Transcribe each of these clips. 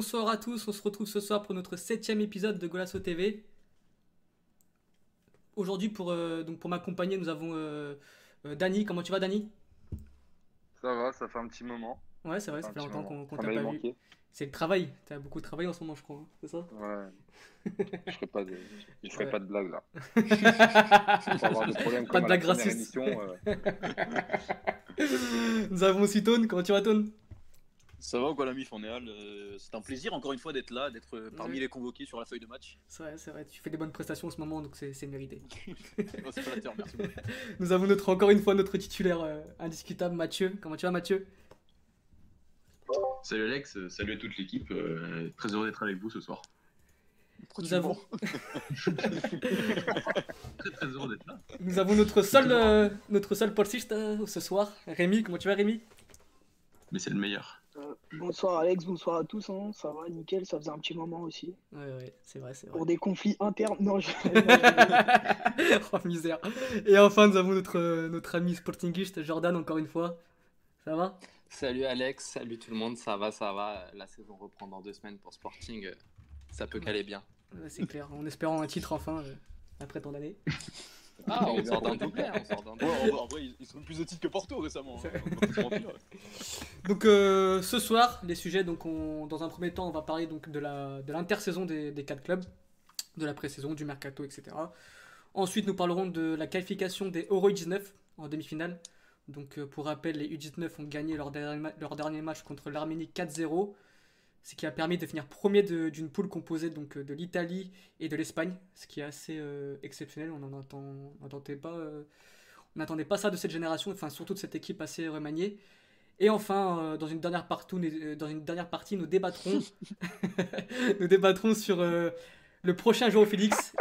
Bonsoir à tous, on se retrouve ce soir pour notre 7ème épisode de Golasso TV. Aujourd'hui, pour m'accompagner, nous avons Dany. Comment tu vas, Dany? Ça va, ça fait un petit moment. Ouais, c'est vrai, Ça ça fait un fait petit longtemps moment. qu'on Ça t'a m'avait pas vu. manqué. C'est le travail, t'as beaucoup travaillé en ce moment, je crois, hein, c'est ça? Ouais, je ferai Ouais. pas de blague là. Pour avoir des problèmes Pas comme de à la blague première raciste. émission. Nous avons aussi Tone. Comment tu vas, Tone? Ça va ou quoi l'ami Fournéal c'est un plaisir encore une fois d'être là, d'être parmi Ouais, les convoqués sur la feuille de match. c'est vrai, tu fais des bonnes prestations en ce moment, donc c'est mérité. Oh, c'est flatteur, merci beaucoup. Nous avons encore une fois notre titulaire indiscutable, Mathieu. Comment tu vas, Mathieu? Salut Alex, salut à toute l'équipe, très heureux d'être avec vous ce soir. Pourquoi Nous tu avons, mens Très heureux d'être là. nous avons notre seul portiste ce soir, Rémi. Comment tu vas, Rémi? Mais c'est le meilleur. Bonsoir Alex, bonsoir à tous, hein. Ça va, nickel, ça faisait un petit moment aussi. Ouais, c'est vrai, c'est vrai. Pour des conflits internes, non, je... Oh misère. Et enfin, nous avons notre ami sportingiste, Jordan, encore une fois. Ça va? Salut Alex, salut tout le monde, ça va, ça va. La saison reprend dans 2 semaines pour Sporting, ça peut caler bien. Ouais, c'est clair, en espérant un titre enfin, après tant d'années. Ah, on sort d'un doublé, on sort d'un doublé. Ouais, en vrai, ils sont plus de titres que Porto récemment. Hein. On va pas se mentir. Donc ce soir, les sujets, donc dans un premier temps, on va parler donc de l'intersaison des 4 clubs, de la pré-saison, du mercato, etc. Ensuite, nous parlerons de la qualification des Euro U19 en demi-finale. Donc pour rappel, les U19 ont gagné leur dernier match contre l'Arménie 4-0, ce qui a permis de finir premier d'une poule composée donc, de l'Italie et de l'Espagne, ce qui est assez exceptionnel. On n'attendait pas ça de cette génération, enfin surtout de cette équipe assez remaniée. Et enfin, dans une dernière partie, nous débattrons, nous débattrons sur le prochain João Félix,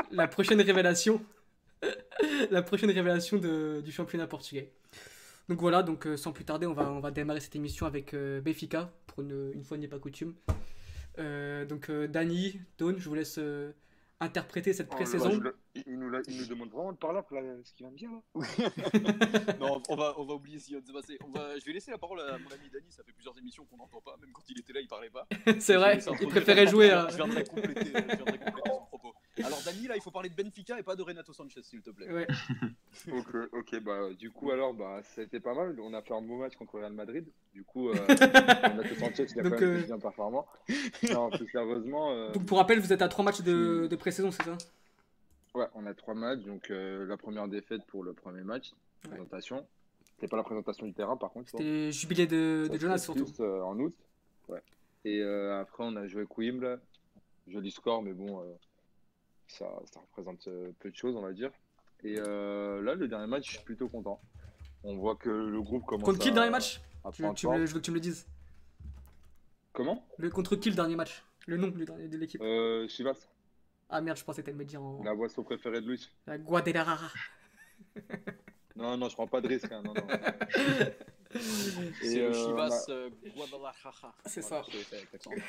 la prochaine révélation du championnat portugais. Donc voilà, donc sans plus tarder, on va démarrer cette émission avec Benfica, pour une fois n'est pas coutume. Dany, Dawn, je vous laisse interpréter cette Oh là là, pré-saison. il nous demande vraiment de parler après ce qu'il vient de dire là. Non, on va oublier ce qui vient de se passer. Je vais laisser la parole à mon ami Dany, ça fait plusieurs émissions qu'on n'entend pas, même quand il était là, il parlait pas. C'est Je vais vrai, laisser il introduire. préférait jouer à... Je viendrai compléter son propos. Alors Dany, là, il faut parler de Benfica et pas de Renato Sanchez, s'il te plaît. Ouais. Ok, bah du coup alors ça a été pas mal. On a fait un beau match contre Real Madrid. Du coup, on a tout Sanchez qui a Donc, quand même été bien performant. Non, plus sérieusement, Donc pour rappel, vous êtes à 3 matchs de pré-saison, c'est ça? ouais, on a 3 matchs. Donc la première défaite pour le premier match, Ouais. présentation. C'était pas la présentation du terrain par contre. C'était le jubilé de Ça Jonas serait surtout. plus en août. Ouais. Et après, on a joué Coimbra. Joli score, mais bon, ça représente peu de choses, on va dire. Et là, le dernier match, je suis plutôt content. On voit que le groupe commence Contre qui le dernier match? à Je prendre forme. veux que tu me le dises. Comment? Contre qui le dernier match? Le nom de l'équipe. Chivas, Ah merde, je pensais que t'allais me le dire en... la boisson préférée de Luis. La Guadalajara. Non, je prends pas de risque. Hein, non. C'est Et, le on a- Chivas Guadalajara. C'est Voilà, ça. je l'ai fait avec l'accent.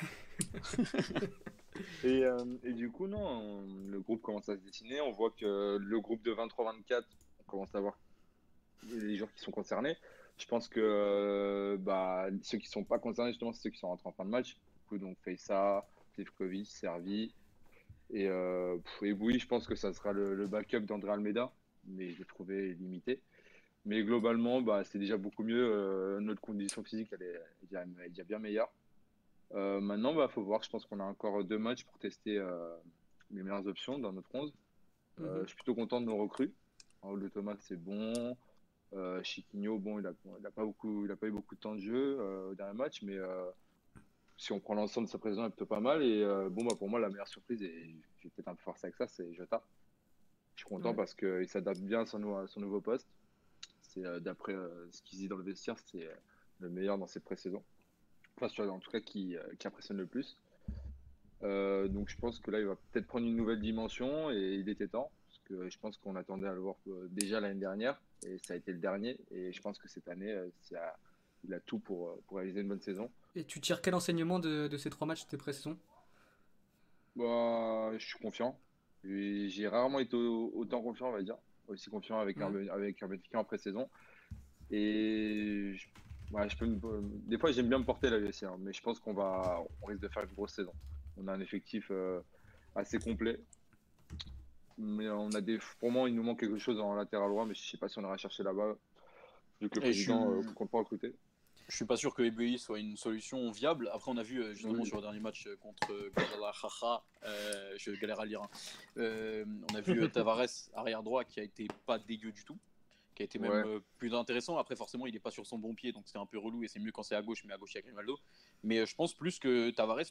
et du coup, non, le groupe commence à se dessiner. On voit que le groupe de 23-24, on commence à voir les joueurs qui sont concernés. Je pense que ceux qui sont pas concernés, justement, c'est ceux qui sont rentrés en fin de match. Du coup, donc Feissa, Zivkovic, Servi et Bouy, je pense que ça sera le backup d'André Almeida, mais je l'ai trouvé limité. Mais globalement, c'est déjà beaucoup mieux. Notre condition physique, elle est déjà bien meilleure. Maintenant, faut voir. Je pense qu'on a encore 2 matchs pour tester les meilleures options dans notre 11. Je suis plutôt content de nos recrues. Raoul de Thomas, c'est bon. Chiquinho, bon, il a pas eu beaucoup de temps de jeu au dernier match, mais si on prend l'ensemble de sa présence, il est plutôt pas mal. Et pour moi, la meilleure surprise, et je vais peut-être un peu forcer avec ça, c'est Jota. Je suis content Ouais. parce qu'il s'adapte bien à son nouveau poste. C'est d'après ce qu'il dit dans le vestiaire, c'est le meilleur dans ses pré-saisons. Enfin, en tout cas, qui impressionne le plus. Donc je pense que là, il va peut-être prendre une nouvelle dimension et il était temps. Parce que je pense qu'on attendait à le voir déjà l'année dernière et ça a été le dernier. Et je pense que cette année, il a tout pour réaliser une bonne saison. Et tu tires quel enseignement de ces 3 matchs de pré-saison? Je suis confiant. J'ai rarement été autant confiant, on va dire. Aussi confiant avec Ouais. avec un Benfica en pré-saison. Et Ouais, des fois, j'aime bien me porter la USC, hein, mais je pense on risque de faire une grosse saison. On a un effectif assez complet. Mais pour moi, il nous manque quelque chose en latéral droit, mais je sais pas si on ira chercher là-bas, vu que le Et je suis, président compte pas recruter. je suis pas sûr que Eboué soit une solution viable. Après, on a vu justement Oui. sur le dernier match contre Guadalajara, je galère à lire, hein. On a vu Tavares arrière droit qui a été pas dégueu du tout, qui a été même Ouais. plus intéressant. Après, forcément, il est pas sur son bon pied, donc c'est un peu relou et c'est mieux quand c'est à gauche, mais à gauche il y a Grimaldo. Mais je pense plus que Tavares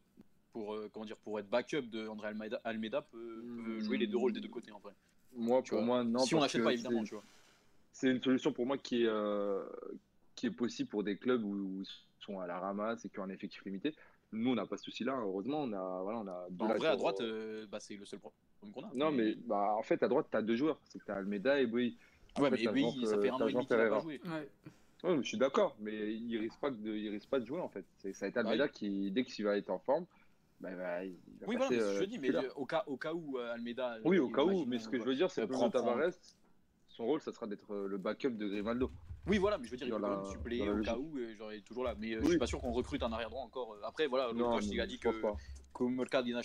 pour être backup de André Almeida peut jouer les deux rôles des deux côtés en vrai. Tu Pour vois. moi, non, Si on parce l'achète que pas évidemment, tu vois. c'est une solution pour moi qui est possible pour des clubs où ils sont à la ramasse et qui ont un effectif limité. Nous, on n'a pas ce souci-là. Heureusement, on a deux En vrai, à latéraux. droite, c'est le seul problème qu'on a. Non, mais en fait, à droite, tu as deux joueurs. C'est que tu as Almeida et Boui. Ouais, Après, mais Eboué, ça fait un an et demi qu'il a pas joué. Ouais. Ouais, je suis d'accord, mais il risque pas de jouer en fait. Ça va être Almeida oui. qui, dès qu'il va être en forme, il va Oui, voilà, passer mais c'est ce que je dis, mais titulaire. au cas où Almeida. Oui, au cas où, imaginons, mais ce que je veux dire, c'est que prend- Nuno Tavares, son rôle, ça sera d'être le backup de Grimaldo. Oui, voilà, mais je veux dire, il Dans peut quand la- même suppléer dans la au cas logique. où, genre, il est toujours là. Mais je Oui. suis pas sûr qu'on recrute un arrière droit encore. Après, voilà, le Non, coach, il a mais dit je pense pas. que Mercado,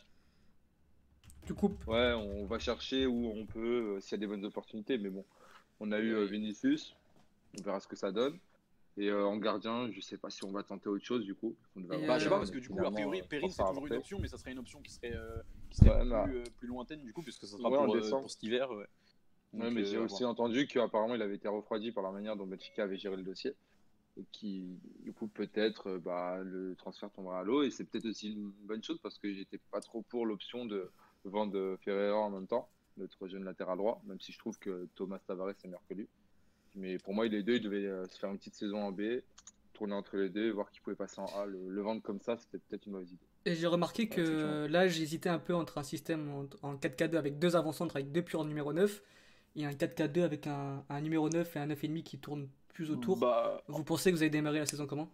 Tu coupes. Ouais, on va chercher où on peut, s'il y a des bonnes opportunités, mais bon, on a eu Oui. Vinicius, on verra ce que ça donne. Et en gardien, je sais pas si on va tenter autre chose du coup. On devrait Et, avoir Je sais Perrin, pas, parce mais que du coup, a priori, finalement, je Perrin, pense c'est pas toujours une avorter. option, mais ça serait une option qui serait Ouais, là. plus lointaine, du coup, puisque ça sera Ouais, en décembre. pour cet hiver. Ouais. Ouais, Donc, mais j'ai à aussi voir. entendu qu'apparemment il avait été refroidi par la manière dont Benfica avait géré le dossier. Et qui, du coup, peut-être le transfert tombera à l'eau. Et c'est peut-être aussi une bonne chose parce que j'étais pas trop pour l'option de vendre Ferreira en même temps, notre jeune latéral droit, même si je trouve que Thomas Tavares est meilleur que lui. Mais pour moi, les deux, ils devaient se faire une petite saison en B, tourner entre les deux, voir qui pouvait passer en A. Le vendre comme ça, c'était peut-être une mauvaise idée. Et j'ai remarqué Voilà, c'est tout. que là, j'hésitais un peu entre un système en 4K2 avec deux avant-centres avec deux purs numéro 9 et un 4K2 avec un numéro 9 et un 9,5 qui tourne plus autour. Bah, Vous pensez que vous avez démarré la saison comment?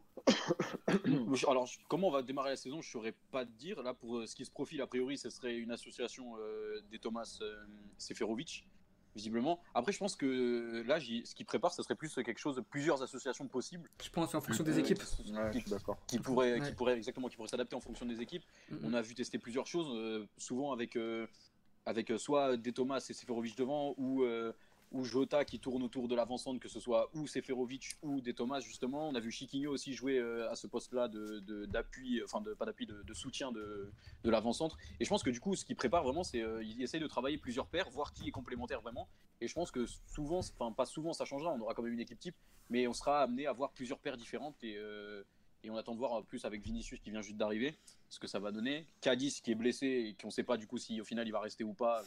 alors, comment on va démarrer la saison, je saurais pas te dire. Là, pour ce qui se profile, a priori, ce serait une association des Thomas Seferovic, visiblement. Après, je pense que là, ce qui prépare, ce serait plus quelque chose, plusieurs associations possibles. Je pense en fonction des équipes. Ouais, je suis d'accord. Qui pourraient s'adapter en fonction des équipes. Mhm. On a vu tester plusieurs choses, souvent avec soit des Thomas et Seferovic devant, ou Jota qui tourne autour de l'avant-centre, que ce soit ou Seferovic ou des Thomas justement. On a vu Chiquinho aussi jouer à ce poste-là d'appui, pas d'appui, de soutien de l'avant-centre. Et je pense que du coup, ce qu'il prépare vraiment, c'est il essaye de travailler plusieurs paires, voir qui est complémentaire vraiment. Et je pense que souvent, enfin pas souvent, ça changera. On aura quand même une équipe type, mais on sera amené à voir plusieurs paires différentes et on attend de voir plus avec Vinicius qui vient juste d'arriver ce que ça va donner. Cadiz qui est blessé et qu'on ne sait pas du coup si au final il va rester ou pas,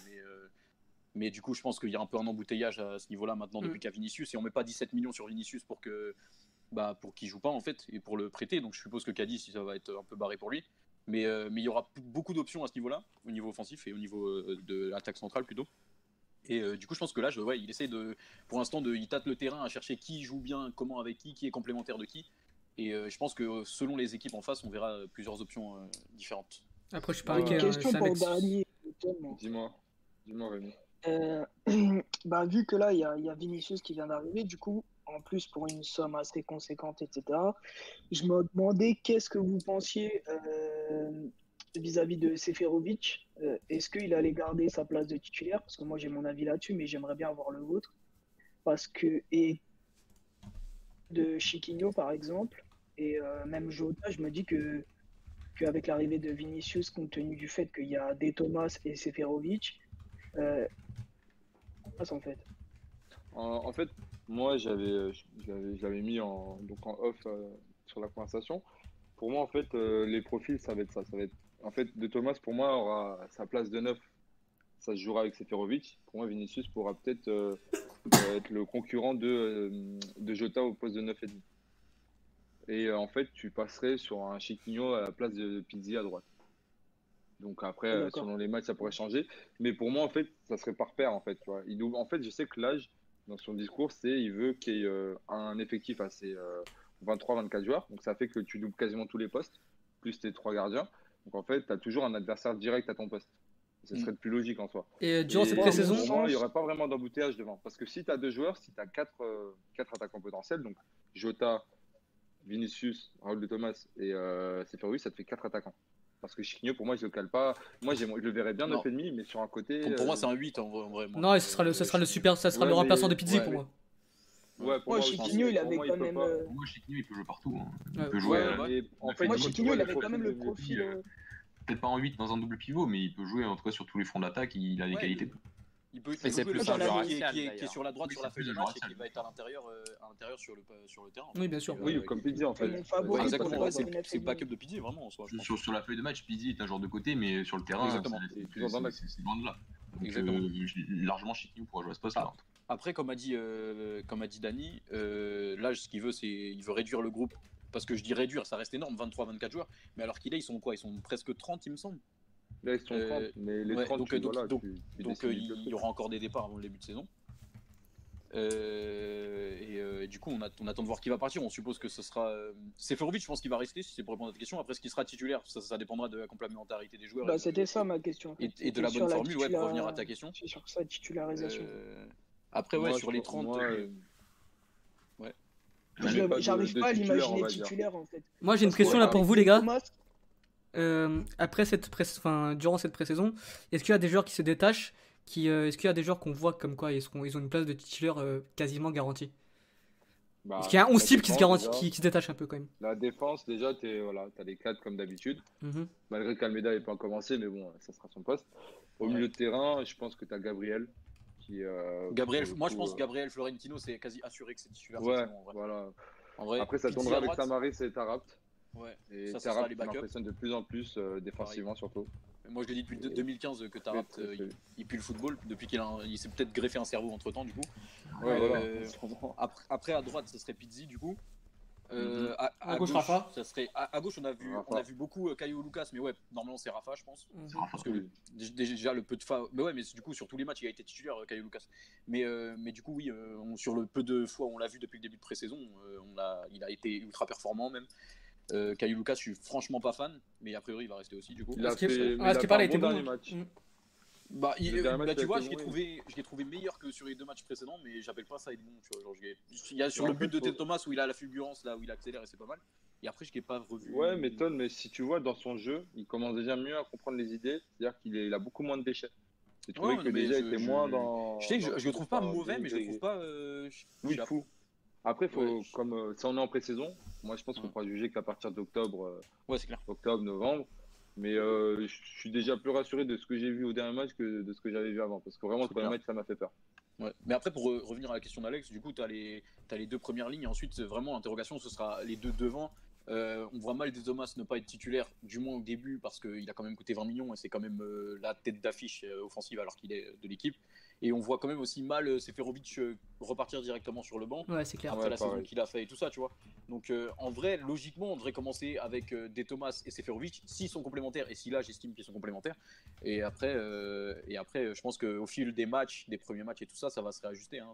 mais du coup je pense qu'il y a un peu un embouteillage à ce niveau-là maintenant depuis qu'il y a Vinicius, et on met pas 17 millions sur Vinicius pour qu'il joue pas en fait et pour le prêter, donc je suppose que Cadiz ça va être un peu barré pour lui, mais il y aura beaucoup d'options à ce niveau-là, au niveau offensif et au niveau de l'attaque centrale plutôt. Et du coup, je pense que là, il essaie pour l'instant, il tâte le terrain à chercher qui joue bien, comment avec qui est complémentaire de qui. Et je pense que selon les équipes en face, on verra plusieurs options différentes. Après, je suis pas Une inquiet. question c'est un pour mec- Dani. Dis-moi, Rémi. Vu que là, il y a Vinicius qui vient d'arriver, du coup, en plus pour une somme assez conséquente, etc., je me demandais qu'est-ce que vous pensiez vis-à-vis de Seferovic. Est-ce qu'il allait garder sa place de titulaire? Parce que moi, j'ai mon avis là-dessus, mais j'aimerais bien avoir le vôtre. Et de Chiquinho, par exemple, et même Jota, je me dis qu'avec l'arrivée de Vinicius, compte tenu du fait qu'il y a des Thomas et Seferovic, en fait. En fait, moi, je l'avais mis donc en off sur la conversation. Pour moi, en fait, les profils, ça va être ça. Ça va être, en fait, De Thomas, pour moi, aura sa place de neuf. Ça se jouera avec Seferovic. Pour moi, Vinicius pourra peut-être être le concurrent de Jota au poste de 9,5. Et en fait, tu passerais sur un Chiquinho à la place de Pizzi à droite. Donc après, D'accord. selon les matchs, ça pourrait changer. Mais pour moi, en fait, ça serait par paire, en fait. Tu vois. En fait, je sais que l'âge, dans son discours, il veut qu'il y ait un effectif assez 23-24 joueurs. Donc ça fait que tu doubles quasiment tous les postes, plus tes 3 gardiens. Donc en fait, tu as toujours un adversaire direct à ton poste. Ce serait le plus logique en soi. Et durant cette Et pré-saison, pour moi, il n'y aurait pas vraiment d'embouteillage devant. Parce que si tu as 2 joueurs, si tu as 4 attaquants potentiels, donc Jota, Vinicius, Raúl de Thomas et Seferovic, ça te fait 4 attaquants. Parce que Chiquinho, pour moi, je le cale pas. Moi, je le verrais bien Non. 9,5, mais sur un côté. Pour moi, c'est un 8 en vrai. Moi. Non, et ce sera le super, ça sera Ouais, le remplaçant mais- de Pizzi ouais, pour mais- moi. Ouais, pour Moi, moi aussi, Chiquinho, il pour avait moi, quand peut même. pas. Pour moi, Chiquinho, il peut jouer partout. Hein. Il Ouais. peut jouer. Ouais, mais en fait, Moi, quand tu Chiquinho, vois il le avait quand même profil le de milieu- profil. Peut-être pas en 8 dans un double pivot, mais il peut jouer en tout cas sur tous les fronts d'attaque. Il a les Ouais, qualités. Il peut Mais c'est jouer plus le un joueur joueur qui axial, est d'ailleurs. sur la droite Oui, sur la c'est feuille de plus un match et joueur qui va être à l'intérieur sur le terrain. Oui, bien sûr. Oui, comme Pizzi en fait. Mon favori, Ouais, Exactement, pour ouais, moi, c'est le backup de Pizzi vraiment en soi. Je pense. Sur la feuille de match, Pizzi est un joueur de côté, mais sur le terrain, Exactement. C'est loin de là. c'est loin de là. Donc, Exactement. largement, Chiquinho pourra jouer à ce poste-là. Après, comme a dit Dany, là, ce qu'il veut, c'est il veut réduire le groupe. Parce que je dis réduire, ça reste énorme, 23-24 joueurs. Mais alors qu'il est, ils sont quoi? Ils sont presque 30, il me semble. Là, ils sont 30, mais les ouais, 30, donc, tu, donc, voilà, donc, tu Donc décides de il y aura encore des départs avant le début de saison. Et du coup, on attend de voir qui va partir. On suppose que ce sera. Seferovic, je pense qu'il va rester, si c'est pour répondre à ta question. Après, ce qui sera titulaire, ça dépendra de la complémentarité des joueurs. Bah, c'était ça ma question. Et de la bonne formule, ouais, pour revenir à ta question. C'est sur sa titularisation. Après, ouais, Moi, sur les 30. Ouais. J'arrive pas à l'imaginer titulaire en fait. Moi, j'ai une Parce que, question là pour vous, les gars. Thomas, Après durant cette pré-saison, est-ce qu'il y a des joueurs qui se détachent est-ce qu'il y a des joueurs qu'on voit comme quoi ils ont une place de titulaire quasiment garantie? Bah, Est-ce qu'il y a un 11 type qui se garantit, déjà, qui se détache un peu quand même? La défense, déjà, t'as les 4 comme d'habitude. Mhm. Malgré qu'Almeida n'ait pas commencé, mais bon, ça sera son poste. Au milieu de terrain, je pense que tu as Gabriel. Gabriel, pour le moi coup, je pense que Gabriel Florentino, c'est quasi assuré que c'est titulaire. Ouais, cette saison, en vrai. voilà. En vrai, Après, ça Pizzi tournera à avec droite. Samaris et Tarapt. Ouais. Et Ça sera Tarapt les qui backups. m'impressionne de plus en plus, défensivement surtout. Moi je l'ai dit depuis 2015 que Tarapt, il pue le football, depuis il s'est peut-être greffé un cerveau entre temps du coup. Ouais, voilà. Après à droite, ce serait Pizzi du coup. À gauche, Rafa. Ça serait, à gauche, on a vu beaucoup Caio Lucas, mais ouais, normalement c'est Rafa, je pense. Parce que déjà le peu de fois. Mais ouais, mais du coup, sur tous les matchs, il a été titulaire, Caio Lucas. Mais du coup, oui, sur le peu de fois où on l'a vu depuis le début de pré-saison, il a été ultra performant même. Caio Lucas, je suis franchement pas fan, mais a priori, il va rester aussi du coup. Il a Ce qui est- fait, ah, ce qui est pas, il a été bon. dernier match. Bah, Le dernier match, tu il a vois, été je l'ai bon, trouvé meilleur que sur les 2 matchs précédents, mais j'appelle pas ça être bon. Tu vois, genre, il y a sur En le but fait, de Thomas où il a la fulgurance, là où il accélère et c'est pas mal. Et après, je l'ai pas revu. Ouais, mais si tu vois dans son jeu, il commence déjà mieux à comprendre les idées. C'est-à-dire qu'il a beaucoup moins de déchets. J'ai trouvé Ouais, que mais déjà il était moins dans. Je sais que je le trouve pas dans- mauvais, mais je le trouve pas. Oui, fou. Après, Ouais. comme si on est en pré-saison, moi je pense qu'on pourra juger qu'à partir d'octobre, Ouais, c'est clair. novembre. Mais je suis déjà plus rassuré de ce que j'ai vu au dernier match que de ce que j'avais vu avant. Parce que vraiment, ce premier match, ça m'a fait peur. Ouais. Mais après, pour revenir à la question d'Alex, du coup, tu as les 2 premières lignes. Ensuite, vraiment, l'interrogation, ce sera les 2 devant. On voit mal des Thomas ne pas être titulaire, du moins au début, parce qu'il a quand même coûté 20 millions et c'est quand même la tête d'affiche offensive alors qu'il est de l'équipe. Et on voit quand même aussi mal Seferovic repartir directement sur le banc. Ouais, c'est clair. Après Ouais, la pareil. saison qu'il a fait et tout ça, tu vois. Donc en vrai, logiquement, on devrait commencer avec des Thomas et Seferovic, s'ils sont complémentaires, et si là j'estime qu'ils sont complémentaires. Et après, je pense qu'au fil des matchs, des premiers matchs et tout ça, ça va se réajuster. Hein.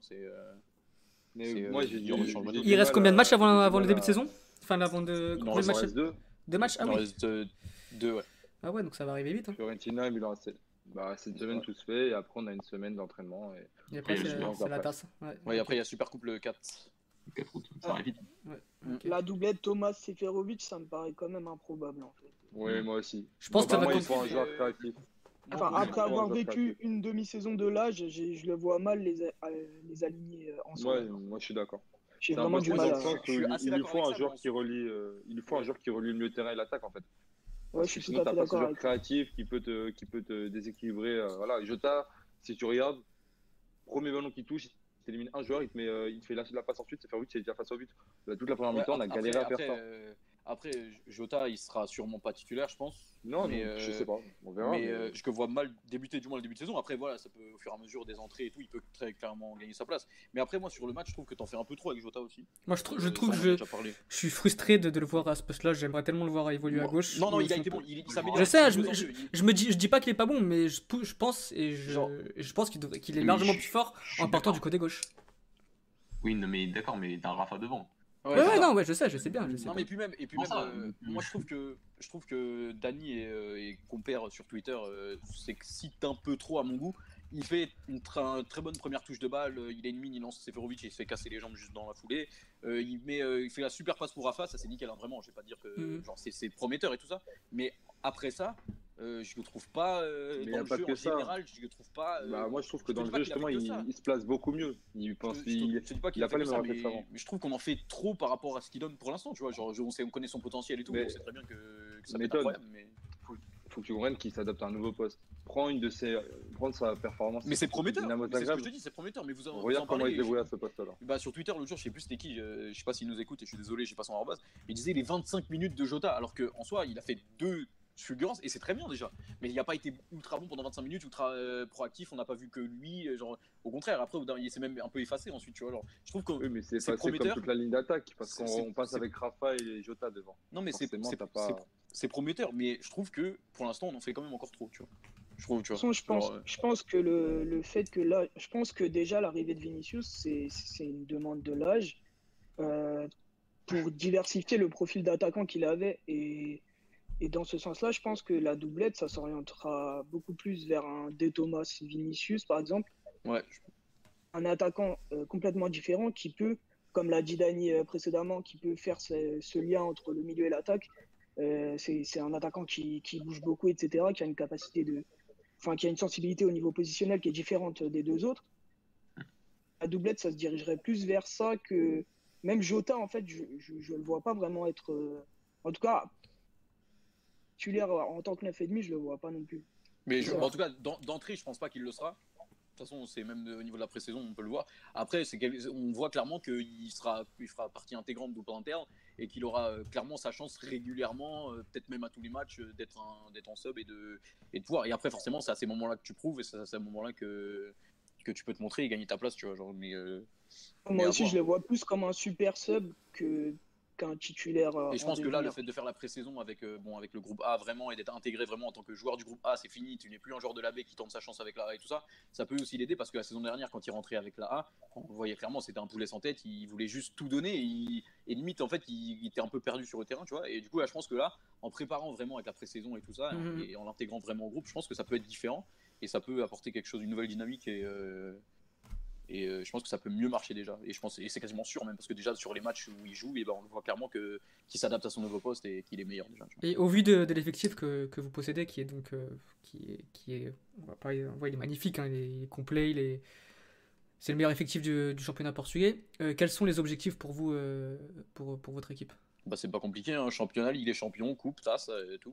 Mais moi, j'ai il y aura du changement. Il reste combien de matchs avant le début de saison? Enfin, avant de. Il en Combien de reste matchs? 2. 2 matchs? Ah Il en oui. reste 2, ouais. Ah ouais, donc ça va arriver vite. Hein. Fiorentina, Milan AC. Cette semaine, tout se fait. Et après, on a une semaine d'entraînement. Et après, Et c'est le c'est la après. tasse. Ouais. Ouais, et après, il y a Super Coupe le 4. 4 août, ça arrive vite. Ouais. Mm. Ok. La doublette Thomas Seferovic, ça me paraît quand même improbable en fait. Oui, moi aussi. Je pense que ça va Moi, il comme- faut un joueur créatif. Enfin, Non, après non, avoir non, vécu une demi-saison de l'âge, je le vois mal les aligner ensemble. Moi, je suis d'accord. J'ai C'est vraiment un du peu mal dans à. le sens Je suis où assez il lui d'accord faut avec un ça, joueur moi. qui relie, un joueur qui relie le milieu de terrain et l'attaque en fait. Ouais, Parce je suis que tout sinon, à t'as fait pas ce d'accord joueur avec. créatif qui peut te déséquilibrer. Voilà, Jota, si tu regardes, premier ballon qui touche, il t'élimine un joueur, il te fait la passe ensuite, c'est faire vite, c'est déjà face au but. Toute la première Ouais, mi-temps, on a galéré à faire ça. Après, Jota, il sera sûrement pas titulaire, je pense. Non, mais, je sais pas, on verra. Mais je le vois mal débuter du moins le début de saison. Après, voilà, ça peut au fur et à mesure des entrées et tout, il peut très clairement gagner sa place. Mais après, moi, sur le match, je trouve que t'en fais un peu trop avec Jota aussi. Moi, je trouve Ça, que on en a déjà parlé. je suis frustré de le voir à ce poste-là. J'aimerais tellement le voir évoluer à gauche. Non, Mais il a je été peux- bon. Il s'améliore. Je sais, de mieux en mieux. je dis pas qu'il est pas bon, mais je pense Genre- je pense qu'il est Oui, largement je- plus fort je suis en partant d'accord. du côté gauche. Oui, non, mais d'accord, mais t'as un Rafa devant. Ouais, c'est ça. non, ouais, je sais bien. Non, mais puis même, Non, ça, moi je trouve que Dany et compère sur Twitter, c'est que cite un peu trop à mon goût. il fait une très bonne première touche de balle, il a une mine, il lance Seferovic et il se fait casser les jambes juste dans la foulée. Il fait la super passe pour Rafa, ça c'est nickel, hein, vraiment. Je vais pas dire que genre, c'est prometteur et tout ça, mais après ça, je le trouve pas Mais y dans a le pas jeu que en ça. général, je le trouve pas. Bah, moi, je trouve que je dans te le dis pas jeu, qu'il a fait justement, que ça. il se place beaucoup mieux. Je te dis pas qu'il Il a a fait pas que les ça, mêmes réflexes avant. mais je trouve qu'on en fait trop par rapport à ce qu'il donne pour l'instant, tu vois. Genre, on connaît son potentiel et tout, Mais- on sait très bien que ça peut être Méthode. incroyable, mais. Faut que tu comprennes qu'il s'adapte à un nouveau poste. Prendre sa performance. Mais c'est prometteur, Dynamo c'est ce que Zagreb. je te dis, c'est prometteur. Mais vous en Regarde comment il parlez. se débrouille à ce poste-là. Bah, sur Twitter l'autre jour, je sais plus c'était qui, je sais pas s'il nous écoute et je suis désolé, j'ai pas son arrobase, mais il disait les 25 minutes de Jota, alors qu'en soi, il a fait 2 fulgurances et c'est très bien déjà. Mais il a pas été ultra bon pendant 25 minutes, ultra proactif, on n'a pas vu que lui, genre, au contraire, après, il s'est même un peu effacé ensuite, tu vois. Genre, je trouve que. Oui, mais c'est C'est passé comme prometteur. toute la ligne d'attaque parce C'est- qu'on passe avec Rafa et Jota devant. Non, mais Forcément, t'as pas- c'est prometteur, mais je trouve que pour l'instant, on en fait quand même encore trop, tu vois. Je trouve, tu De toute vois. façon, Genre, je pense que le fait que là, je pense que déjà l'arrivée de Vinicius, c'est une demande de l'âge pour diversifier le profil d'attaquant qu'il avait. Et dans ce sens-là, je pense que la doublette, ça s'orientera beaucoup plus vers un De Thomas Vinicius, par exemple, ouais. un attaquant complètement différent qui peut, comme l'a dit Dani précédemment, qui peut faire ce lien entre le milieu et l'attaque. C'est un attaquant qui bouge beaucoup, etc., qui a une capacité qui a une sensibilité au niveau positionnel qui est différente des deux autres. La doublette, ça se dirigerait plus vers ça que même Jota, en fait, je le vois pas vraiment être. En tout cas, titulaire en tant que 9,5, je le vois pas non plus. Mais Ça. en tout cas, d'entrée, je pense pas qu'il le sera. De toute façon, c'est même au niveau de la pré-saison, on peut le voir. Après, on voit clairement qu'il fera partie intégrante du plan interne et qu'il aura clairement sa chance régulièrement, peut-être même à tous les matchs, d'être en sub et de pouvoir. Et après, forcément, c'est à ces moments-là que tu prouves et c'est à ces moments-là que tu peux te montrer et gagner ta place, tu vois. Genre, mais Moi à aussi, voir. je le vois plus comme un super sub qu'un titulaire. Et je pense que là, le fait de faire la pré-saison avec le groupe A vraiment et d'être intégré vraiment en tant que joueur du groupe A, c'est fini. Tu n'es plus un joueur de la B qui tente sa chance avec la A et tout ça. Ça peut aussi l'aider parce que la saison dernière, quand il rentrait avec la A, on voyait clairement c'était un poulet sans tête. Il voulait juste tout donner et limite en fait, il était un peu perdu sur le terrain, tu vois. Et du coup, là, je pense que là, en préparant vraiment avec la pré-saison et tout ça et en l'intégrant vraiment au groupe, je pense que ça peut être différent et ça peut apporter quelque chose, une nouvelle dynamique et je pense que ça peut mieux marcher déjà. Et c'est quasiment sûr même parce que déjà sur les matchs où il joue, et ben on voit clairement qu'il s'adapte à son nouveau poste et qu'il est meilleur déjà. Et au vu de l'effectif que vous possédez, qui est donc qui est on va pas, il est magnifique, hein, il est complet, c'est le meilleur effectif du championnat portugais. Quels sont les objectifs pour vous, pour votre équipe? Bah c'est pas compliqué, hein. Championnat, Ligue des Champions, coupe, tasse, tout.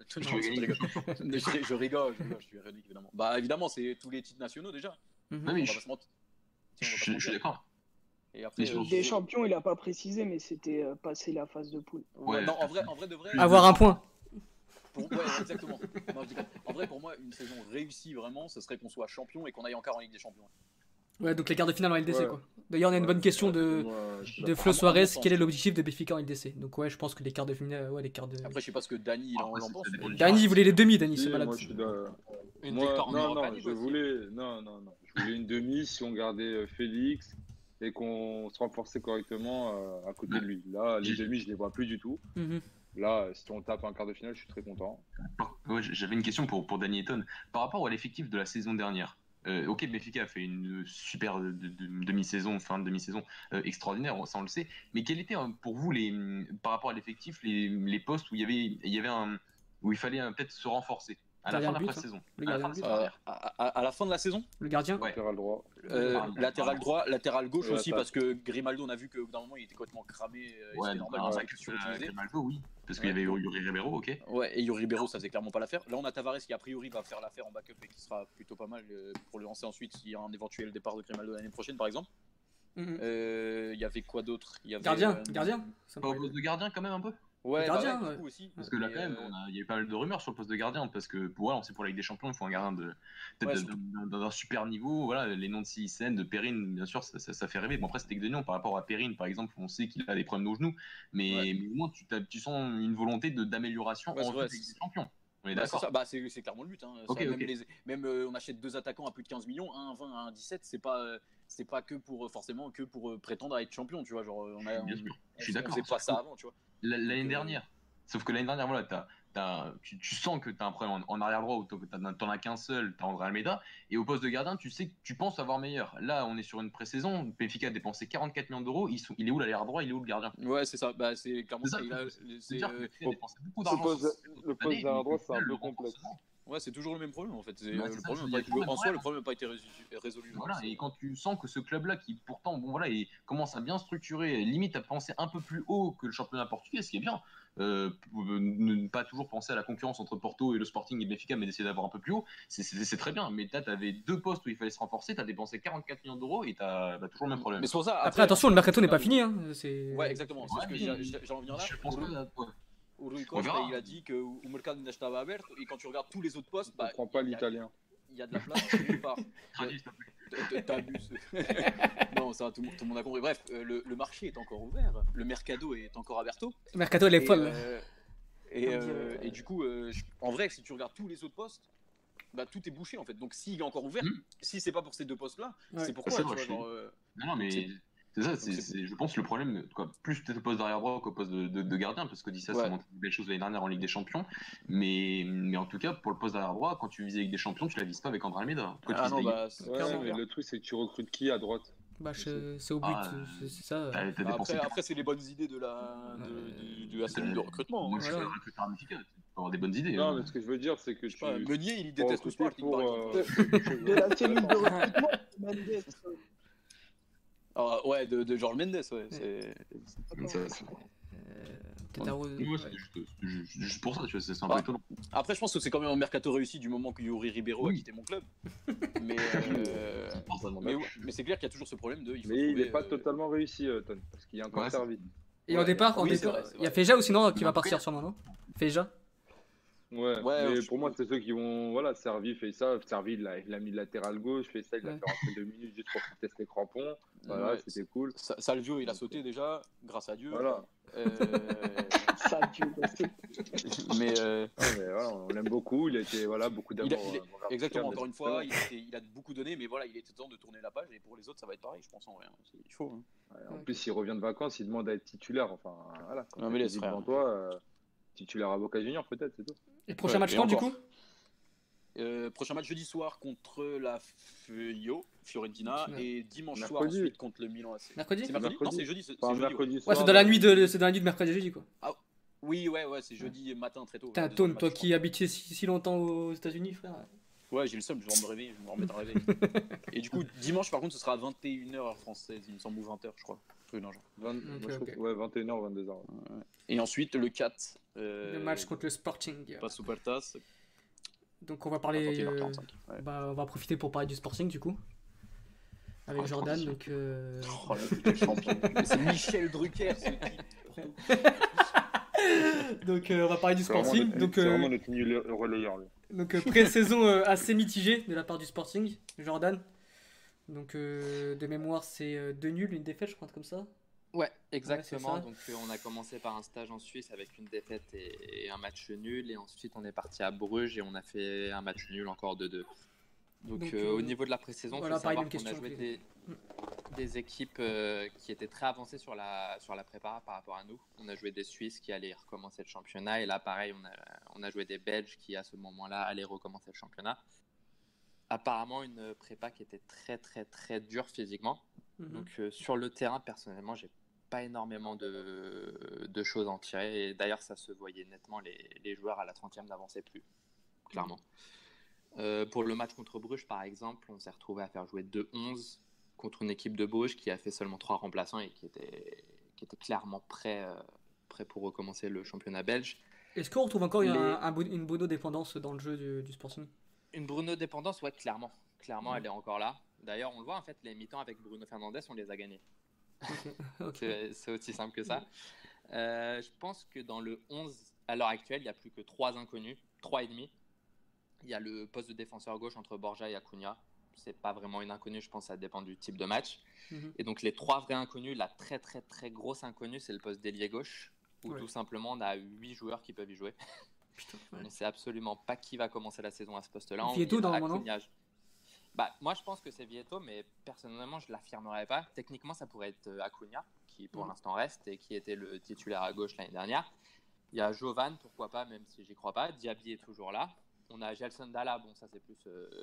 Je rigole, je suis ironique évidemment. Bah évidemment, c'est tous les titres nationaux déjà. Non, mais je suis d'accord. Et après, Des champions, il a pas précisé, mais c'était passer la phase de poule. Ouais, non, en vrai de vrai. Avoir un point. Ouais, exactement. Non, en vrai, pour moi, une saison réussie vraiment, ce serait qu'on soit champion et qu'on aille encore en Ligue des Champions. Ouais, donc les quarts de finale en LDC, Ouais. quoi. D'ailleurs, on a une bonne question de Flo À Suarez. mon sens. Quel est l'objectif de Benfica en LDC? Donc ouais, je pense que les quarts de finale, les quarts de. Après, je sais pas ce que Dani il en Après, pense. ça dépend mais- du Dani, il voulait les demi, Dani, c'est malade. Moi, je suis Une Moi, victoire en non, Europa non, League je aussi. voulais, non, je voulais une demi si on gardait Félix et qu'on se renforçait correctement à côté de lui. Là, les demi, je les vois plus du tout. Mhm. Là, si on tape un quart de finale, je suis très content. Ouais, j'avais une question pour Danny Eton. Par rapport à l'effectif de la saison dernière, ok, Benfica a fait une super demi-saison, fin de demi-saison extraordinaire, ça on le sait. Mais quel était pour vous, par rapport à l'effectif, les postes où il y avait où il fallait peut-être se renforcer à la fin de la Gardien de but, pré-saison, Le à la gardien fin de de but. cette dernière. À la fin de la saison, Le gardien. Ouais. Latéral droit. latéral droit, latéral gauche Et aussi, l'attaque. parce que Grimaldo, on a vu qu'au bout d'un moment, il était complètement cramé. Et Ouais, c'était donc normal, alors, il était surutilisé. Grimaldo, oui, parce qu'il y avait Yuri Ribeiro, ok. Ouais, et Yuri Ribeiro, ça faisait clairement pas l'affaire. Là, on a Tavares qui, a priori, va faire l'affaire en backup et qui sera plutôt pas mal pour le lancer ensuite s'il y a un éventuel départ de Grimaldo l'année prochaine, par exemple. Mhm. Il y avait quoi d'autre? Il y avait, Gardien, euh, gardien. Ça me Pas au paraît- poste de gardien quand même un peu. Ouais, Le bah gardien, ouais, ouais. du coup aussi. Parce que là, Et, quand même, il y a eu pas mal de rumeurs sur le poste de gardien, parce que voilà, on sait pour la Ligue des Champions, il faut un gardien d'un super niveau. Voilà, les noms de Cissène, de Perrine, bien sûr, ça fait rêver. Bon, après, c'était que de nom par rapport à Perrine, par exemple, on sait qu'il a des problèmes aux genoux, mais au moins, tu sens une volonté d'amélioration Ouais, c'est en vrai, vue de la Ligue des Champions. On est bah, d'accord. c'est ça. Bah, c'est clairement le but. Hein. Ok, Ça, ok. même on achète deux attaquants à plus de 15 millions, un à 20, un à 17, c'est pas que pour forcément que pour prétendre à être champion, tu vois. Genre, Bien sûr, je suis d'accord. On faisait pas ça avant, tu vois. L'année Donc, dernière. Sauf que l'année dernière, voilà, tu sens que tu as un problème en arrière droit où t'en as qu'un seul, tu as André Almeida, et au poste de gardien, tu sais que tu penses avoir meilleur. Là, on est sur une pré-saison, Benfica a dépensé 44 millions d'euros, il est où l'arrière droit, il est où le gardien? Ouais, c'est ça. Bah, c'est clairement C'est ça. ça, Il a- c'est c'est, dire que euh, Benfica a dépensé beaucoup Le d'argent poste, sur cette le poste année, d'arrière mais droit, au c'est un final, peu le complexe. renforcement. Ouais, c'est toujours le même problème en fait. Ouais, Le c'est ça, problème il n'a y a pas toujours été- le En soi, problème. le problème n'a pas été résolu. Hein. Voilà, et quand tu sens que ce club-là, qui pourtant, bon voilà, il commence à bien structurer, limite à penser un peu plus haut que le championnat portugais, ce qui est bien, ne pas toujours penser à la concurrence entre Porto et le Sporting et Benfica, mais d'essayer d'avoir un peu plus haut, c'est très bien. Mais là, tu avais 2 postes où il fallait se renforcer, tu as dépensé 44 millions d'euros et tu as toujours le même problème. Mais c'est pour ça. Après, attention, le mercato n'est pas c'est- fini. Hein. Ouais, exactement. C'est Ouais, ce que mais j'en reviens là. je pense que. O Rui On Costa, verra. il a dit que o mercado ainda estava aberto et quand tu regardes tous les autres postes, Je comprends pas l'italien. il y a de la place nulle part. Traduis, s'il te plaît. T'abuses. Non, ça, tout le monde a compris. Bref, le marché est encore ouvert. Le mercado est encore aberto. Le mercato, elle est Et, folle. et du coup, en vrai, si tu regardes tous les autres postes, bah, tout est bouché en fait. Donc s'il est encore ouvert, si c'est pas pour ces 2 postes-là, Ouais. c'est pourquoi C'est tu vrai, vois, je suis- genre, Non, mais c'est ça, je pense le problème, quoi, plus peut-être au poste d'arrière droit qu'au poste de gardien, parce qu'Odissa, ça Ouais. montre une belle chose l'année dernière en Ligue des Champions. Mais en tout cas, pour le poste d'arrière droit, quand tu vises Ligue des Champions, tu la vises pas avec André Almeida. Toi, tu ah vises non, Ligue- bah, Ouais, Clairement. mais le truc, c'est que tu recrutes qui à droite? Bah, c'est au but, Ah, c'est ça. t'as dépensé. après c'est les bonnes idées de la cellule de recrutement. Moi, Hein. je suis Voilà. un recruteur efficace. Tu peux avoir des bonnes idées. Non, hein. mais ce que je veux dire, c'est que Je sais pas, Meunier, il pour déteste le recruter Sporting, par exemple. De la cellule de recrutement, Mendes. Ah, ouais, de Jorge Mendes, ouais. Peut-être Arrose. Ouais, c'est juste pour ça, tu vois, c'est un Bah, peu étonnant. Après, je pense que c'est quand même un mercato réussi du moment que Yuri Ribeiro a quitté mon club. Mais, mais c'est clair qu'il y a toujours ce problème de. Il faut Mais il trouver, n'est pas totalement réussi, Ton, parce qu'il y a encore Ouais, servi. Et au départ, Oui, c'est vrai, c'est il y a vrai. Feja ou sinon qui Mais va en tout partir cas- sûrement, non Feja. Ouais, Ouais, mais je- pour moi, c'est ceux qui vont. Voilà, Servi fait ça. Servi, il l'a mis latéral gauche, fait ça, il l'a Ouais. fait rentrer 2 minutes juste pour qu'il teste les crampons. Voilà, Ouais, c'était cool. Salvio, il a sauté déjà, grâce à Dieu. Voilà. Ça, Dieu, Mais Ouais, mais voilà, on l'aime beaucoup. Il a été, voilà, beaucoup d'amour. exactement, encore une fois, il a beaucoup donné, mais voilà, il était temps de tourner la page. Et pour les autres, ça va être pareil, je pense en vrai. Hein. Il faut. Hein. En plus, s'il revient de vacances, il demande à être titulaire. Enfin, voilà. Quand Non, t'as mais laisse, Kiki frère. devant toi, titulaire à Boca Junior, peut-être, c'est tout. Et prochain Ouais, match et quand du encore. coup Prochain match jeudi soir contre la Fiorentina Ouais. et dimanche soir Mercredi. ensuite contre le Milan AC. Mercredi C'est mercredi. Mercredi. Non, c'est jeudi. C'est Enfin, jeudi, mercredi Ouais, soir. c'est dans la nuit de mercredi à jeudi quoi. Oui, ouais, c'est jeudi matin très tôt. Putain, à 2 heures Tone, du toi matin, qui habitais si longtemps aux États-Unis, frère. Ouais, j'ai le seum, je vais me réveiller, je vais me remettre un réveil. Et du coup, dimanche par contre, ce sera à 21h heure française, il me semble, ou 20h, je crois. Truc dans le genre. 20, Ok, moi, je trouve ok. que- ouais, 21h, 22h. Et ensuite, le 4. Le match contre le Sporting. Pas Supertas. Donc on va parler. 21h45. Ouais. On va profiter pour parler du Sporting du coup. Avec Oh, Jordan. transition. Donc, Oh là, putain, champion. Mais c'est Michel Drucker, ce type. donc on va parler du C'est vraiment Sporting. notre- Donc, c'est vraiment notre milieu relayeur, lui. pré-saison assez mitigée de la part du Sporting, Jordan. Donc de mémoire, c'est 2 nuls, une défaite, je crois, un truc comme ça. Ouais, exactement. ça. Donc on a commencé par un stage en Suisse avec une défaite et un match nul. Et ensuite on est parti à Bruges et on a fait un match nul encore de 2. Donc, au niveau de la pré-saison, voilà, il faut pareil, savoir même qu'on a question joué des équipes qui étaient très avancées sur la prépa par rapport à nous. On a joué des Suisses qui allaient recommencer le championnat. Et là, pareil, on a joué des Belges qui, à ce moment-là, allaient recommencer le championnat. Apparemment, une prépa qui était très, très, très dure physiquement. Donc, sur le terrain, personnellement, j'ai pas énormément de choses à en tirer. Et d'ailleurs, ça se voyait nettement, les joueurs à la 30e n'avançaient plus, clairement. Pour le match contre Bruges, par exemple, on s'est retrouvé à faire jouer 2-11 contre une équipe de Bruges qui a fait seulement 3 remplaçants et qui était clairement prêt pour recommencer le championnat belge. Est-ce qu'on retrouve encore une Bono-dépendance dans le jeu du Sporting? Une Bruno-dépendance, ouais, clairement. Clairement, elle est encore là. D'ailleurs, on le voit, en fait, les mi-temps avec Bruno Fernandes, on les a gagnés. Okay. C'est aussi simple que ça. Je pense que dans le 11, à l'heure actuelle, il n'y a plus que 3 inconnus, 3 et demi. Il y a le poste de défenseur gauche entre Borja et Acuna. C'est pas vraiment une inconnue, je pense que ça dépend du type de match. Et donc les 3 vrais inconnus, la très très très grosse inconnue, c'est le poste d'ailier gauche, où tout simplement on a 8 joueurs qui peuvent y jouer. Putain, ouais. On ne sait absolument pas qui va commencer la saison à ce poste-là. Vieto normalement, non? Bah, moi je pense que c'est Vieto, mais personnellement je ne l'affirmerai pas. Techniquement ça pourrait être Acuna, qui pour l'instant reste et qui était le titulaire à gauche l'année dernière. Il y a Jovan, pourquoi pas, même si j'y crois pas. Diaby est toujours là. On a Gelson Dalla, bon, ça c'est plus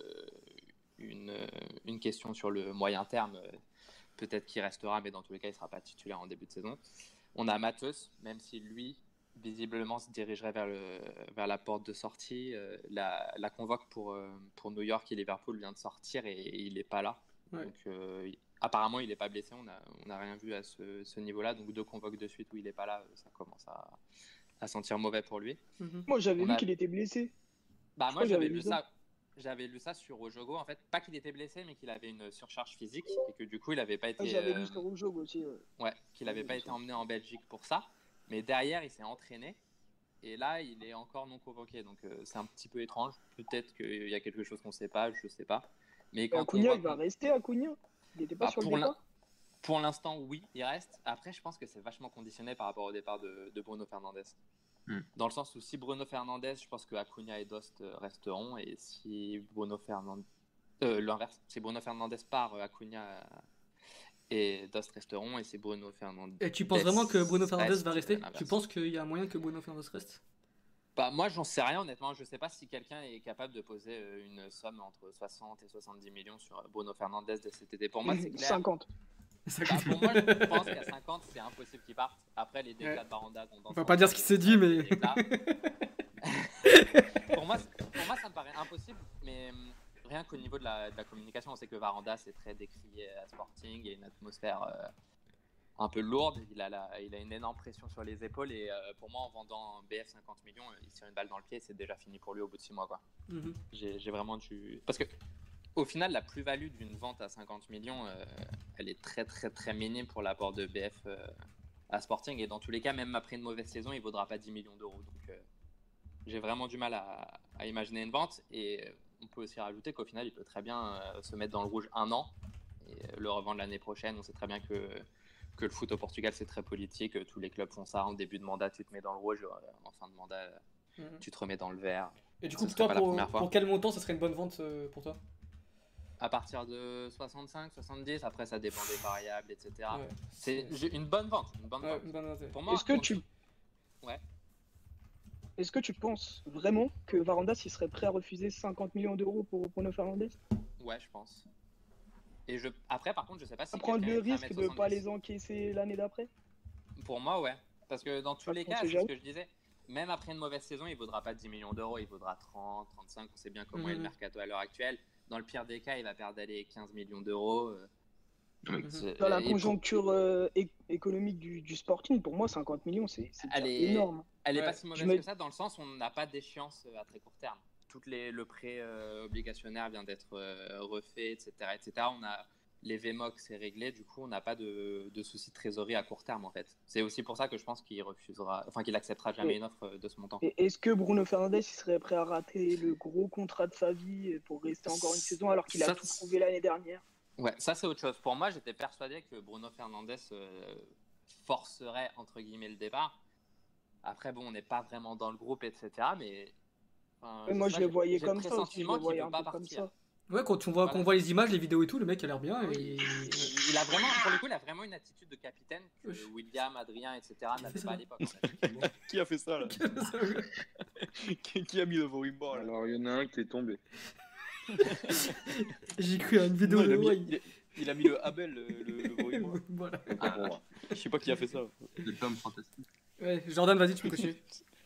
une question sur le moyen terme. Peut-être qu'il restera, mais dans tous les cas, il ne sera pas titulaire en début de saison. On a Matheus, même si lui, visiblement, se dirigerait vers la porte de sortie. La convoque pour New York et Liverpool vient de sortir et il n'est pas là. Ouais. Donc, apparemment, il n'est pas blessé. On n'a rien vu à ce niveau-là. Donc, 2 convoques de suite où il n'est pas là, ça commence à sentir mauvais pour lui. Moi, j'avais vu qu'il était blessé. Bah, Je moi, crois que j'avais lu ça. J'avais lu ça sur Ojogo, en fait, pas qu'il était blessé, mais qu'il avait une surcharge physique et que du coup, il n'avait pas été. J'avais lu sur Ojogo aussi. Ouais, qu'il n'avait pas été emmené en Belgique pour ça. Mais derrière, il s'est entraîné et là, il est encore non convoqué. Donc, c'est un petit peu étrange. Peut-être qu'il y a quelque chose qu'on ne sait pas, je ne sais pas. Mais quand Acuna, il va rester, Acuna. Il n'était pas sur le départ. Pour l'instant, oui, il reste. Après, je pense que c'est vachement conditionné par rapport au départ de Bruno Fernandes. Dans le sens où si Bruno Fernandes, je pense que Acuna et Dost resteront, et si Bruno Fernandes, l'inverse, si Bruno Fernandes part, Acuna et Dost resteront, et si Bruno Fernandes. Et tu penses vraiment que Bruno Fernandes va rester? Tu penses qu'il y a moyen que Bruno Fernandes reste? Bah, moi, j'en sais rien, honnêtement. Je sais pas si quelqu'un est capable de poser une somme entre 60 et 70 millions sur Bruno Fernandes de cet été. Pour moi, c'est clair. 50. Bah, pour moi, je pense qu'à 50, c'est impossible qu'il parte. Après, les déclats de Baranda qu'on on va pas dire ce qu'il s'est dit, mais. pour moi, ça me paraît impossible. Mais rien qu'au niveau de la communication, on sait que Varanda, c'est très décrié à Sporting. Il y a une atmosphère un peu lourde. Il a une énorme pression sur les épaules. Et pour moi, en vendant BF 50 millions, il tire une balle dans le pied. C'est déjà fini pour lui au bout de 6 mois. Quoi. J'ai vraiment dû. Parce que. Au final, la plus-value d'une vente à 50 millions, elle est très très très minime pour l'apport de BF à Sporting. Et dans tous les cas, même après une mauvaise saison, il ne vaudra pas 10 millions d'euros. Donc j'ai vraiment du mal à imaginer une vente. Et on peut aussi rajouter qu'au final, il peut très bien se mettre dans le rouge 1 an et le revendre l'année prochaine. On sait très bien que le foot au Portugal, c'est très politique. Tous les clubs font ça. En début de mandat, tu te mets dans le rouge. En fin de mandat, tu te remets dans le vert. Et du coup, pour quel montant, ça serait une bonne vente pour toi? À partir de 65, 70, après ça dépend des variables, etc. Ouais, c'est une bonne vente. Une bonne vente. Pour moi, Est-ce que tu penses vraiment que Varandas il serait prêt à refuser 50 millions d'euros pour Bruno Fernandes? Ouais, je pense. Et après, par contre, je sais pas si. Prendre le risque de ne pas les encaisser l'année d'après? Pour moi, ouais. Parce que dans tous les cas, c'est ce que je disais. Même après une mauvaise saison, il ne vaudra pas 10 millions d'euros, il vaudra 30, 35. On sait bien comment est le mercato à l'heure actuelle. Dans le pire des cas, il va perdre 15 millions d'euros. Dans la conjoncture économique du Sporting, pour moi, 50 millions, c'est énorme. Elle n'est pas si mauvaise que ça, dans le sens où on n'a pas d'échéance à très court terme. Le prêt obligationnaire vient d'être refait, etc., etc. On a les VMOC, c'est réglé. Du coup, on n'a pas de soucis de trésorerie à court terme, en fait. C'est aussi pour ça que je pense qu'il qu'il acceptera jamais une offre de ce montant. Et est-ce que Bruno Fernandes il serait prêt à rater le gros contrat de sa vie pour rester encore une saison alors qu'il a tout prouvé l'année dernière? Ouais, ça c'est autre chose. Pour moi, j'étais persuadé que Bruno Fernandes forcerait entre guillemets le départ. Après, bon, on n'est pas vraiment dans le groupe, etc. Mais moi, je le voyais comme ça aussi. Je le voyais un peu comme ça. Ouais, quand on voit les images, les vidéos et tout, le mec a l'air bien. Oui. Il a vraiment, pour le coup, il a vraiment une attitude de capitaine que William, Adrien, etc. n'avaient pas à l'époque. Qui a fait ça là? Qui a mis le volley-ball? Alors, il y en a un qui est tombé. J'ai cru à une vidéo il a mis le Abel, le volley-ball. Voilà. Je sais pas qui a fait ça. Le Tom fantastique. Ouais, Jordan, vas-y, tu peux continuer.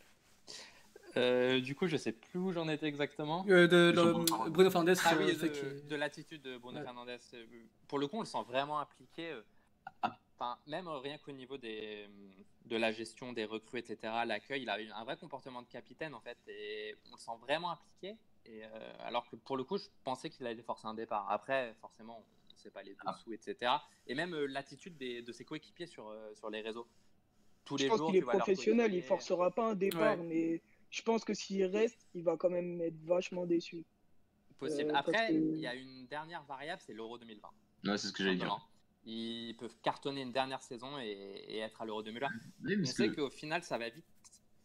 Du coup, je sais plus où j'en étais exactement. Bruno Fernandes. De l'attitude de Bruno Fernandes. Pour le coup, on le sent vraiment impliqué. Enfin, même rien qu'au niveau de la gestion des recrues, etc., l'accueil, il a eu un vrai comportement de capitaine en fait, et on le sent vraiment impliqué. Et alors que pour le coup, je pensais qu'il allait forcer un départ. Après, forcément, on ne sait pas les dessous, etc. Et même l'attitude de ses coéquipiers sur les réseaux. Je pense qu'il est professionnel, il ne forcera pas un départ, mais je pense que s'il reste, il va quand même être vachement déçu. Possible. Après, il y a une dernière variable, c'est l'Euro 2020. Ouais, c'est ce que j'allais dire. Ils peuvent cartonner une dernière saison et être à l'Euro 2020. On sait qu'au final, ça va vite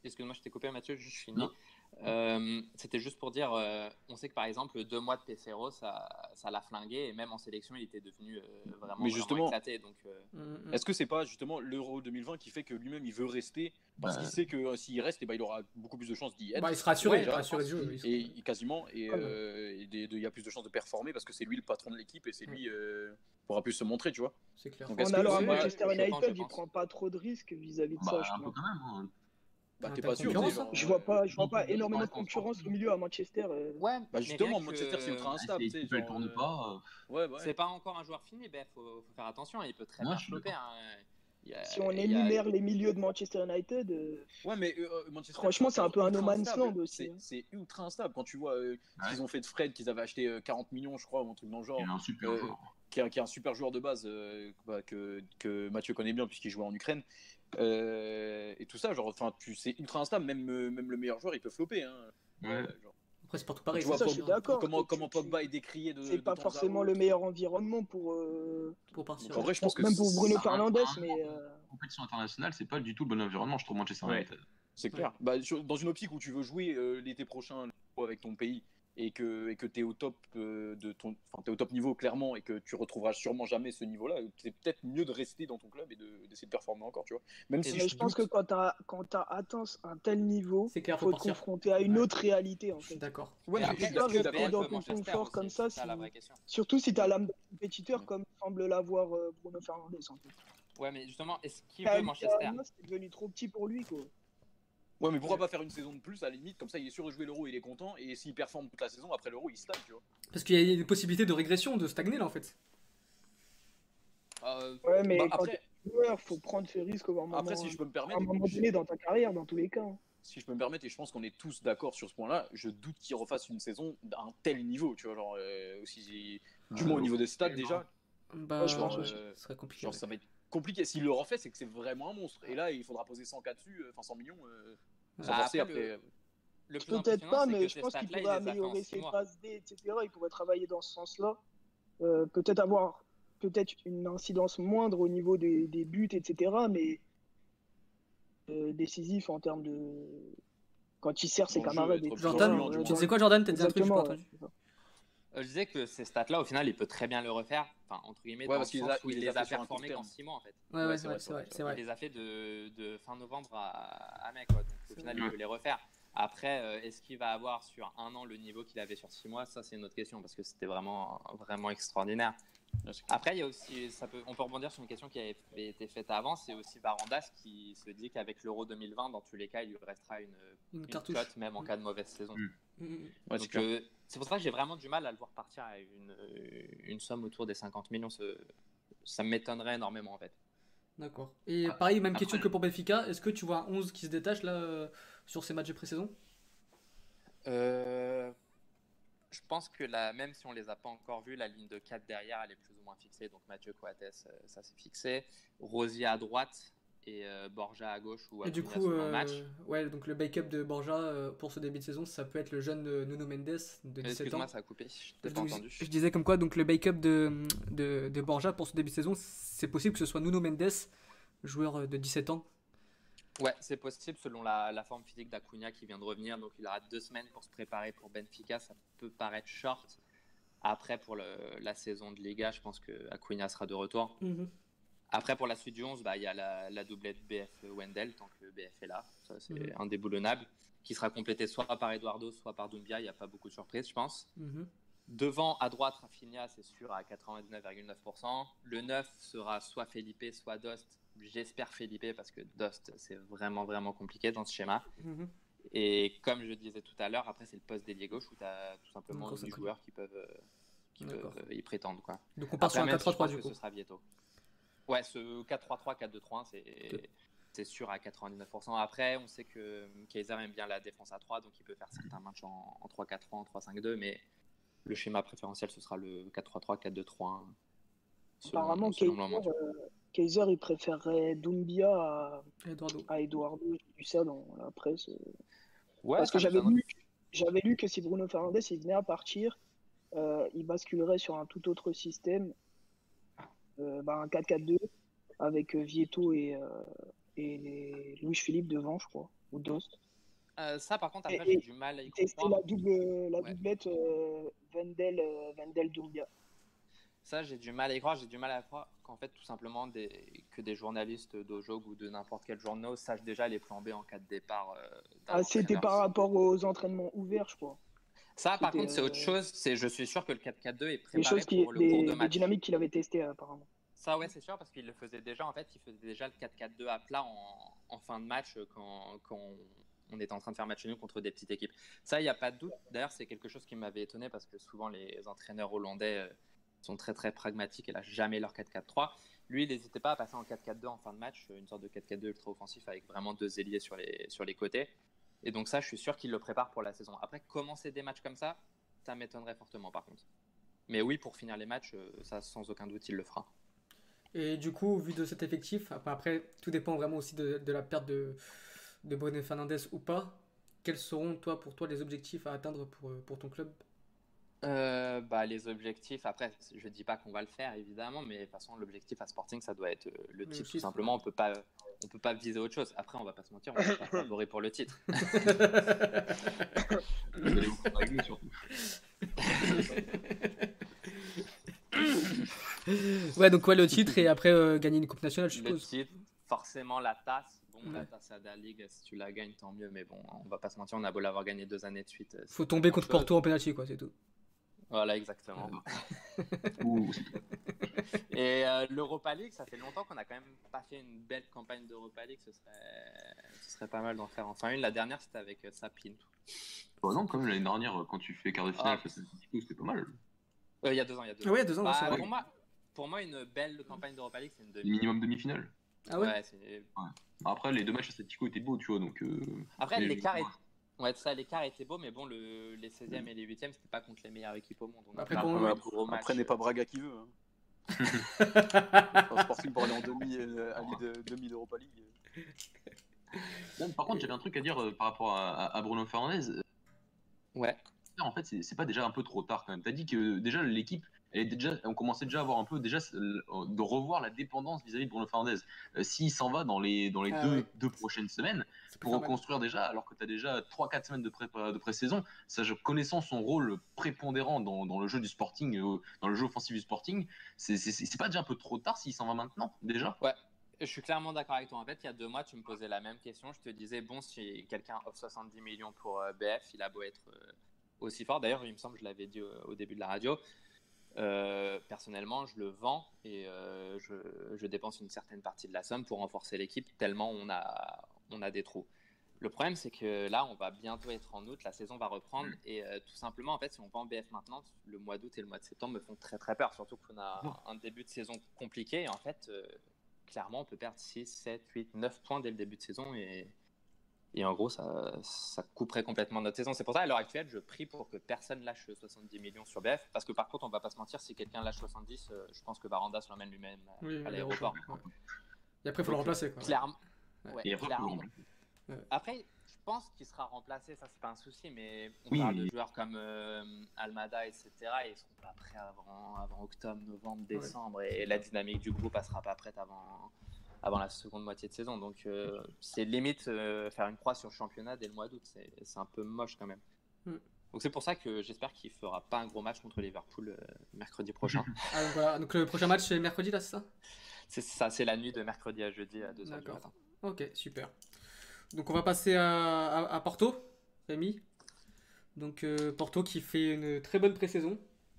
excuse-moi, je t'ai coupé, Mathieu, juste je finis. Non. C'était juste pour dire, on sait que par exemple, 2 mois de Pesero, ça l'a flingué, et même en sélection, il était devenu vraiment, Mais justement, vraiment éclaté. Donc, est-ce que c'est pas justement l'Euro 2020 qui fait que lui-même il veut rester parce qu'il sait que s'il reste, il aura beaucoup plus de chances d'y être. Bah, il sera assuré, déjà, assuré du jeu. et quasiment, et il y a plus de chances de performer parce que c'est lui le patron de l'équipe et c'est lui pourra plus se montrer, tu vois. C'est clair. Donc, En est-ce que allant à c'est- Manchester je pense, United, je il pense. prend pas trop de risques vis-à-vis de ça, Bah, je un peu pense. quand même. Hein. Bah, Ah, t'es t'as pas sûr, concurrence, tu sais, hein. genre, Je vois pas Ouais, énormément de ouais, concurrence au milieu à Manchester. Ouais, Bah mais justement, rien Manchester c'est ultra que... instable, tu sais, si elle genre, tourne pas, ouais, ouais. C'est pas encore un joueur fini, ben faut faire attention, il peut très Ouais, bien je suis flopper. d'accord. Si on énumère les milieux de Manchester United, Ouais, mais Manchester, franchement, c'est un peu un no ultra man's instable. land aussi. hein. C'est ultra instable. Quand tu vois ce Ouais. qu'ils ont fait de Fred, qu'ils avaient acheté 40 millions, je crois, ou un truc dans le genre, Il est un super euh, joueur. qui est un super joueur de base que Mathieu connaît bien puisqu'il jouait en Ukraine. Et tout ça, genre, enfin, c'est ultra instable. Même le meilleur joueur, il peut flopper. Hein. Ouais. Genre, Après, c'est partout pareil. tu vois, Ça, je suis d'accord. comment Tu- Pogba est décrié de C'est pas temps à forcément autre. le meilleur environnement pour. Pour partir. Donc, en vrai, je pense que Même pour Bruno c'est- Fernandes, un- mais. Compétition internationale, c'est pas du tout le bon environnement, je trouve, Manchester Ouais. United. c'est clair. Bah, dans une optique où tu veux jouer l'été prochain avec ton pays et que tu es au top t'es au top niveau clairement et que tu retrouveras sûrement jamais ce niveau-là, c'est peut-être mieux de rester dans ton club et d'essayer de performer encore, tu vois. Même si Mais je pense que quand tu as atteint un tel niveau, C'est clair, faut faut te partir. confronter à une autre réalité en Je suis fait. d'accord. Ouais, Et mais après, tu dois est-ce que rester BL dans peut ton Manchester confort aussi, comme ça, c'est ça la vraie question. surtout si tu as l'âme de compétiteur comme semble l'avoir Bruno Fernandes en fait. Ouais, mais justement, est-ce qu'il veut Manchester? C'est devenu trop petit pour lui quoi. Ouais, mais pourquoi pas faire une saison de plus à la limite, comme ça il est sûr de jouer l'Euro, il est content, et s'il performe toute la saison, après l'Euro, il stagne, tu vois. Parce qu'il y a des possibilités de régression, de stagner là en fait. Ouais, mais Bah, quand après, t'es joueur, faut prendre ce risque au moment, après, si je peux me à permettre, un moment donné dans ta carrière, dans tous les cas. hein. si je peux me permettre, et je pense qu'on est tous d'accord sur ce point-là, je doute qu'il refasse une saison d'un tel niveau, tu vois, genre aussi, du moins au niveau des stats déjà, Bah, Ouais, je pense ouais, aussi. ce serait compliqué. genre ça va être compliqué. S'il le refait, c'est que c'est vraiment un monstre. Et là, il faudra poser 100K dessus, enfin 100 millions, sans Bah, forcer après, après. le plus Peut-être impressionnant, pas, c'est mais que je ces pense qu'il stats-là, il pourrait les a fait en améliorer 6 ses mois. passes D, etc. Il pourrait travailler dans ce sens-là. Peut-être avoir une incidence moindre au niveau des buts, etc. Mais décisif en termes de. Quand il sert ses Dans le jeu, camarades. être et plus tout. Jordan, influent, du Ouais, moins. tu disais quoi, Jordan? T'as dit un truc, j'ai pas Exactement, entendu. ouais. Je disais que ces stats-là, au final, il peut très bien le refaire, enfin, entre guillemets, Ouais, dans le parce qu'il sens où il il les a les a fait sur un court performés terme. qu'en 6 mois, en fait. Ouais, Ouais, ouais, c'est ouais, vrai, c'est vrai, c'est Il vrai. les a fait de fin novembre à mai, quoi. Donc, au final, il peut les refaire. Après, est-ce qu'il va avoir sur un an le niveau qu'il avait sur 6 mois? Ça, c'est une autre question, parce que c'était vraiment, vraiment extraordinaire. Ouais, c'est clair. Après, il y a aussi, on peut rebondir sur une question qui avait été faite avant, c'est aussi Varandas qui se dit qu'avec l'Euro 2020, dans tous les cas, il lui restera une cartouche. cote, même en cas de mauvaise saison. Mm. Ouais, c'est Donc, clair. c'est pour ça que j'ai vraiment du mal à le voir partir à une somme autour des 50 millions. Ça m'étonnerait énormément, en fait. D'accord. Et pareil, même Après, question que pour Benfica. Est-ce que tu vois un 11 qui se détache là sur ces matchs de pré-saison? Je pense que même si on les a pas encore vus, la ligne de 4 derrière, elle est plus ou moins fixée. Donc Mathieu Coates, ça c'est fixé. Rosier à droite et Borja à gauche ou à Et du Cunha coup, selon le match. ouais, donc le backup de Borja pour ce début de saison, ça peut être le jeune Nuno Mendes de 17 ans. Excuse-moi, ça a coupé. Je t'ai pas Donc, entendu. je disais comme quoi donc le backup de Borja pour ce début de saison, c'est possible que ce soit Nuno Mendes, joueur de 17 ans. Ouais, c'est possible selon la forme physique d'Acuna qui vient de revenir. Donc il aura 2 semaines pour se préparer pour Benfica. Ça peut paraître short. Après, pour la saison de Liga, je pense que Acuna sera de retour. Après, pour la suite du 11, il y a la doublette BF Wendell, tant que BF est là. Ça, c'est indéboulonnable. Qui sera complété soit par Eduardo, soit par Doumbia. Il n'y a pas beaucoup de surprises, je pense. Devant, à droite, Rafinha, c'est sûr, à 99,9%. Le 9 sera soit Felipe, soit Dost. J'espère Felipe, parce que Dost, c'est vraiment, vraiment compliqué dans ce schéma. Et comme je disais tout à l'heure, après, c'est le poste d'ailier gauche où tu as tout simplement 8 joueurs qui peuvent y prétendre. Quoi. Donc on part sur un 4-3-3 du coup. Ce sera Vieto. Ouais, ce 4-3-3, 4-2-3-1, c'est sûr à 99%. Après, on sait que Kaiser aime bien la défense à 3, donc il peut faire certains matchs en 3-4-3, en 3-5-2, mais le schéma préférentiel, ce sera le 4-3-3, 4-2-3-1. Apparemment, Kaiser, il préférerait Doumbia à Eduardo. J'ai lu ça dans la presse. Ouais, parce que j'avais lu que si Bruno Fernandes il venait à partir, il basculerait sur un tout autre système, un 4-4-2 avec Vieto et Luis Philippe devant, je crois. ou Dost. Ça, par contre, après, Et j'ai du mal à y c'était croire. la Ouais. doublette Wendell-Doumbia. Ça, j'ai du mal à y croire. J'ai du mal à croire qu'en fait, tout simplement, que des journalistes d'Ojog ou de n'importe quel journal sachent déjà les plans B en cas de départ d'un Ah, c'était entraîneur. par rapport aux entraînements ouverts, je crois. Ça, par C'était, contre, c'est autre chose. Je suis sûr que le 4-4-2 est des préparé choses pour le cours de des match. dynamiques qu'il avait testées apparemment. Ça, ouais, c'est sûr, parce qu'il le faisait déjà. En fait, il faisait déjà le 4-4-2 à plat en fin de match quand on était en train de faire match nul contre des petites équipes. Ça, il n'y a pas de doute. D'ailleurs, c'est quelque chose qui m'avait étonné parce que souvent, les entraîneurs hollandais sont très, très pragmatiques et lâchent jamais leur 4-4-3. Lui, il n'hésitait pas à passer en 4-4-2 en fin de match, une sorte de 4-4-2 ultra offensif avec vraiment 2 ailiers sur les côtés. Et donc ça, je suis sûr qu'il le prépare pour la saison. Après, commencer des matchs comme ça m'étonnerait fortement par contre. Mais oui, pour finir les matchs, ça, sans aucun doute, il le fera. Et du coup, vu de cet effectif, après, tout dépend vraiment aussi de la perte de Bruno Fernandes ou pas. Quels seront, pour toi, les objectifs à atteindre pour ton club? Les objectifs, après, je dis pas qu'on va le faire évidemment, mais de toute façon, l'objectif à Sporting, ça doit être le titre, tout simplement. On peut pas viser autre chose. Après, on va pas se mentir, on va pas favoriser pour le titre. Vous allez vous faire régler, surtout. Ouais, donc le titre et après gagner une coupe nationale, je Le suppose. titre, forcément la tasse. Bon, Ouais. la tasse à la Ligue, si tu la gagnes, tant mieux. Mais bon, on va pas se mentir, on a beau l'avoir gagné 2 années de suite. c'est Faut pas tomber contre grand-chose. Porto en penalty, quoi, c'est tout. Voilà, exactement. Ouh, Et l'Europa League, ça fait longtemps qu'on a quand même pas fait une belle campagne d'Europa League. Ce serait pas mal d'en faire enfin une. La dernière, c'était avec Sapin. Par exemple, comme l'année dernière, quand tu fais quart de finale face à Atletico, c'était pas mal. Il y a 2 ans, il y a 2 Ah ans. ouais, il y a 2 ans, Bah, c'est vrai. pour moi, une belle campagne d'Europa League, c'est une demi. Minimum demi-finale. Ah ouais, Ouais, c'est... Après, les 2 matchs à Atletico étaient beaux, tu vois, donc... Après, mais- l'écart était beau, mais bon, les 16e et les 8e, c'était pas contre les meilleures équipes au monde. On a Après, pas quand- vraiment Ouais, un gros match. après, n'est pas Braga qui veut. Hein. Sporting pour aller en demi d'Europa League. Non, par contre, j'avais un truc à dire par rapport à Bruno Fernandes. Ouais. En fait, c'est pas déjà un peu trop tard quand même. T'as dit que déjà l'équipe, on commençait déjà à avoir un peu de revoir la dépendance vis-à-vis de Bruno Fernandes. S'il s'en va dans les Ah deux, ouais. 2 prochaines semaines, c'est pour pas mal. reconstruire déjà, alors que tu as déjà 3-4 semaines de pré-saison, connaissant son rôle prépondérant dans le jeu du Sporting, dans le jeu offensif du Sporting, c'est pas déjà un peu trop tard s'il s'en va maintenant, déjà? Ouais, je suis clairement d'accord avec toi. En fait, il y a 2 mois, tu me posais la même question. Je te disais, bon, si quelqu'un offre 70 millions pour BF, il a beau être aussi fort. D'ailleurs, il me semble que je l'avais dit au début de la radio. Personnellement, je le vends et je dépense une certaine partie de la somme pour renforcer l'équipe, tellement on a des trous. Le problème, c'est que là, on va bientôt être en août, la saison va reprendre et tout simplement, en fait, si on vend BF maintenant, le mois d'août et le mois de septembre me font très très peur, surtout qu'on a un début de saison compliqué et en fait, clairement, on peut perdre 6, 7, 8, 9 points dès le début de saison et en gros, ça couperait complètement notre saison. C'est pour ça, à l'heure actuelle, je prie pour que personne lâche 70 millions sur BF. Parce que par contre, on va pas se mentir, si quelqu'un lâche 70, je pense que Varandas l'emmène lui-même Oui, à l'aéroport. ouais. Et après, il faut le remplacer, quoi. Clairement. Ouais. Ouais, Et après, clairement. Ouais. Après, je pense qu'il sera remplacé, ça c'est pas un souci, mais on Oui, parle mais- de joueurs comme Almada, etc. Et ils seront pas prêts avant octobre, novembre, décembre. Et la dynamique du groupe, elle sera pas prête avant la seconde moitié de saison. Donc c'est limite faire une croix sur le championnat dès le mois d'août. C'est un peu moche quand même. Mm. Donc c'est pour ça que j'espère qu'il fera pas un gros match contre Liverpool mercredi prochain. Ah, donc voilà. Donc le prochain match, c'est mercredi, là, c'est ça? C'est ça, c'est la nuit de mercredi à jeudi à 2h du D'accord. matin. Ok, super. Donc on va passer à Porto, Rémi. Donc Porto qui fait une très bonne pré-saison,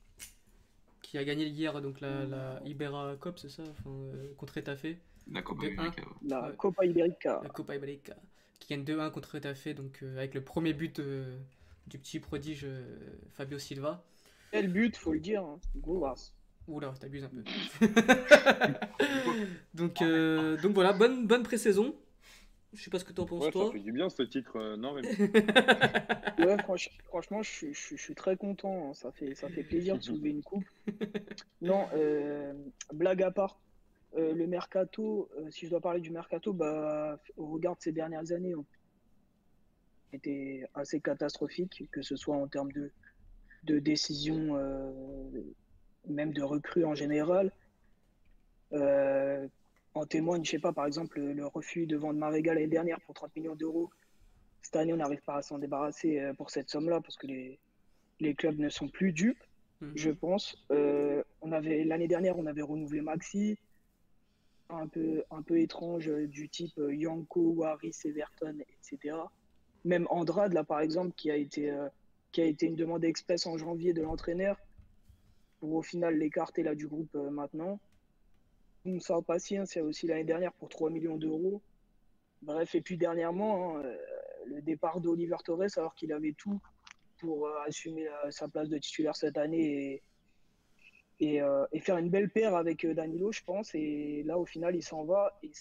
qui a gagné hier donc la Ibera Cup, c'est ça, contre Etafé. La Copa De América, ouais. La Ouais. Copa Iberica. La Copa Iberica, qui gagne 2-1 contre Etafé, donc avec le premier but du petit prodige Fabio Silva. Quel but, faut le dire. Hein. Gros race. Oula, t'abuses un peu. donc voilà, bonne pré-saison. Je sais pas ce que t'en penses, Ouais, toi. ça fait du bien ce titre, non, Rémi? Ouais, franchement, je suis très content. Hein. Ça fait plaisir de soulever une coupe. Non, blague à part, le mercato, si je dois parler du mercato, bah, au regard de ces dernières années, on était assez catastrophique, que ce soit en termes de décisions, même de recrues en général. En témoigne, je sais pas, par exemple, le refus de vendre Marega l'année dernière pour 30 millions d'euros cette année, on n'arrive pas à s'en débarrasser pour cette somme-là parce que les clubs ne sont plus dupes, je pense. L'année dernière, on avait renouvelé Maxi, un peu étrange, du type Yanko, Waris, Everton, etc. Même Andrade, là, par exemple, qui a été une demande express en janvier de l'entraîneur pour au final l'écarter là du groupe maintenant. Moussa Patience, c'est aussi l'année dernière pour 3 millions d'euros. Bref, et puis dernièrement, le départ d'Oliver Torres, alors qu'il avait tout pour assumer sa place de titulaire cette année et faire une belle paire avec Danilo, je pense. Et là, au final, il s'en va et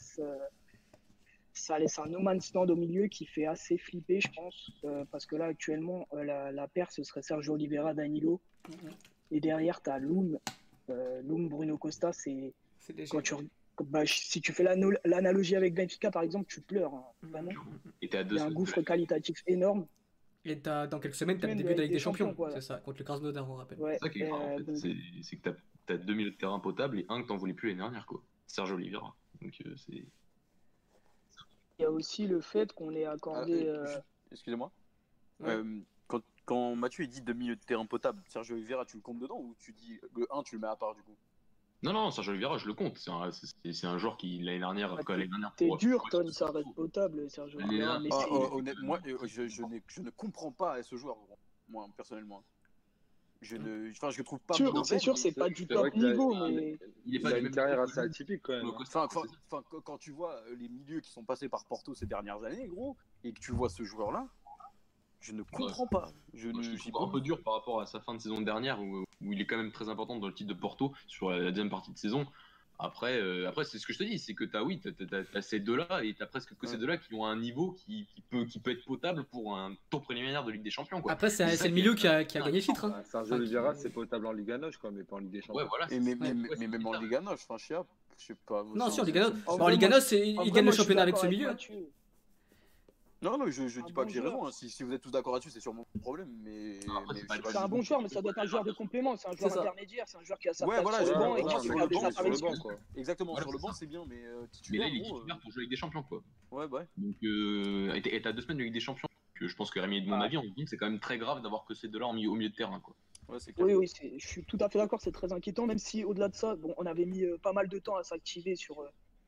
ça laisse un no man's land au milieu qui fait assez flipper, je pense. Parce que là, actuellement, la paire, ce serait Sergio Oliveira, Danilo. Et derrière, tu as Loum, Bruno Costa. C'est quand si tu fais l'analogie avec Benfica, par exemple, tu pleures. Hein, vraiment. Et t'es à Il y a un gouffre qualitatif énorme. Et dans quelques semaines, tu as le début de la Ligue des Champions. Voilà. C'est ça, contre le Krasnodar, on rappelle. Ouais, c'est ça qui est grave, en fait. C'est que tu as 2 milieux de terrain potables et un que tu n'en voulais plus l'année dernière, quoi. Sergio Oliveira. Donc, c'est. Il y a aussi le fait qu'on ait accordé. Excusez-moi. Ouais. Quand Mathieu il dit 2 milieux de terrain potables, Sergio Oliveira, tu le comptes dedans ou tu dis le 1, tu le mets à part du coup? Non, Sergio Oliveira, je le compte. C'est un joueur qui, l'année dernière, T'es dur, Ton, ça reste potable, Sergio Oliveira. Honnêtement, je ne comprends pas ce joueur, moi, personnellement. Je le trouve pas mauvais. C'est sûr, c'est pas du top niveau, mais. Il a une carrière assez atypique quand même. Quand tu vois les milieux qui sont passés par Porto ces dernières années, gros, et que tu vois ce joueur-là, je ne comprends pas. Je trouve un peu dur par rapport à sa fin de saison dernière où il est quand même très important dans le titre de Porto sur la deuxième partie de saison. Après c'est ce que je te dis, c'est que t'as ces deux-là et t'as presque que ces deux-là qui ont un niveau qui peut être potable pour un tour préliminaire de Ligue des Champions, quoi. Après, c'est le milieu qui a gagné le titre. Hein. Sergio Oliveira, c'est potable en Ligue 1, quoi, mais pas en Ligue des Champions. Ouais, voilà. Mais même en Ligue 1, je sais pas. Non, si, en Ligue 1, il gagne le championnat avec ce milieu. Non, je dis pas que j'ai raison. Hein. Si vous êtes tous d'accord là-dessus, c'est sûrement mon problème. C'est un bon joueur, mais ça doit être un joueur de complément. C'est un joueur intermédiaire. C'est un joueur qui a sa place sur le banc et qui regarde des apparitions. Exactement, sur le banc, c'est bien, mais mais là, il est titulaire pour jouer avec des champions, quoi. Ouais. Donc, et t'as 2 semaines de Ligue des Champions. Je pense que Rémi, de mon avis, on dit que c'est quand même très grave d'avoir que ces deux-là au milieu de terrain, quoi. Oui, je suis tout à fait d'accord. C'est très inquiétant, même si au-delà de ça, on avait mis pas mal de temps à s'activer sur.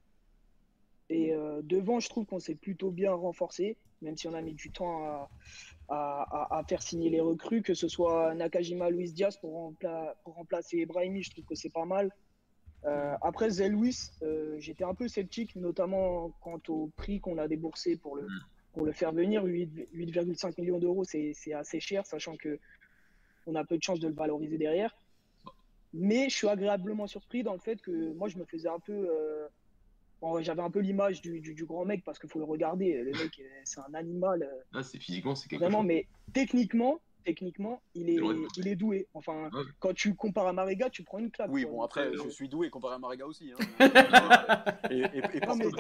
Et devant, je trouve qu'on s'est plutôt bien renforcé, même si on a mis du temps à faire signer les recrues, que ce soit Nakajima, Luis Diaz pour remplacer Brahimi, je trouve que c'est pas mal. Après, Zé Luis, j'étais un peu sceptique, notamment quant au prix qu'on a déboursé pour le faire venir. 8,5 millions d'euros, c'est assez cher, sachant qu'on a peu de chances de le valoriser derrière. Mais je suis agréablement surpris dans le fait que moi, je me faisais un peu... j'avais un peu l'image du grand mec parce qu'il faut le regarder. Le mec, c'est un animal. Physiquement, c'est quelque vraiment, chose. mais techniquement, il est doué. Enfin, quand tu compares à Marega, tu prends une claque. Oui, bon, après, je suis doué comparé à Marega aussi. Hein. et non, mais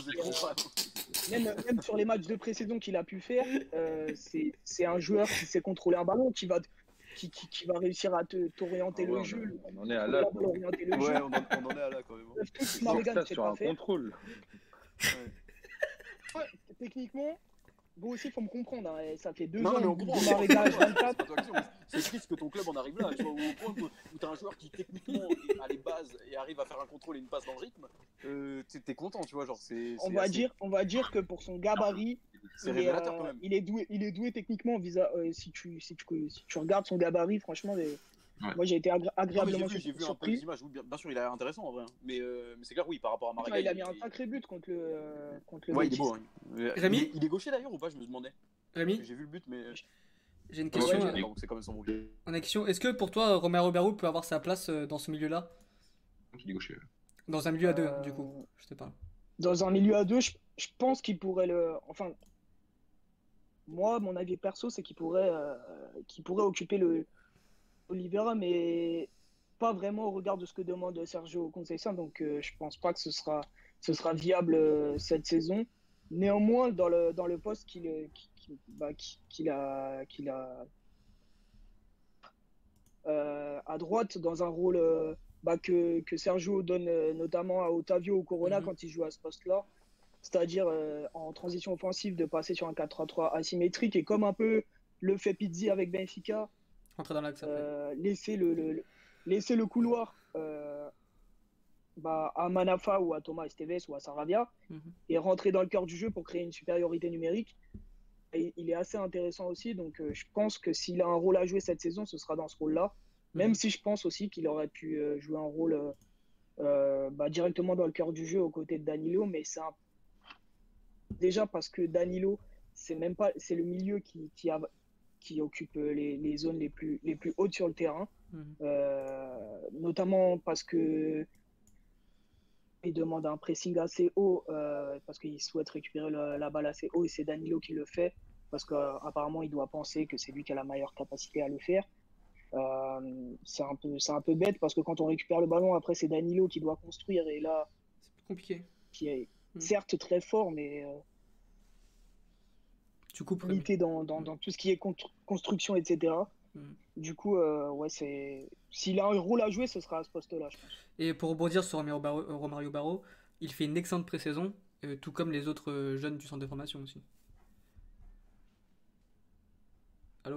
même sur les matchs de pré-saison qu'il a pu faire, c'est un joueur qui sait contrôler un ballon, qui va réussir à t'orienter le jeu. On en est à là. On en est à là quand même. Marega ne sait pas faire. Contrôle. Ouais, techniquement, bon aussi, il faut me comprendre. Hein, ça fait 2 ans que Marega H24. C'est triste que ton club en arrive là, tu vois, au point où tu as un joueur qui techniquement a les bases et arrive à faire un contrôle et une passe dans le rythme. T'es content, tu vois, genre on va dire que pour son gabarit, il est doué techniquement. Si tu regardes son gabarit, franchement, moi j'ai été agréablement surpris. J'ai vu un peu les images. Bien sûr, il a l'air intéressant en vrai. Mais c'est clair, oui, par rapport à Marega. Il a mis un sacré but contre le ouais, il est beau. Hein. Rémi, il est gaucher d'ailleurs ou pas? Je me demandais. Rémi, j'ai vu le but, mais. J'ai une question. Donc c'est quand même son bouquet. On a une question. Est-ce que pour toi, Romero Barou peut avoir sa place dans ce milieu-là? Il est gaucher. Dans un milieu à deux, du coup, je te parle. Dans un milieu à deux, je pense qu'il pourrait le. Enfin, moi, mon avis perso, c'est qu'il pourrait occuper le Oliveira, mais pas vraiment au regard de ce que demande Sergio Conceição. Donc, je pense pas que ce sera viable cette saison. Néanmoins, dans le poste qu'il a à droite, dans un rôle que Sergio donne notamment à Otavio ou Corona quand il joue à ce poste-là, c'est-à-dire en transition offensive de passer sur un 4-3-3 asymétrique et comme un peu le fait Pizzi avec Benfica, Rentrer dans l'axe après. laisser le couloir à Manafa ou à Thomas Esteves ou à Saravia et rentrer dans le cœur du jeu pour créer une supériorité numérique. Et il est assez intéressant aussi, donc je pense que s'il a un rôle à jouer cette saison, ce sera dans ce rôle-là, même si je pense aussi qu'il aurait pu jouer un rôle directement dans le cœur du jeu aux côtés de Danilo, mais déjà parce que Danilo, c'est le milieu qui occupe les zones les plus hautes sur le terrain, notamment parce que il demande un pressing assez haut parce qu'il souhaite récupérer la balle assez haut et c'est Danilo qui le fait parce qu'apparemment il doit penser que c'est lui qui a la meilleure capacité à le faire. C'est un peu bête parce que quand on récupère le ballon, après c'est Danilo qui doit construire et là c'est plus compliqué. Qui est certes très fort mais tu coupes limité dans tout ce qui est construction, etc. Du coup, s'il a un rôle à jouer, ce sera à ce poste-là, je pense. Et pour rebondir sur Romario Barro, il fait une excellente pré-saison, tout comme les autres jeunes du centre de formation aussi. Allô ?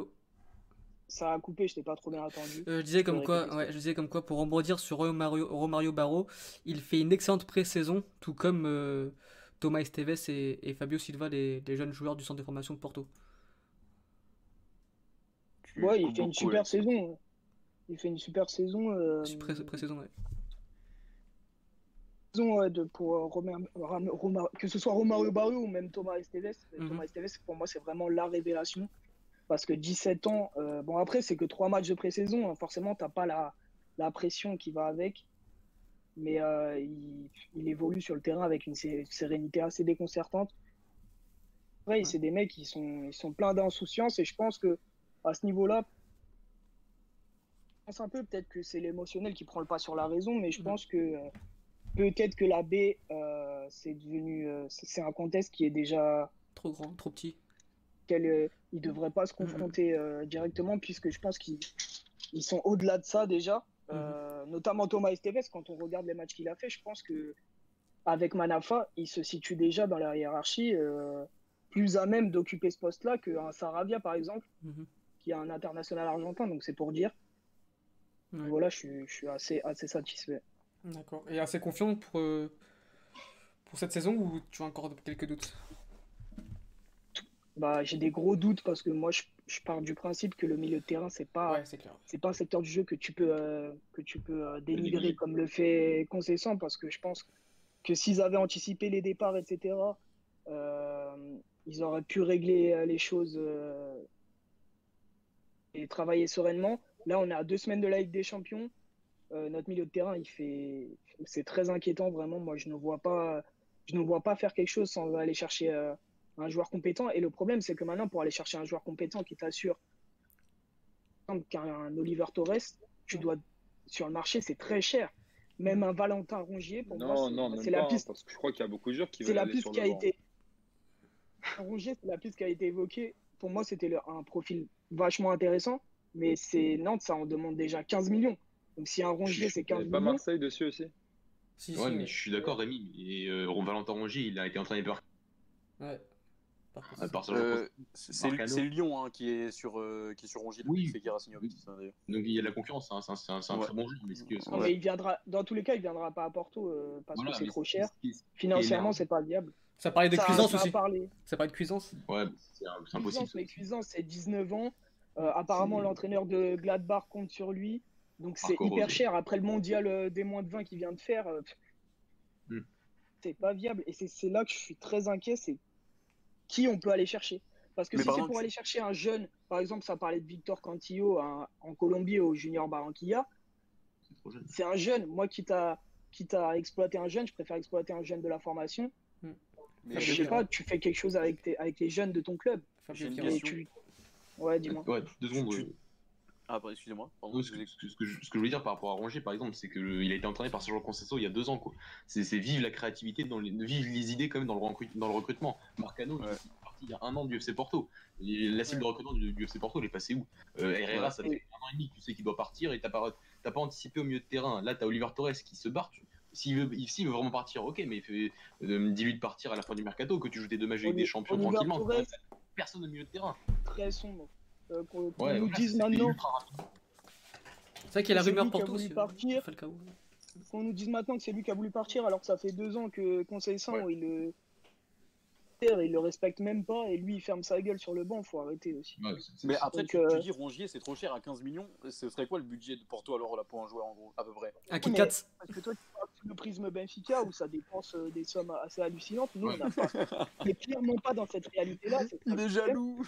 Ça a coupé, je t'ai pas trop bien entendu. Je disais comme quoi, pour rebondir sur Romario Barro, il fait une excellente pré-saison, tout comme Thomas Esteves et Fabio Silva, les jeunes joueurs du centre de formation de Porto. Ouais, il fait une super saison. Il fait une super saison. Pré-saison, ouais. Pour que ce soit Romario Barro ou même Thomas Esteves. Thomas Esteves, pour moi, c'est vraiment la révélation. Parce que 17 ans, bon après, c'est que 3 matchs de pré-saison. Hein, forcément, tu n'as pas la pression qui va avec. Mais il évolue sur le terrain avec une sérénité assez déconcertante. Ouais, c'est des mecs qui sont pleins d'insouciance. Et je pense que à ce niveau-là, je pense un peu peut-être que c'est l'émotionnel qui prend le pas sur la raison, mais je pense que peut-être que la B, c'est un contexte qui est déjà trop grand, trop petit. Il ne devrait pas se confronter directement, puisque je pense qu'ils sont au-delà de ça déjà. Notamment Thomas Esteves, quand on regarde les matchs qu'il a fait, je pense que avec Manafa, il se situe déjà dans la hiérarchie plus à même d'occuper ce poste-là qu'un Saravia, par exemple, qui est un international argentin, donc c'est pour dire. Ouais. Voilà, je suis assez satisfait. D'accord. Et assez confiant pour cette saison ou tu as encore quelques doutes ? J'ai des gros doutes parce que moi, je pars du principe que le milieu de terrain, c'est pas un secteur du jeu que tu peux dénigrer comme le fait Conceição, parce que je pense que s'ils avaient anticipé les départs, etc., ils auraient pu régler les choses et travailler sereinement. Là, on est à 2 semaines de la Ligue des Champions. Notre milieu de terrain, c'est très inquiétant, vraiment. Moi, je ne vois pas faire quelque chose sans aller chercher un joueur compétent. Et le problème, c'est que maintenant, pour aller chercher un joueur compétent qui t'assure qu'un Oliver Torres, sur le marché, c'est très cher. Même un Valentin Rongier, pour moi, c'est la piste. Parce que je crois qu'il y a beaucoup de joueurs qui veulent aller sur le banc. Rongier, c'est la piste qui a été évoquée. Pour moi, c'était un profil vachement intéressant. Mais Nantes, ça en demande déjà 15 millions. Donc si un Rongier, c'est 15 millions... pas Marseille dessus aussi. Mais je suis d'accord, Rémi. Et Valentin Rongier, il a été entraîné par... Ouais. C'est Lyon qui est sur Rongier depuis fait Gerasinovic. Donc il y a de la confiance, c'est un très bon joueur. Mais il viendra, dans tous les cas, il viendra pas à Porto parce que c'est trop cher. Financièrement, c'est pas viable. Ça parlait de Cuisance aussi. Ça parlait de Cuisance. Ouais, c'est impossible. Mais Cuisance, c'est 19 ans. Apparemment, l'entraîneur de Gladbach compte sur lui. Donc c'est hyper cher. Après le mondial des moins de 20 qu'il vient de faire, c'est pas viable. Et c'est là que je suis très inquiet. C'est qui on peut aller chercher. Parce que si c'est pour aller chercher un jeune, par exemple, ça parlait de Victor Cantillo en Colombie au Junior Barranquilla, c'est un jeune. Moi, quitte à exploiter un jeune, je préfère exploiter un jeune de la formation. Mais je sais pas, tu fais quelque chose avec les jeunes de ton club. Ouais, dis-moi. Ouais, 2 secondes. Excusez-moi. Ce que je voulais dire par rapport à Rongier, par exemple, c'est qu'il a été entraîné par Sergio Conceição il y a 2 ans. C'est vivre la créativité, vivre les idées quand même dans le recrutement. Marcano, il est parti il y a 1 an du FC Porto. La cible de recrutement du FC Porto, elle est passée où Herrera, ça fait 1 an et demi que tu sais qu'il doit partir et t'as pas anticipé au milieu de terrain. Là, t'as Oliver Torres qui se barre. s'il veut vraiment partir, ok, mais dis-lui de partir à la fin du mercato, que tu joues tes 2 matchs avec des Oliver champions Torres, tranquillement. Personne au milieu de terrain. très sombre. Qu'on Ouais, nous voilà, dise c'est maintenant, ultra rapide. C'est vrai qu'il y a la C'est rumeur lui qui a Porto voulu aussi. partir. Falcao. qu'on nous dise maintenant que c'est lui qui a voulu partir, alors que ça fait 2 ans que Conseil Saint, il le respecte même pas, et lui il ferme sa gueule sur le banc, faut arrêter aussi. Ouais, Mais après, Donc, tu dis Rongier, c'est trop cher à 15 millions. Ce serait quoi le budget de Porto alors là pour un joueur en gros, à peu près? Un mais- Kit Kat. Parce que toi tu parles sous le prisme Benfica où ça dépense des sommes assez hallucinantes. Nous, Ouais. on n'a pas. On n'est clairement pas dans cette réalité-là. c'est ça Il le est problème. jaloux.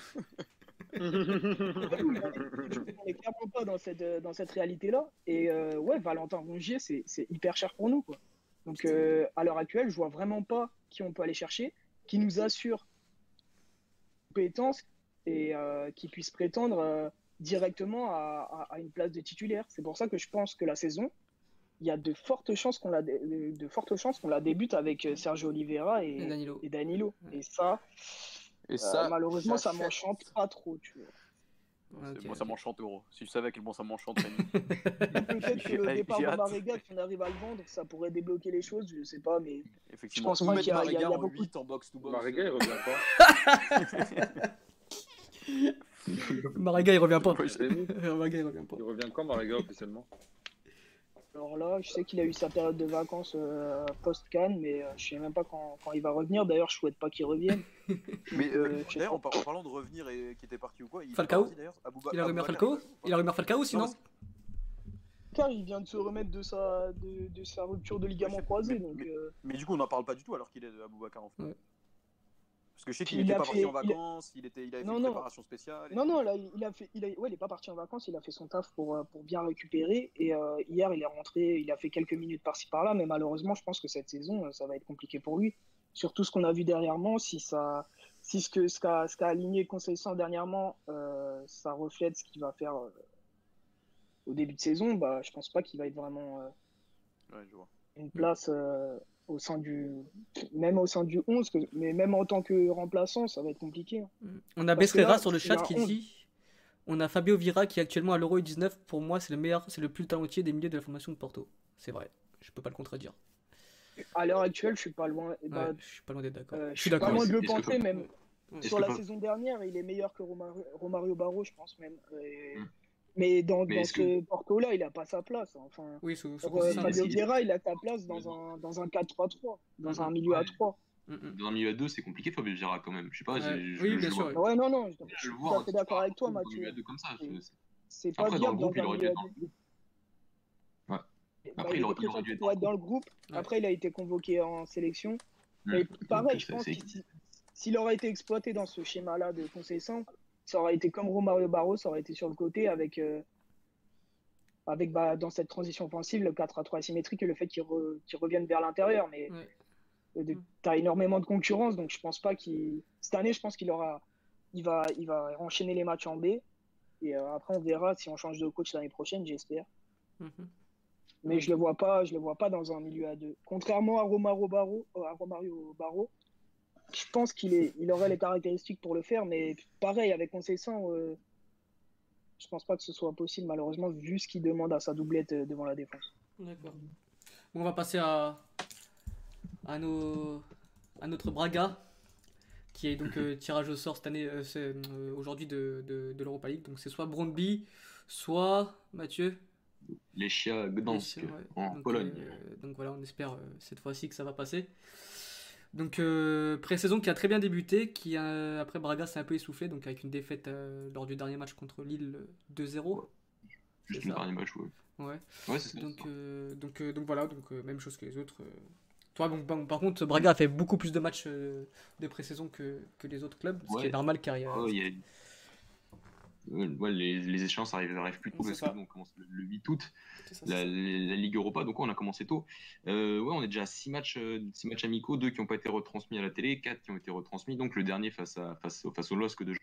On n'est clairement pas dans cette réalité-là. Et ouais, Valentin Rongier, c'est hyper cher pour nous, quoi. Donc à l'heure actuelle, je vois vraiment pas qui on peut aller chercher, qui nous assure compétences et qui puisse prétendre directement à une place de titulaire. C'est pour ça que je pense que la saison, il y a de fortes chances qu'on la débute avec Sergio Oliveira Et Danilo. et Danilo. Ouais. Et ça, Et ça, malheureusement, ça j'achète. m'enchante pas trop, tu vois. Ok, Moi, ça ok. m'enchante, Euro. Si je savais à quel point ça m'enchante, Rémi. Peut-être que le départ J'ai de hâte. Marega, si on arrive à le vendre, ça pourrait débloquer les choses, je sais pas, mais Effectivement. pense Ou pas mettre qu'il y a Marega en beaucoup de- 8 en box-to-box. Marega, il revient pas. Marega il revient pas. Rémi, Marega il revient pas. il revient quand, Marega, officiellement? alors là, je sais qu'il a eu sa période de vacances post-Cannes, mais je sais même pas quand il va revenir. D'ailleurs, je souhaite pas qu'il revienne. Mais je sais d'ailleurs, en pas. parlant de revenir et qui était parti ou quoi, il est Falcao parti, d'ailleurs. Il a rumeur Aboubacar, Falcao Il a rumeur Falcao sinon Non, Car il vient de se remettre de sa rupture de ligament croisé, donc Mais du coup, on n'en parle pas du tout alors qu'il est de Aboubacar en fait. Ouais. Parce que je sais qu'il Il n'était a pas fait- parti en il a- vacances, il avait fait Non, une non. préparation spéciale. et non, tout. non, là, il est pas parti en vacances, il a fait son taf pour bien récupérer. Et hier, il est rentré, il a fait quelques minutes par-ci par-là, mais malheureusement, je pense que cette saison, ça va être compliqué pour lui. Surtout ce qu'on a vu dernièrement, si ce qu'a aligné Conseil Saint dernièrement, ça reflète ce qu'il va faire au début de saison, bah, je pense pas qu'il va être vraiment Ouais, je vois. une place même au sein du 11, mais même en tant que remplaçant, ça va être compliqué. On a Parce que Besrera là, sur le c'est chat un qui 11. dit on a Fabio Vieira qui est actuellement à l'Euro U19. Pour moi, c'est le plus talentueux des milieux de la formation de Porto. C'est vrai, je peux pas le contredire. À l'heure actuelle, je suis pas loin. Ouais, je suis pas loin d'être d'accord. Je Je suis suis pas d'accord. loin de le Est-ce que- penser, même. Est-ce Sur que la pas- saison dernière, il est meilleur que Romario Barro, je pense même. Mm. Mais dans est-ce ce Porto-là, il a pas sa place. Enfin, Oui, sous si, Fabio si. Vieira, il a sa place dans un 4-3-3, dans un milieu à Ouais. 3. Dans un milieu à 2, c'est compliqué, Fabio Vieira quand même. Je sais pas, Ouais. je Oui, le bien vois sûr. pas. Ouais, non, je Je suis le tout vois à fait d'accord avec toi, dans un milieu Mathieu. à 2 comme ça. C'est pas Après, dans viable le groupe, il dans un aurait dû milieu à être dans 2. le groupe. Bah, Après, il il aurait était très dû fort être pour être dans le groupe. Ouais. Après, il a été convoqué en sélection. Mm. Mais pareil, Donc, je pense c'est- que s'il aurait été exploité dans ce schéma-là de Conseil Saint, ça aurait été comme Romario Barros, ça aurait été sur le côté avec dans cette transition offensive, le 4-3 asymétrique et le fait qu'il revienne vers l'intérieur. Mais Ouais. tu as énormément de concurrence, donc je pense pas cette année, je pense qu'il va enchaîner les matchs en B. Et après, on verra si on change de coach l'année prochaine, j'espère. Mhm. Mais je le vois pas dans un milieu à 2. Contrairement à Romario Barro, je pense il aurait les caractéristiques pour le faire, mais pareil, avec Conseil Saint, je pense pas que ce soit possible, malheureusement, vu ce qu'il demande à sa doublette devant la défense. D'accord. Bon, on va passer à notre Braga, qui est donc tirage au sort cette année, aujourd'hui de l'Europa League. Donc c'est soit Brøndby, soit Mathieu. Les Chia Gdansk, Lechia, ouais. en Donc, Pologne. donc voilà, on espère cette fois-ci que ça va passer. Donc pré-saison qui a très bien débuté, qui après Braga s'est un peu essoufflé, donc avec une défaite lors du dernier match contre Lille 2-0. Juste c'est le ça. dernier match, ouais. Ouais. Ouais, c'est ça. Donc voilà, même chose que les autres. Toi, bon, par contre, Braga a fait beaucoup plus de matchs de pré-saison que les autres clubs, ce qui Ouais. est normal car il y a... Ouais, ouais, les échéances arrivent plus tôt C'est parce ça. que nous, on commence le 8 août, c'est ça, la Ligue Europa, donc ouais, on a commencé tôt. Ouais, on est déjà à 6 matchs amicaux, 2 qui n'ont pas été retransmis à la télé, 4 qui ont été retransmis, donc le dernier face au LOSC de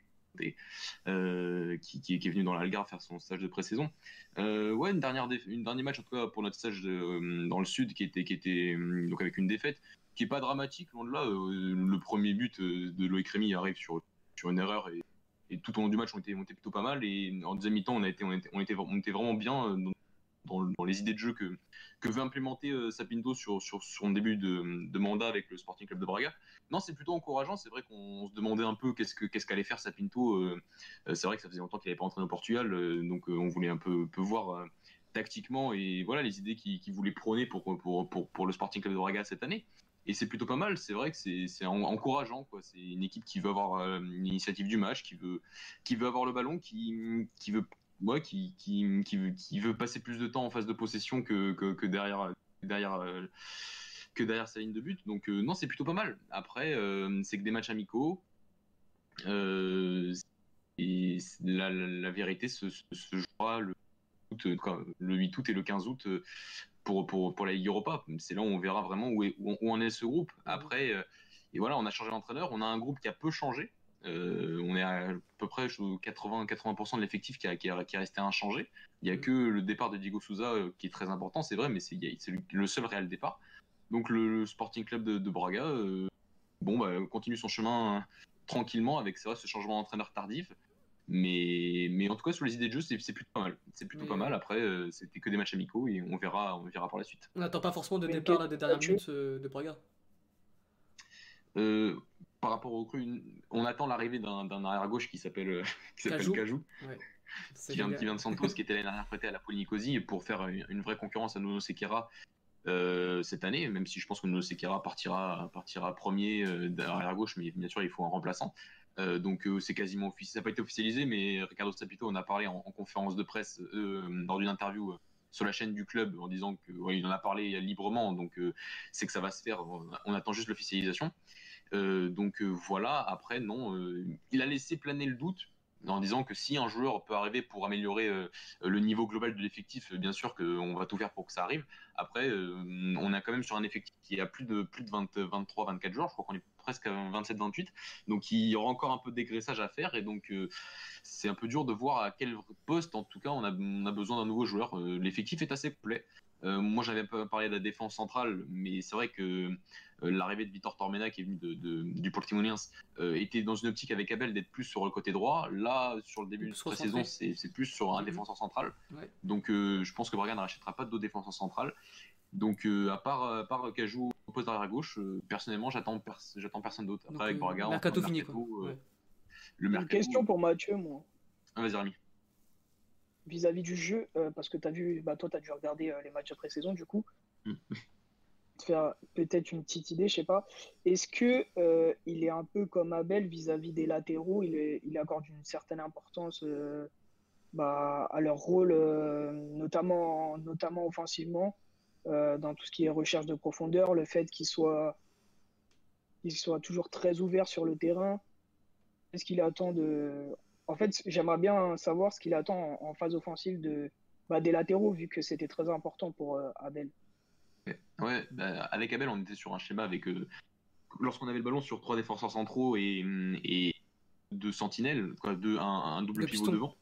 qui est venu dans l'Algarve faire son stage de pré-saison. Ouais, une dernier match en tout cas pour notre stage dans le sud qui était donc avec une défaite qui est pas dramatique, loin de là. Le premier but de Loïc Rémy arrive sur une erreur et tout au long du match on était plutôt pas mal, et en deuxième mi-temps on était vraiment bien dans les idées de jeu que veut implémenter Sapinto sur son début de mandat avec le Sporting Club de Braga. Non, c'est plutôt encourageant. C'est vrai qu'on se demandait un peu qu'est-ce qu'allait faire Sapinto. C'est vrai que ça faisait longtemps qu'il n'avait pas entraîné au Portugal, donc on voulait un peu voir tactiquement et voilà les idées qu'il voulait prôner pour le Sporting Club de Braga cette année. Et c'est plutôt pas mal, c'est vrai que c'est encourageant, quoi. C'est une équipe qui veut avoir l'initiative du match, qui veut avoir le ballon, qui veut passer plus de temps en phase de possession que derrière sa ligne de but. Donc non, c'est plutôt pas mal. Après, c'est que des matchs amicaux. Et la vérité se jouera le 8 août et le 15 août pour la Ligue Europa. C'est là où on verra vraiment où en est ce groupe. Après, et voilà, on a changé d'entraîneur. On a un groupe qui a peu changé. On est à peu près 80% de l'effectif qui est resté inchangé. Il n'y a que le départ de Diego Souza qui est très important, c'est vrai, mais c'est le seul réel départ. Donc le Sporting Club de Braga continue son chemin tranquillement avec c'est vrai, ce changement d'entraîneur tardif. Mais en tout cas, sur les idées de jeu, c'est plutôt pas mal. C'est plutôt pas mal. Après, c'était que des matchs amicaux et on verra par la suite. On n'attend pas forcément de départ là, des dernières minutes de Braga. Par rapport au recrues, on attend l'arrivée d'un arrière-gauche qui s'appelle Cajou. Ouais. Qui vient de Santos, qui était l'année dernière prêté à la Poli Nicosie pour faire une vraie concurrence à Nuno Sequeira cette année, même si je pense que Nuno Sequeira partira premier arrière-gauche, mais bien sûr, il faut un remplaçant. Donc c'est quasiment officiel. Ça n'a pas été officialisé, mais Ricardo Sapinto en a parlé en conférence de presse lors d'une interview sur la chaîne du club en disant qu'il en a parlé librement, donc c'est que ça va se faire. On attend juste l'officialisation. Donc voilà. Après non, il a laissé planer le doute en disant que si un joueur peut arriver pour améliorer le niveau global de l'effectif, bien sûr qu'on va tout faire pour que ça arrive. Après, on est quand même sur un effectif qui a plus de 23-24 joueurs, je crois qu'on est presque à 27-28, donc il y aura encore un peu de dégraissage à faire, et donc c'est un peu dur de voir à quel poste, en tout cas, on a besoin d'un nouveau joueur. L'effectif est assez complet. Moi, j'avais parlé de la défense centrale, mais c'est vrai que l'arrivée de Vitor Tormena, qui est venu du Portimonense, était dans une optique avec Abel d'être plus sur le côté droit. Là, sur le début de la saison, c'est plus sur un défenseur central. Ouais. Donc, je pense que Braga ne rachètera pas d'autres défenseurs centrales. Donc, à part Cajou au poste d'arrière gauche, personnellement, j'attends personne d'autre. Après, avec Braga, mercato fini, quoi. Ouais. Une question pour Mathieu, moi. Vas-y, Rémi. Vis-à-vis du jeu, parce que toi, tu as dû regarder les matchs de pré-saison, du coup. Faire peut-être une petite idée, je sais pas. Est-ce que il est un peu comme Abel vis-à-vis des latéraux, il accorde une certaine importance à leur rôle, notamment offensivement, dans tout ce qui est recherche de profondeur, le fait qu'il soit toujours très ouvert sur le terrain. Est-ce qu'il attend En fait, j'aimerais bien savoir ce qu'il attend en phase offensive des latéraux, vu que c'était très important pour Abel. Ouais, avec Abel, on était sur un schéma avec lorsqu'on avait le ballon sur 3 défenseurs centraux et 2 sentinelles, un double pivot devant.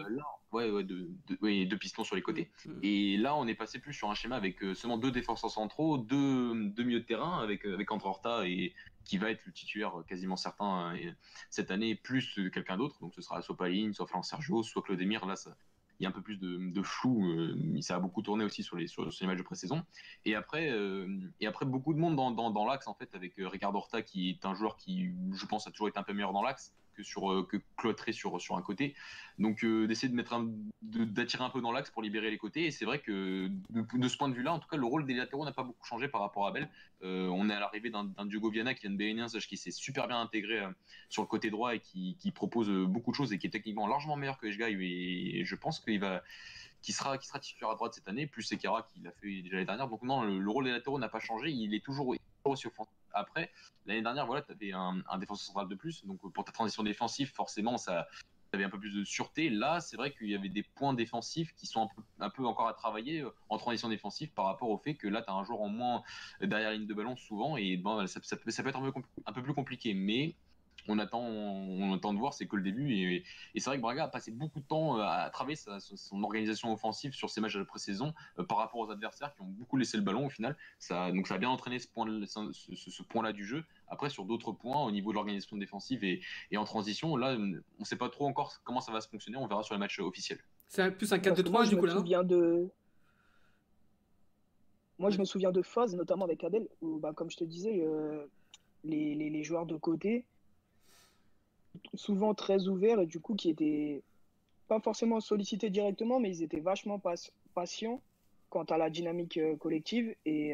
Là, deux pistons sur les côtés. Et là, on est passé plus sur un schéma avec seulement 2 défenseurs centraux, 2 milieux de terrain avec André Horta qui va être le titulaire quasiment certain cette année, plus quelqu'un d'autre. Donc ce sera soit Paline, soit Fran Sergio, soit Claude Emir. Là, il y a un peu plus de flou. Ça a beaucoup tourné aussi sur les matchs de pré-saison. Et après, beaucoup de monde dans l'axe, en fait, avec Ricardo Horta, qui est un joueur qui, je pense, a toujours été un peu meilleur dans l'axe que cloîtré sur un côté. Donc d'essayer d'attirer un peu dans l'axe pour libérer les côtés. Et c'est vrai que de ce point de vue-là, en tout cas, le rôle des latéraux n'a pas beaucoup changé par rapport à Abel. On est à l'arrivée d'un Diogo Viana qui vient de Belenenses, qui s'est super bien intégré sur le côté droit et qui propose beaucoup de choses et qui est techniquement largement meilleur que Eshgaï. Et je pense qu'il sera titulaire à droite cette année, plus Sequeira qui l'a fait déjà l'année dernière. Donc non, le rôle des latéraux n'a pas changé. Il est toujours aussi offensif. Après, l'année dernière, voilà, tu avais un défenseur central de plus. Donc pour ta transition défensive, forcément, ça avait un peu plus de sûreté. Là, c'est vrai qu'il y avait des points défensifs qui sont un peu encore à travailler en transition défensive par rapport au fait que là, tu as un joueur en moins derrière la ligne de ballon souvent. Et ça peut être un peu plus compliqué. Mais on attend de voir, c'est que le début. Et c'est vrai que Braga a passé beaucoup de temps à travailler son organisation offensive sur ces matchs de pré-saison par rapport aux adversaires qui ont beaucoup laissé le ballon au final. Donc ça a bien entraîné ce point-là du jeu. Après, sur d'autres points, au niveau de l'organisation défensive et en transition, là, on ne sait pas trop encore comment ça va se fonctionner. On verra sur les matchs officiels. C'est plus un 4-2-3 du coup là, non ? moi, je me souviens de phases, notamment avec Abel, où, bah, comme je te disais, les joueurs de côté, souvent très ouverts et du coup, qui étaient pas forcément sollicités directement, mais ils étaient vachement patients quant à la dynamique collective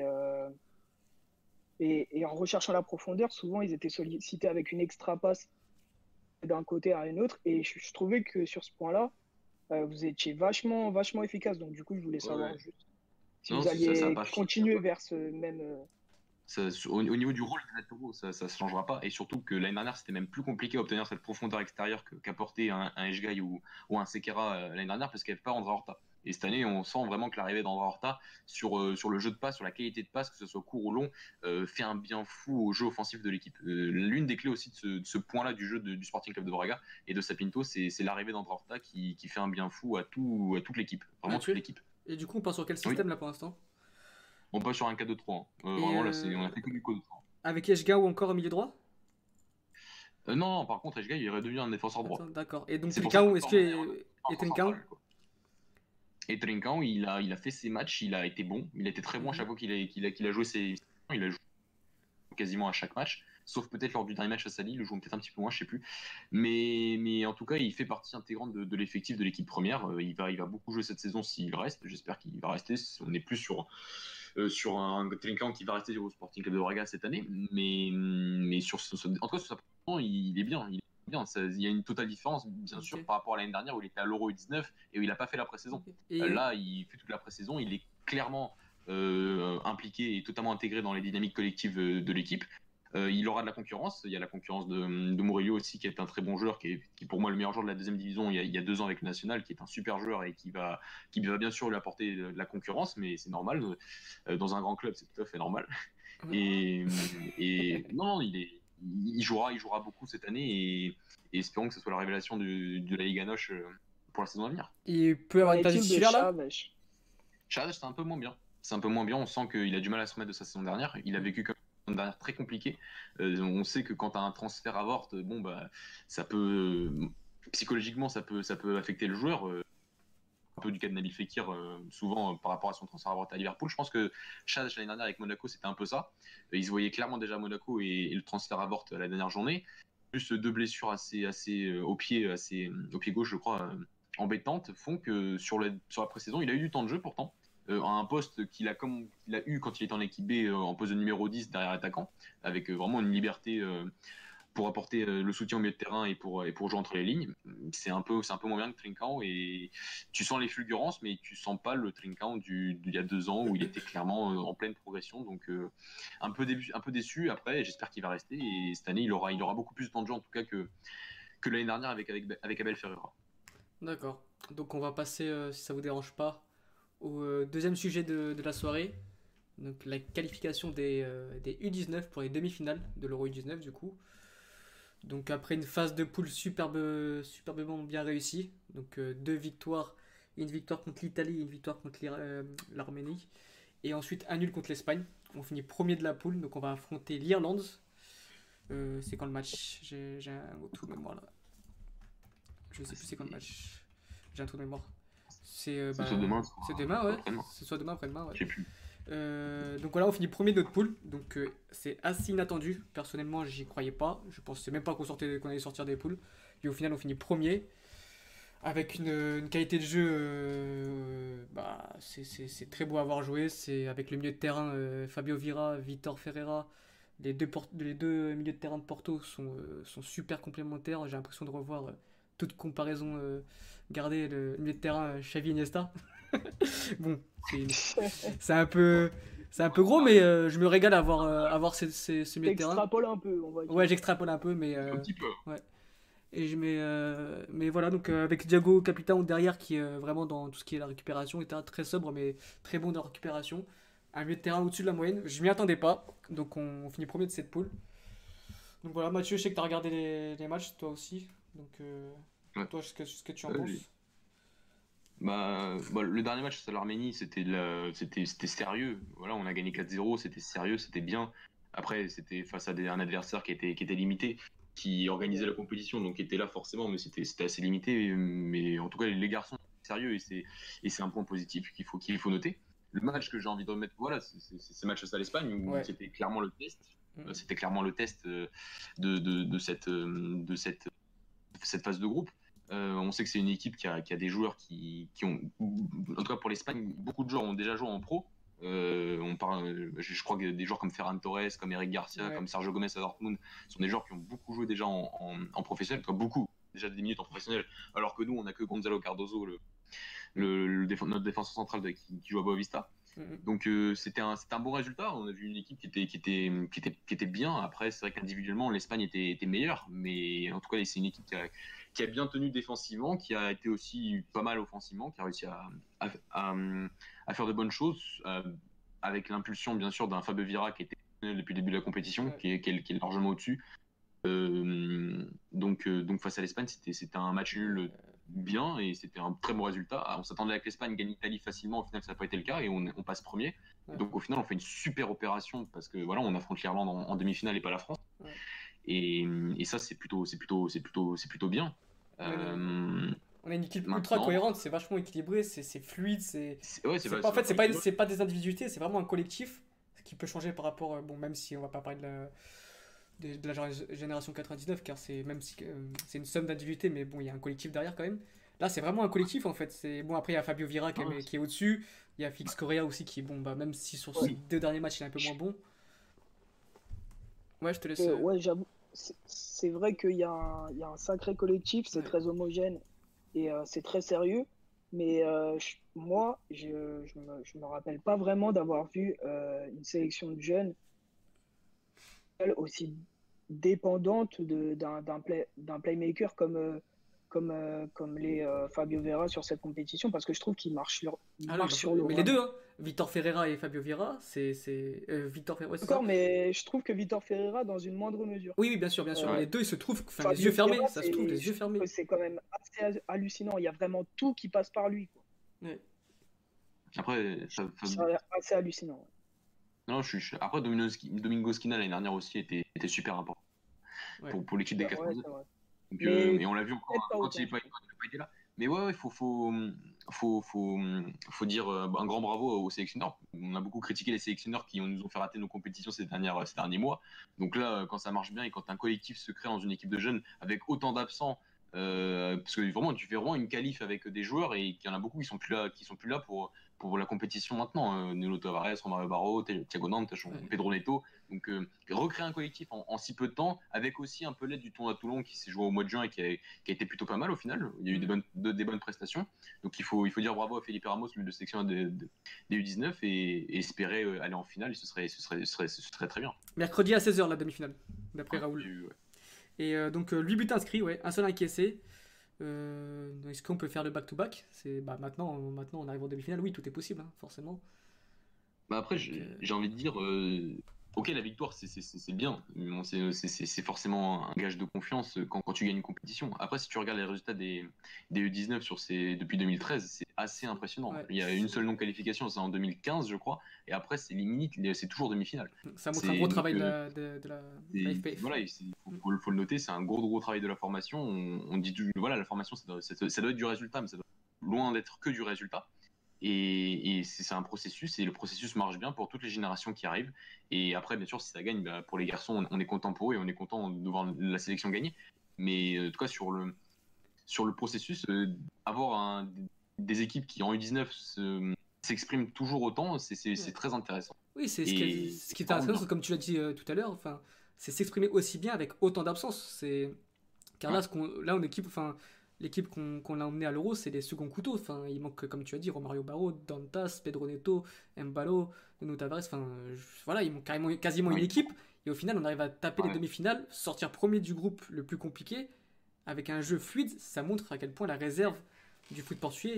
et en recherchant la profondeur, souvent, ils étaient sollicités avec une extra passe d'un côté à un autre. Et je trouvais que sur ce point-là, vous étiez vachement efficace. Donc, du coup, je voulais savoir Ouais. juste si Non, vous ça a alliez pas changé. continuer vers ce même. Au niveau du rôle des latéraux, ça ne changera pas. Et surtout que l'année dernière, c'était même plus compliqué d'obtenir cette profondeur extérieure qu'apportait un Eshgaï ou un Sekera l'année dernière parce qu'il n'y avait pas André Horta. Et cette année, on sent vraiment que l'arrivée d'André Horta sur le jeu de passe, sur la qualité de passe, que ce soit court ou long, fait un bien fou au jeu offensif de l'équipe. L'une des clés aussi de ce point-là du jeu du Sporting Club de Braga et de Sapinto, c'est l'arrivée d'André Horta qui fait un bien fou à toute l'équipe. Vraiment toute Mathieu. l'équipe. Et du coup, on part sur quel Oui. système là pour l'instant? On passe sur un 4-2-3. Hein. Et, Vraiment, là, on a fait que du code 3. Avec Eshga ou encore au milieu droit? Non, par contre, Eshgaï, il est redevenu un défenseur droit. Attends, d'accord. Et donc C'est pour ça Trincão, que est-ce Cornet, que et Trincão? Et Trincão, il a fait ses matchs, il a été bon, il a été très bon à chaque fois qu'il a joué il a joué quasiment à chaque match, sauf peut-être lors du dernier match à Sali, il le joue peut-être un petit peu moins, je sais plus. Mais en tout cas, il fait partie intégrante de l'effectif de l'équipe première. Il va beaucoup jouer cette saison s'il reste. J'espère qu'il va rester. On n'est plus sur un Trincão qui va rester au Sporting Club de Braga cette année, mais en tout cas, sur sa position, il est bien. Il y a une totale différence, bien sûr, par rapport à l'année dernière où il était à l'Euro U19 et où il n'a pas fait la pré-saison. Là, il fait toute la pré-saison, il est clairement impliqué et totalement intégré dans les dynamiques collectives de l'équipe. Il aura de la concurrence. Il y a la concurrence de Murillo aussi, qui est un très bon joueur, qui est pour moi le meilleur joueur de la deuxième division il y a 2 ans avec le National, qui est un super joueur et qui va bien sûr lui apporter de la concurrence, mais c'est normal. Dans un grand club, c'est tout à fait normal. Et non, il jouera beaucoup cette année et espérons que ce soit la révélation de la Liga Noche pour la saison à venir. Il peut avoir une place titulaire là? Chaves, c'est un peu moins bien. On sent qu'il a du mal à se remettre de sa saison dernière. Il a vécu comme une dernière très compliquée. On sait que quand tu as un transfert avorte, bon bah ça peut psychologiquement ça peut affecter le joueur. Un peu du cas de Nabil Fekir, souvent par rapport à son transfert avorté à Liverpool. Je pense que Chaves l'année dernière avec Monaco, c'était un peu ça. Ils se voyaient clairement déjà à Monaco et le transfert avorte à la dernière journée. Plus 2 blessures assez au pied gauche, je crois, embêtantes, font que sur la pré-saison, il a eu du temps de jeu pourtant. À un poste qu'il a eu quand il était en équipe B en poste de numéro 10 derrière attaquant, avec vraiment une liberté pour apporter le soutien au milieu de terrain et pour jouer entre les lignes. C'est un peu moins bien que Trincão et tu sens les fulgurances, mais tu sens pas le Trincão d'il y a 2 ans où il était clairement en pleine progression. Donc un peu déçu. Après, j'espère qu'il va rester et cette année il aura beaucoup plus de temps de jeu en tout cas que l'année dernière avec Abel Ferreira. D'accord. Donc on va passer, si ça vous dérange pas, au deuxième sujet de la soirée. Donc la qualification des U19 pour les demi-finales de l'Euro U19 du coup. Donc après une phase de poule superbement bien réussie. Donc 2 victoires, une victoire contre l'Italie, une victoire contre l'Arménie. Et ensuite un nul contre l'Espagne. On finit premier de la poule, donc on va affronter l'Irlande. C'est quand le match? J'ai un trou de mémoire là. Je sais plus c'est quand le match. J'ai un trou de mémoire. C'est demain. C'est demain, ouais. C'est soit demain après-demain, ouais. Je sais plus. Donc voilà, on finit premier de notre poule. Donc c'est assez inattendu. Personnellement, j'y croyais pas. Je pensais même pas qu'on allait sortir des poules. Et au final, on finit premier. Avec une qualité de jeu, c'est très beau à avoir joué. C'est avec le milieu de terrain Fabio Vieira, Vitor Ferreira. Les deux milieux de terrain de Porto sont super complémentaires. J'ai l'impression de revoir toute comparaison gardée le milieu de terrain Xavi Iniesta. Bon, c'est un peu gros, mais je me régale à avoir ce milieu de terrain. J'extrapole un peu, on va dire. Ouais, j'extrapole un peu, mais un petit peu. Ouais. Et mais voilà, donc avec Thiago Capitão derrière qui est vraiment dans tout ce qui est la récupération, était très sobre mais très bon dans la récupération. Un milieu de terrain au-dessus de la moyenne, je m'y attendais pas, donc on finit premier de cette poule. Donc voilà, Mathieu, je sais que tu as regardé les matchs, toi aussi, donc ouais. Toi, ce que tu en penses? Le dernier match face à l'Arménie, c'était sérieux. Voilà, on a gagné 4-0, c'était sérieux, c'était bien. Après, c'était face à un adversaire qui était limité, qui organisait la compétition, donc qui était là forcément, mais c'était assez limité. Mais en tout cas, les garçons sont sérieux et c'est un point positif qu'il faut noter. le match que j'ai envie de remettre, voilà, c'est ce match face à l'Espagne où Ouais. c'était clairement le test. Mhm. C'était clairement le test de cette phase de groupe. On sait que c'est une équipe qui a des joueurs qui ont, en tout cas pour l'Espagne, beaucoup de joueurs ont déjà joué en pro. On parle, je crois que des joueurs comme Ferran Torres, comme Eric Garcia, Ouais. comme Sergio Gomez à Dortmund sont des joueurs qui ont beaucoup joué déjà en professionnel, quoi, beaucoup déjà des minutes en professionnel, alors que nous on a que Gonzalo Cardozo, notre défenseur central qui joue à Boavista. Mhm. Donc c'était un bon résultat. On a vu une équipe qui était bien. Après, c'est vrai qu'individuellement, l'Espagne était meilleure, mais en tout cas, c'est une équipe qui a bien tenu défensivement, qui a été aussi pas mal offensivement, qui a réussi à faire de bonnes choses, avec l'impulsion bien sûr d'un Fabio Vieira qui était depuis le début de la compétition, Ouais. qui est largement au-dessus. Donc face à l'Espagne, c'était un match nul bien et c'était un très bon résultat. On s'attendait à que l'Espagne gagne l'Italie facilement, au final ça n'a pas été le cas et on passe premier. Ouais. Donc au final on fait une super opération parce que voilà, on affronte l'Irlande en demi-finale et pas la France. Ouais. Et ça c'est plutôt bien. On a une équipe ultra Maintenant, cohérente, c'est vachement équilibré, c'est fluide, ouais, c'est pas, en fait, c'est pas des individualités, c'est vraiment un collectif, ce qui peut changer par rapport, bon, même si on va pas parler de la génération 99, car même si c'est une somme d'individualités, mais bon, il y a un collectif derrière quand même. Là, c'est vraiment un collectif en fait. Bon, après, il y a Fabio Vieira qui est au-dessus, il y a Félix Correa aussi qui est bon, bah, même si sur ces 2 derniers matchs, il est un peu moins bon. Ouais, je te laisse. Ouais, j'avoue, c'est vrai qu'il y a un sacré collectif, c'est Ouais. très homogène et c'est très sérieux. Mais je me rappelle pas vraiment d'avoir vu une sélection de jeunes aussi dépendante d'un playmaker comme les Fabio Vera sur cette compétition, parce que je trouve qu'il marche Ah non, sur l'eau. mais les deux, Vraiment. hein. Vitor Ferreira et Fabio Vieira, Vitor Ferreira, ouais, c'est ça. D'accord, mais je trouve que Vitor Ferreira, dans une moindre mesure. Oui, oui, bien sûr, bien sûr. Mais Euh, les deux, ils se trouvent, enfin, les Fabio yeux fermés, Vieira, ça se trouve, les je yeux trouve fermés. que c'est quand même assez hallucinant. Il y a vraiment tout qui passe par lui, quoi. Ouais. après, C'est assez hallucinant. non, après Domingo Skina l'année dernière aussi était super important Ouais. pour l'équipe des Ouais, 92. c'est vrai. Donc, Mais et on l'a vu encore peut-être pas quand il autant. n'a pas été là. Mais ouais, faut dire un grand bravo aux sélectionneurs. On a beaucoup critiqué les sélectionneurs qui nous ont fait rater nos compétitions ces derniers mois. Donc là, quand ça marche bien et quand un collectif se crée dans une équipe de jeunes avec autant d'absents, parce que vraiment, tu fais vraiment une qualif avec des joueurs et qu'il y en a beaucoup qui sont plus là pour la compétition maintenant. Nuno Tavares, Romario Barro, Thiago Nantes, Ouais. Pedro Neto. Donc recréer un collectif en si peu de temps, avec aussi un peu l'aide du tournoi à Toulon qui s'est joué au mois de juin et qui a été plutôt pas mal au final. Il y a eu des bonnes prestations. Donc il faut dire bravo à Felipe Ramos, le sélectionneur des U19 et espérer aller en finale. Ce serait très bien. Mercredi à 16h, la demi-finale, d'après Raoul. Ouais. Et donc, 8 buts inscrits, ouais, un seul encaissé. Est-ce qu'on peut faire le back-to-back? Maintenant, on arrive en demi-finale. Oui, tout est possible, hein, forcément. Bah après, Donc, j'ai envie de dire, ok, la victoire, c'est bien. Bon, c'est forcément un gage de confiance quand tu gagnes une compétition. Après, si tu regardes les résultats des U19 depuis 2013, c'est assez impressionnant. Ouais, Il y a une seule non-qualification, c'est en 2015, je crois. Et après, c'est limite, c'est toujours demi-finale. ça montre un gros travail donc, de la FPF. voilà, faut le noter, c'est un gros travail de la formation. On dit toujours, voilà, la formation, ça doit être du résultat, mais ça doit être loin d'être que du résultat. Et c'est un processus, et le processus marche bien pour toutes les générations qui arrivent. Et après, bien sûr, si ça gagne, bah, pour les garçons, on est content pour eux et on est content de voir la sélection gagner. Mais en tout cas, sur le processus, avoir des équipes qui en U19 s'expriment toujours autant, c'est très intéressant. Oui, ce qui est intéressant, comme tu l'as dit tout à l'heure, enfin, c'est s'exprimer aussi bien avec autant d'absence. Car là, on équipe, enfin, l'équipe qu'on a emmenée à l'Euro, c'est les seconds couteaux. Enfin, il manque, comme tu as dit, Romario Barro, Dantas, Pedro Neto, Mbalo, Nuno Tavares. Enfin, voilà, il manque quasiment une équipe. Et au final, on arrive à taper les demi-finales, sortir premier du groupe le plus compliqué, avec un jeu fluide. Ça montre à quel point la réserve du foot portugais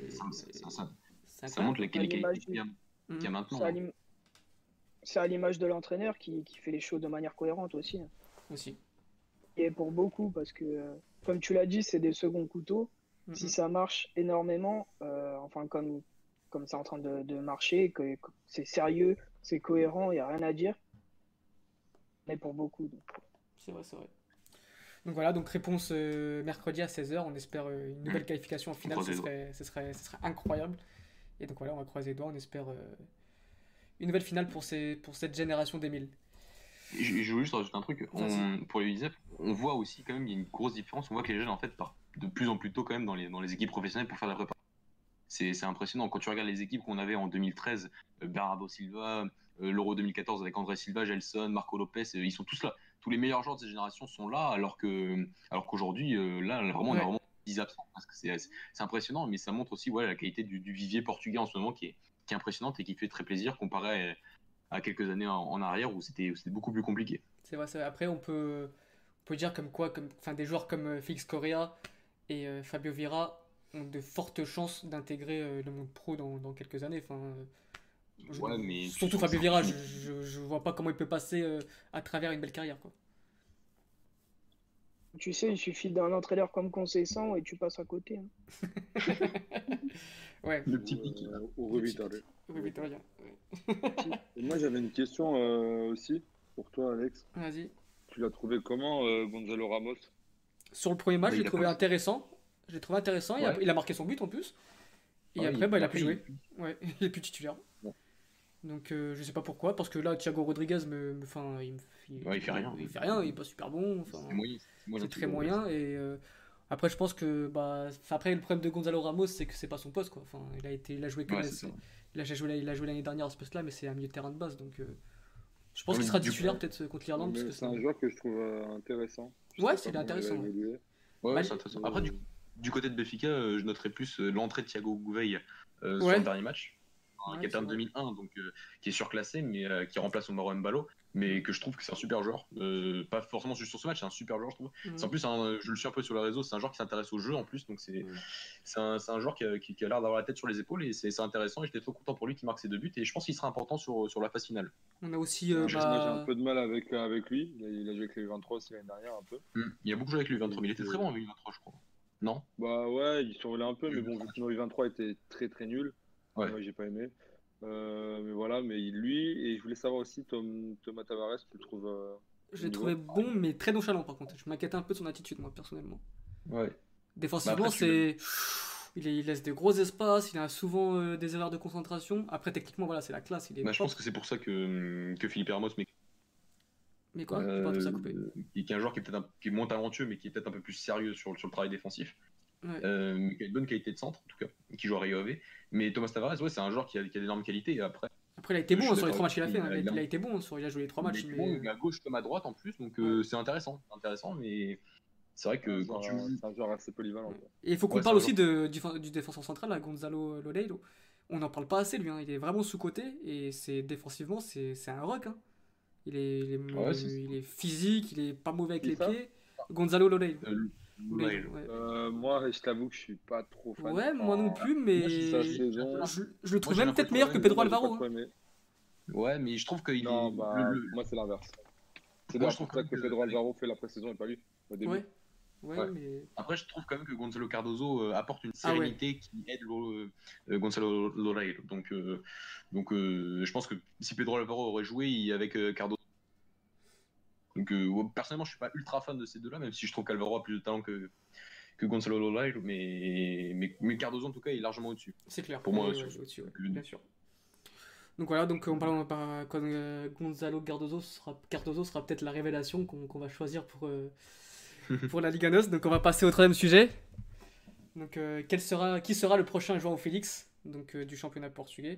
ça montre la qualité qu'il y a maintenant. C'est à l'image de l'entraîneur qui fait les choses de manière cohérente aussi. Aussi. Et pour beaucoup, parce que, comme tu l'as dit, c'est des seconds couteaux. Si ça marche énormément, enfin comme c'est en train de marcher, que c'est sérieux, c'est cohérent, il n'y a rien à dire. Mais pour beaucoup. C'est vrai. Donc voilà, donc réponse mercredi à 16h. On espère une nouvelle qualification en finale, ce serait incroyable. Et donc voilà, on va croiser les doigts, on espère une nouvelle finale pour cette génération d'Emile. Je veux juste rajouter un truc. Pour les UNICEF, on voit aussi quand même il y a une grosse différence. On voit que les jeunes en fait partent de plus en plus tôt quand même dans les équipes professionnelles pour faire la prépa. C'est impressionnant. Quand tu regardes les équipes qu'on avait en 2013, Bernardo Silva, l'Euro 2014 avec André Silva, Gelson, Marco Lopez, ils sont tous là. Tous les meilleurs joueurs de cette génération sont là, alors qu'aujourd'hui, là, vraiment, on a vraiment 10 absents. Parce que c'est impressionnant, mais ça montre aussi la qualité du vivier portugais en ce moment qui est impressionnante et qui fait très plaisir comparé à quelques années en arrière où c'était beaucoup plus compliqué. C'est vrai, c'est vrai. Après, on peut dire comme quoi, des joueurs comme Félix Correa et Fabio Vieira ont de fortes chances d'intégrer le monde pro dans quelques années. Mais surtout Fabio Vieira, je vois pas comment il peut passer à travers une belle carrière, quoi. Tu sais, il suffit d'un entraîneur comme Conceição et tu passes à côté. Hein. Ouais. Le petit pic. Au Revitale. Victoria. Moi, j'avais une question aussi pour toi, Alex. Vas-y. Tu l'as trouvé comment, Gonzalo Ramos? Sur le premier match, Bah, je l'ai trouvé intéressant. Je l'ai trouvé intéressant. Ouais. Il a marqué son but en plus. Et après, il a pu jouer. Ouais, il est plus titulaire. Ouais. Donc, je sais pas pourquoi. Parce que là, Thiago Rodriguez il fait rien. Il fait rien, il est pas super bon. C'est très moyen. Et après, je pense que. Après, le problème de Gonzalo Ramos, c'est que c'est pas son poste, quoi. Enfin, il a joué que il a joué l'année dernière à ce poste-là, mais c'est un milieu de terrain de base. Donc, je pense qu'il sera titulaire peut-être contre l'Irlande. C'est un joueur que je trouve intéressant. Ouais, c'est intéressant. Ouais, c'est intéressant. Après, du côté de Benfica, je noterais plus l'entrée de Thiago Gouveia sur le dernier match, qui était en 2001, donc qui est surclassé, mais qui remplace Omaro Mbalo, mais que je trouve que c'est un super joueur. Pas forcément juste sur ce match, c'est un super joueur, je trouve. C'est en plus, je le suis un peu sur les réseaux, c'est un joueur qui s'intéresse au jeu en plus, donc c'est un joueur qui a l'air d'avoir la tête sur les épaules et c'est intéressant. Et j'étais trop content pour lui qui marque ses 2 buts et je pense qu'il sera important sur la phase finale. On a aussi. Moi, j'ai un peu de mal avec lui. Il a joué avec les U23 aussi l'année dernière un peu. Il a beaucoup joué avec les U23, mais il était très bon avec les U23, je crois. Non? Bah ouais, il survolait un peu, mais bon, vu que nos U23 était très très nul, moi j'ai pas aimé. Mais voilà, mais lui, et je voulais savoir aussi, Thomas Tavares, tu le trouves. Je l'ai trouvé bon, mais très nonchalant par contre. Je m'inquiétais un peu de son attitude, moi, personnellement. Ouais. Défensivement, il laisse des gros espaces, il a souvent des erreurs de concentration. Après, techniquement, voilà, c'est la classe. Je pense que c'est pour ça que Philippe Ramos. Mais quoi? J'ai pas tout ça coupé. Qui est un joueur qui est moins talentueux, mais qui est peut-être un peu plus sérieux sur le travail défensif. Ouais. Qui a une bonne qualité de centre, en tout cas, qui joue à Rio Ave. Mais Thomas Tavares, c'est un joueur qui a d'énormes qualités. Et après, il a été bon sur les 3 matchs qu'il a fait. Il a été bon, il a joué les 3 matchs. Il est bon, à gauche comme à droite en plus, donc c'est intéressant, mais c'est vrai que quand tu. C'est un joueur assez polyvalent. Ouais. Et il faut qu'on parle aussi du défenseur central, là, Gonzalo Lodeiro. On n'en parle pas assez, lui. Il est vraiment sous-côté et défensivement, c'est un rock. Il est physique, il est pas mauvais avec les pieds. Gonzalo Lodeiro. Moi, je t'avoue que je suis pas trop fan. Ouais, moi non plus, mais je le trouve même peut-être meilleur que Pedro Alvaro. Ouais, mais je trouve qu'il Non, moi c'est l'inverse. C'est pour ça que Pedro Alvaro fait la pré-saison et pas lui au début. Ouais. Mais... Après, je trouve quand même que Gonzalo Cardozo apporte une sérénité qui aide Gonzalo Lodeiro. Donc, je pense que si Pedro Alvaro aurait joué avec Cardozo. Donc, personnellement, je suis pas ultra fan de ces deux-là, même si je trouve qu'Alvaro a plus de talent que Gonzalo Lodeiro, mais Cardozo en tout cas est largement au-dessus. C'est clair. Pour moi, au-dessus, bien sûr. Donc voilà, on parle Gonzalo Cardozo sera peut-être la révélation qu'on va choisir pour la Liga NOS. Donc on va passer au 3e sujet. Donc qui sera le prochain João Félix du championnat portugais?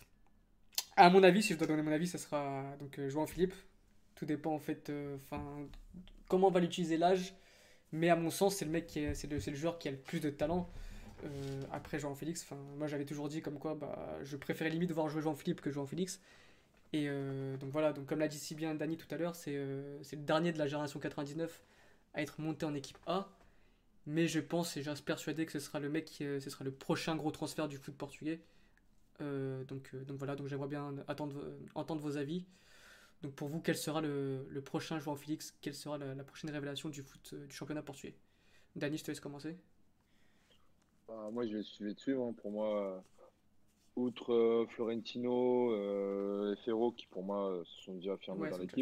À mon avis, si je dois donner mon avis, ça sera donc João Filipe. Tout dépend en fait comment on va l'utiliser l'âge, mais à mon sens c'est le joueur qui a le plus de talent après João Félix. Moi j'avais toujours dit comme quoi je préférais limite voir jouer João Filipe que João Félix. Et donc voilà, donc comme l'a dit si bien Dani tout à l'heure, c'est le dernier de la génération 99 à être monté en équipe A. Mais je pense et j'espère persuadé que ce sera ce sera le prochain gros transfert du foot portugais. Donc voilà, donc j'aimerais bien entendre vos avis. Donc pour vous, quel sera le prochain João Félix? Quelle sera la prochaine révélation du foot du championnat portugais? Dani, je te laisse commencer. Moi, je vais te suivre. Pour moi, outre Florentino et Ferro, qui pour moi se sont déjà affirmés dans l'équipe,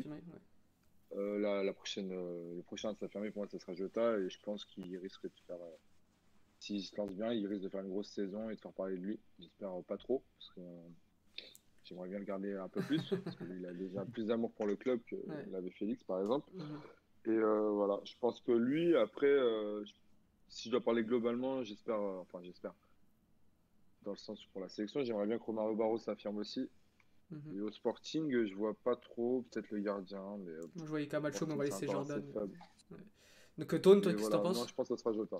le prochain à s'affirmer pour moi, ce sera Jota, et je pense qu'il risque de faire s'il se lance bien, il risque de faire une grosse saison et de faire parler de lui. J'espère pas trop, parce que j'aimerais bien le garder un peu plus, parce qu'il a déjà plus d'amour pour le club que l'avait Félix, par exemple. Et voilà, je pense que lui, après, si je dois parler globalement, j'espère, dans le sens pour la sélection, j'aimerais bien que Romario Barros s'affirme aussi. Et au Sporting, je vois pas trop, peut-être le gardien, mais Je voyais Camacho, mais on va Sporting, c'est laisser encore assez Jordan. faible. Donc, Tone, toi, Mais qu'est-ce que t'en voilà, non, penses? je pense que ça sera Jota.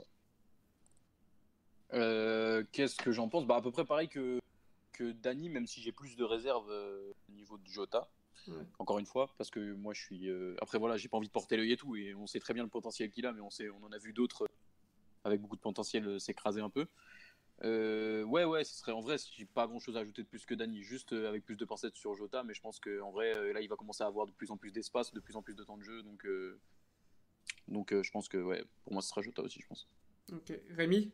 Qu'est-ce que j'en pense? Bah, à peu près pareil que Dani, même si j'ai plus de réserves au niveau de Jota. Encore une fois, parce que moi je suis. Après voilà, j'ai pas envie de porter l'œil et tout, et on sait très bien le potentiel qu'il a, mais on en a vu d'autres avec beaucoup de potentiel s'écraser un peu. Ouais, ce serait en vrai, j'ai pas grand chose à ajouter de plus que Dani, juste avec plus de pincettes sur Jota, mais je pense qu'en vrai, là il va commencer à avoir de plus en plus d'espace, de plus en plus de temps de jeu, donc je pense que ouais, pour moi ce sera Jota aussi, je pense. Ok. Rémi?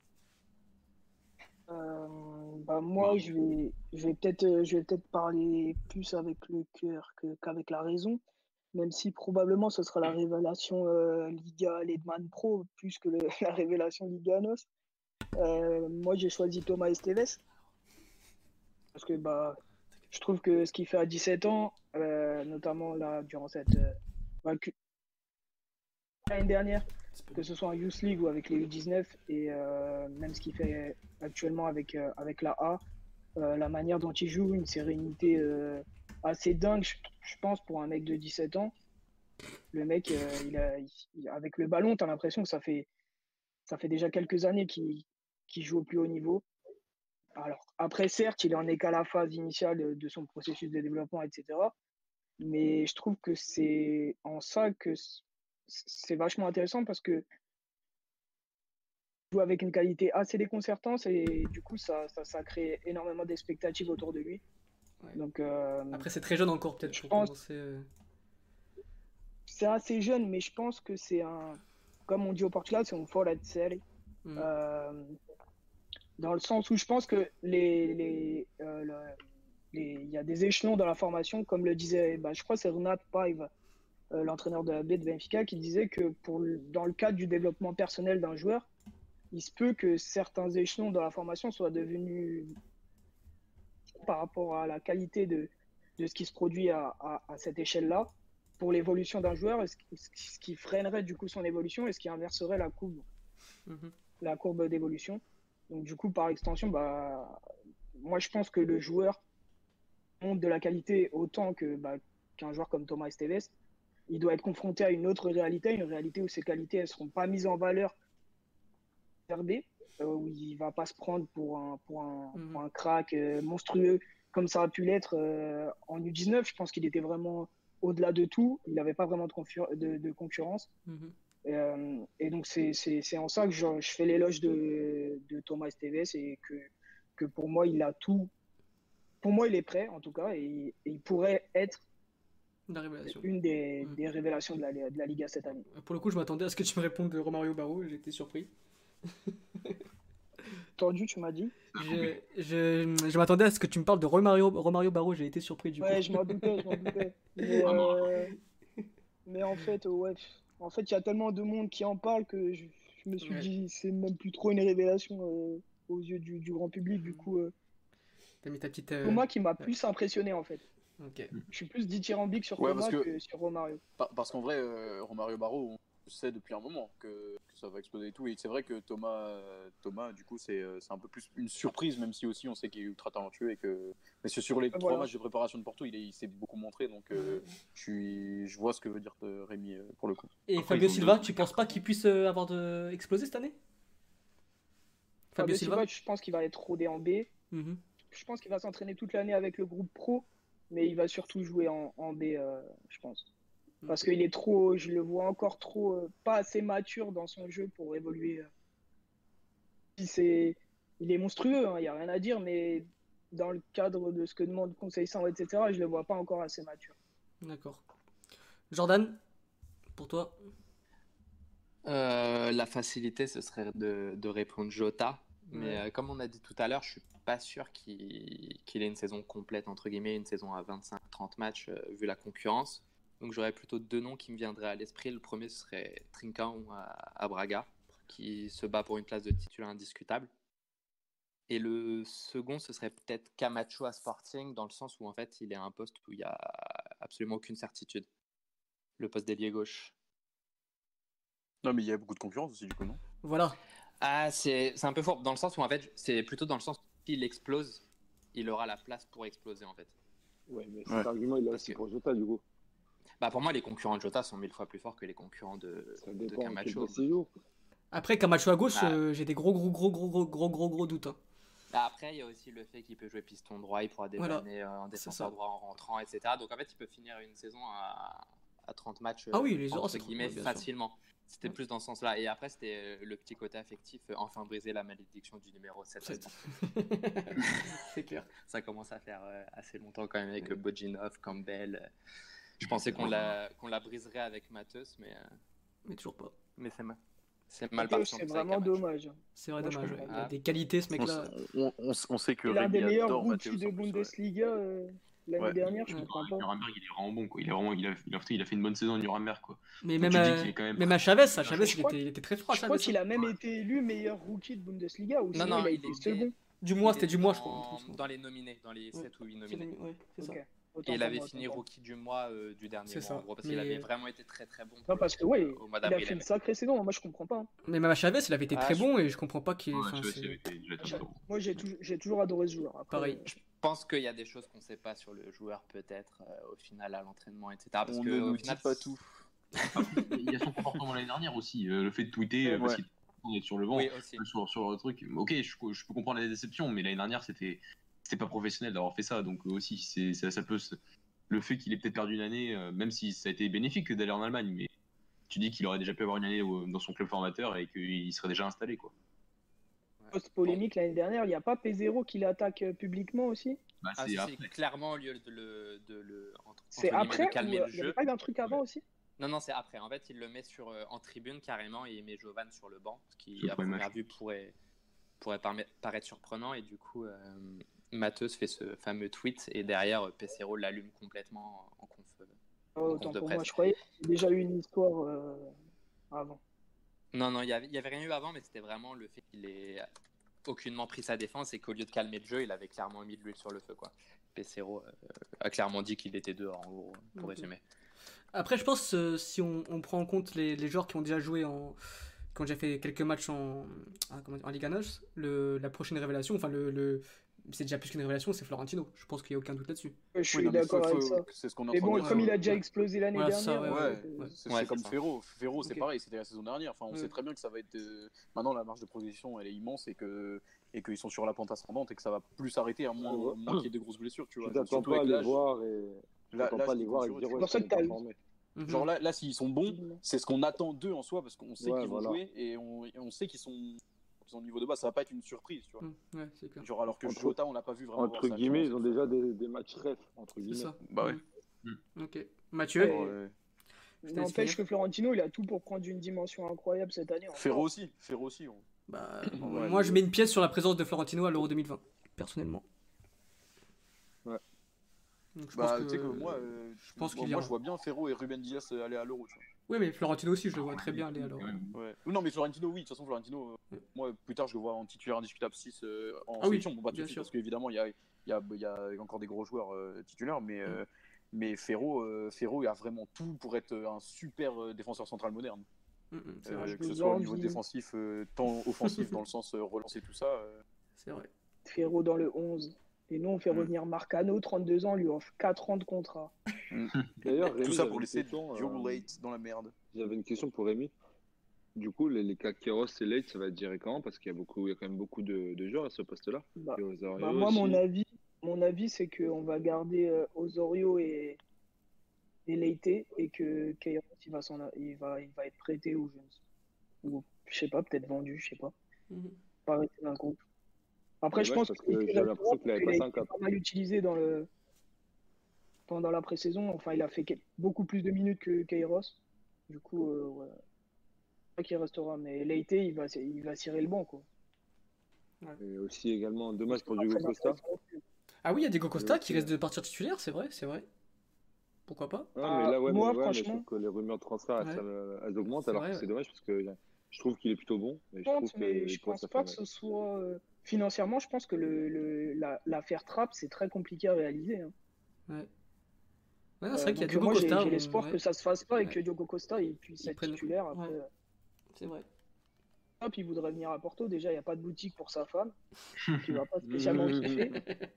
Moi, je vais peut-être parler plus avec le cœur qu'avec la raison, même si probablement ce sera la révélation Liga Ledman Pro plus que la révélation Liga NOS. Moi, j'ai choisi Thomas Esteves parce que je trouve que ce qu'il fait à 17 ans, notamment là durant cette l'année dernière, que ce soit en Youth League ou avec les U19, et même ce qu'il fait actuellement avec la A, la manière dont il joue, une sérénité assez dingue, je pense, pour un mec de 17 ans. Le mec, avec le ballon, tu as l'impression que ça fait déjà quelques années qu'il joue au plus haut niveau. Alors, après, certes, il en est qu'à la phase initiale de son processus de développement, etc. Mais je trouve que c'est en ça que c'est vachement intéressant parce que joue avec une qualité assez déconcertante et du coup, ça crée énormément d'expectatives autour de lui. Ouais. Donc, Après, c'est très jeune encore, peut-être, je pour pense commencer. c'est assez jeune, mais je pense que c'est comme on dit au Portugal, c'est un fora de série. Dans le sens où je pense que il y a des échelons dans la formation, comme le disait, je crois que c'est Renat Paiva, l'entraîneur de la B de Benfica, qui disait que dans le cadre du développement personnel d'un joueur, il se peut que certains échelons dans la formation soient devenus, par rapport à la qualité de ce qui se produit à cette échelle-là, pour l'évolution d'un joueur, ce qui freinerait du coup son évolution et ce qui inverserait la courbe d'évolution. Donc du coup, par extension, moi je pense que le joueur montre de la qualité autant qu'un joueur comme Thomas Esteves. Il doit être confronté à une autre réalité, une réalité où ses qualités ne seront pas mises en valeur, où il ne va pas se prendre pour un crack monstrueux comme ça a pu l'être en U19. Je pense qu'il était vraiment au-delà de tout. Il n'avait pas vraiment de concurrence. Et donc, c'est en ça que je fais l'éloge de Thomas Esteves et que pour moi, il a tout. Pour moi, il est prêt, en tout cas, et il pourrait être une des révélations de la Liga cette année. Pour le coup, je m'attendais à ce que tu me répondes de Romario Barro, j'étais surpris. Entendu, tu m'as dit. Je m'attendais à ce que tu me parles de Romario Barro, j'ai été surpris du coup. Ouais, je m'en doutais. Mais en fait, ouais. En fait, il y a tellement de monde qui en parle que je me suis dit, c'est même plus trop une révélation aux yeux du grand public. Du coup, t'as mis ta petite. Thomas qui m'a plus impressionné en fait. Okay. Je suis plus dithyrambique sur Thomas que sur Romario. Parce qu'en vrai, Romario Barro, on sait depuis un moment que ça va exploser et tout. Et c'est vrai que Thomas du coup, c'est un peu plus une surprise, même si aussi on sait qu'il est ultra talentueux et que. Mais sur les 3 matchs de préparation de Porto, il s'est beaucoup montré. Donc, je vois ce que veut dire Rémi pour le coup. Et après, Fabio Silva, tu penses pas qu'il puisse avoir explosé cette année? Fabio Silva, je pense qu'il va être rodé en B. Je pense qu'il va s'entraîner toute l'année avec le groupe pro, mais il va surtout jouer en B, je pense. Parce qu'il est trop, je le vois encore trop, pas assez mature dans son jeu pour évoluer. Il est monstrueux, il n'y a rien à dire, mais dans le cadre de ce que demande Conseil 100, etc., je ne le vois pas encore assez mature. D'accord. Jordan, pour toi? La facilité, ce serait de répondre Jota. Mais comme on a dit tout à l'heure, je suis pas sûr qu'il ait une saison complète, entre guillemets, une saison à 25-30 matchs, vu la concurrence. Donc j'aurais plutôt 2 noms qui me viendraient à l'esprit. Le premier, ce serait Trincão à Braga. qui se bat pour une place de titulaire indiscutable. Et le second, ce serait peut-être Camacho à Sporting, dans le sens où en fait, il est à un poste où il n'y a absolument aucune certitude. Le poste d'ailier gauche. Non, mais il y a beaucoup de concurrence aussi, du coup, non? Voilà. Ah, c'est un peu fort, dans le sens où en fait, c'est plutôt dans le sens où s'il explose, il aura la place pour exploser en fait. Ouais, mais cet argument, il est aussi pour Jota, du coup. Bah pour moi, les concurrents de Jota sont 1000 fois plus forts que les concurrents de Camacho. Après, Camacho à gauche, j'ai des gros doutes. Hein. Après, il y a aussi le fait qu'il peut jouer piston droit, il pourra dépanner en défenseur droit en rentrant, etc. Donc en fait, il peut finir une saison à 30 matchs entre guillemets facilement. C'était plus dans ce sens-là. Et après, c'était le petit côté affectif, enfin briser la malédiction du numéro 7. C'est clair. Ça commence à faire assez longtemps quand même avec Bojinov, Campbell. Je pensais qu'on la briserait avec Matheus, mais toujours pas. Mais c'est mal parti. C'est vraiment dommage. C'est vrai, dommage. Il a des qualités, ce mec-là. On sait que l'un des meilleurs rookies de Bundesliga l'année dernière, je comprends pas. Nuremberg, il est vraiment bon, quoi. Il a fait une bonne saison à Nuremberg, quoi. Mais même à Chavez, il était très fort. Je crois qu'il a même été élu meilleur rookie de Bundesliga. Ou non, il était second. Du mois, c'était du mois, je crois. Dans les nominés, dans les 7 ou 8 nominés. Ouais, c'est ça. Et il avait fini rookie du mois du dernier mois, en gros, parce qu'il avait vraiment été très très bon. Non, parce que au mois d'avril, il a fait une sacrée saison, moi je comprends pas. Mais même à Chavez, il avait été très bon et je comprends pas qu'il. Moi j'ai toujours adoré ce joueur. Pareil. Je pense qu'il y a des choses qu'on sait pas sur le joueur, peut-être, au final, à l'entraînement, etc. Parce on que, ne nous dit pas tout. Il y a son comportement l'année dernière aussi, le fait de tweeter parce qu'il est sur le banc, sur le truc. Ok, je peux comprendre la déception, mais l'année dernière, c'était pas professionnel d'avoir fait ça, donc aussi ça peut le fait qu'il ait peut-être perdu une année, même si ça a été bénéfique d'aller en Allemagne, mais tu dis qu'il aurait déjà pu avoir une année dans son club formateur et qu'il serait déjà installé, quoi. Post-polémique l'année dernière, il n'y a pas P0 qui l'attaque publiquement aussi? C'est clairement au lieu de le c'est après de calmer le jeu. Il n'y avait pas d'un truc avant aussi? Non, c'est après. En fait, il le met en tribune carrément et il met Jovan sur le banc, ce qui à première vue pourrait paraître surprenant, et du coup Matheus fait ce fameux tweet et derrière Pesero l'allume complètement en conf autant de pour presse. moi, je croyais qu'il y avait déjà eu une histoire avant. Non, il y avait rien eu avant, mais c'était vraiment le fait qu'il ait aucunement pris sa défense et qu'au lieu de calmer le jeu, il avait clairement mis de l'huile sur le feu, quoi. Pesero a clairement dit qu'il était dehors, en gros, pour résumer. Après, je pense si on prend en compte les joueurs qui ont déjà joué quand j'ai fait quelques matchs en Liga NOS, la prochaine révélation, enfin c'est déjà plus qu'une révélation, c'est Florentino. Je pense qu'il n'y a aucun doute là-dessus. Je suis d'accord avec ça. C'est ce qu'on mais bon, comme il a déjà explosé l'année dernière. C'est comme Ferro. Ferro, c'est pareil, c'était la saison dernière. Enfin, on sait très bien que ça va être. Maintenant, la marge de progression, elle est immense et qu'ils sont sur la pente ascendante et que ça va plus s'arrêter à moins qu'il y ait de grosses blessures. Tu vois. T'attends pas à les voir et c'est pour ça que t'as eu. Genre là, s'ils sont bons, c'est ce qu'on attend d'eux en soi, parce qu'on sait qu'ils vont jouer et on sait qu'ils sont au niveau de base, ça va pas être une surprise, tu vois. C'est clair. Genre alors que Jota, on l'a pas vu vraiment. Entre guillemets, ils ont déjà des matchs rêves, entre guillemets. C'est ça. Bah ouais. Ok. Mathieu. N'empêche que Florentino, il a tout pour prendre une dimension incroyable cette année. Ferro aussi. Moi, je mets une pièce sur la présence de Florentino à l'Euro 2020, personnellement. Ouais. Donc, tu sais que moi, je vois bien Ferro et Ruben Dias aller à l'Euro. Oui, mais Florentino aussi, je le vois très bien aller à l'Euro. Ouais. Non, mais Florentino, oui. De toute façon, Florentino, moi, plus tard, je le vois en titulaire indiscutable 6 en sélection. Bon, pas tout de suite, parce qu'évidemment, il y a encore des gros joueurs titulaires, mais Ferro, il a vraiment tout pour être un super défenseur central moderne. Que ce soit au niveau défensif, tant offensif dans le sens relancer tout ça. C'est vrai. Ferro dans le 11. Et nous, on fait revenir Marcano, 32 ans, lui offre 4 ans de contrat. D'ailleurs, tout ça pour laisser Joe Late dans la merde. J'avais une question pour Rémi. Du coup, les cas Kéros et Late, ça va être géré quand? Parce qu'il y a quand même beaucoup de joueurs à ce poste-là. Moi, mon avis, c'est qu'on va garder Osorio et Leite, et que Kéros, il va être prêté ou je sais pas, peut-être vendu, je sais pas. Pas arrêté d'un groupe. Après, je pense qu'il a pas mal utilisé pendant la pré-saison. Enfin, il a fait beaucoup plus de minutes que Kairos. Du coup, pas qu'il restera. Mais Leite, il va cirer le banc, quoi. Et aussi également, dommage pour Diego Costa. Ah oui, il y a Diego Costa qui risque de partir titulaire, c'est vrai. Pourquoi pas? Moi, franchement, que les rumeurs de transfert elles augmentent, alors que c'est dommage parce que Je trouve qu'il est plutôt bon. Mais Mais je pense pas que ce soit. Financièrement, je pense que l'affaire Trapp, c'est très compliqué à réaliser. Hein. Ouais. Ouais, non, c'est vrai qu'il y a Donc Diogo moi, Costa. j'ai l'espoir ouais. que ça se fasse pas et Ouais. que Diogo Costa il puisse Ils être prennent- titulaire. Après, ouais. C'est vrai. Trapp, il voudrait venir à Porto. Déjà, il n'y a pas de boutique pour sa femme. Donc, il va pas spécialement kiffer.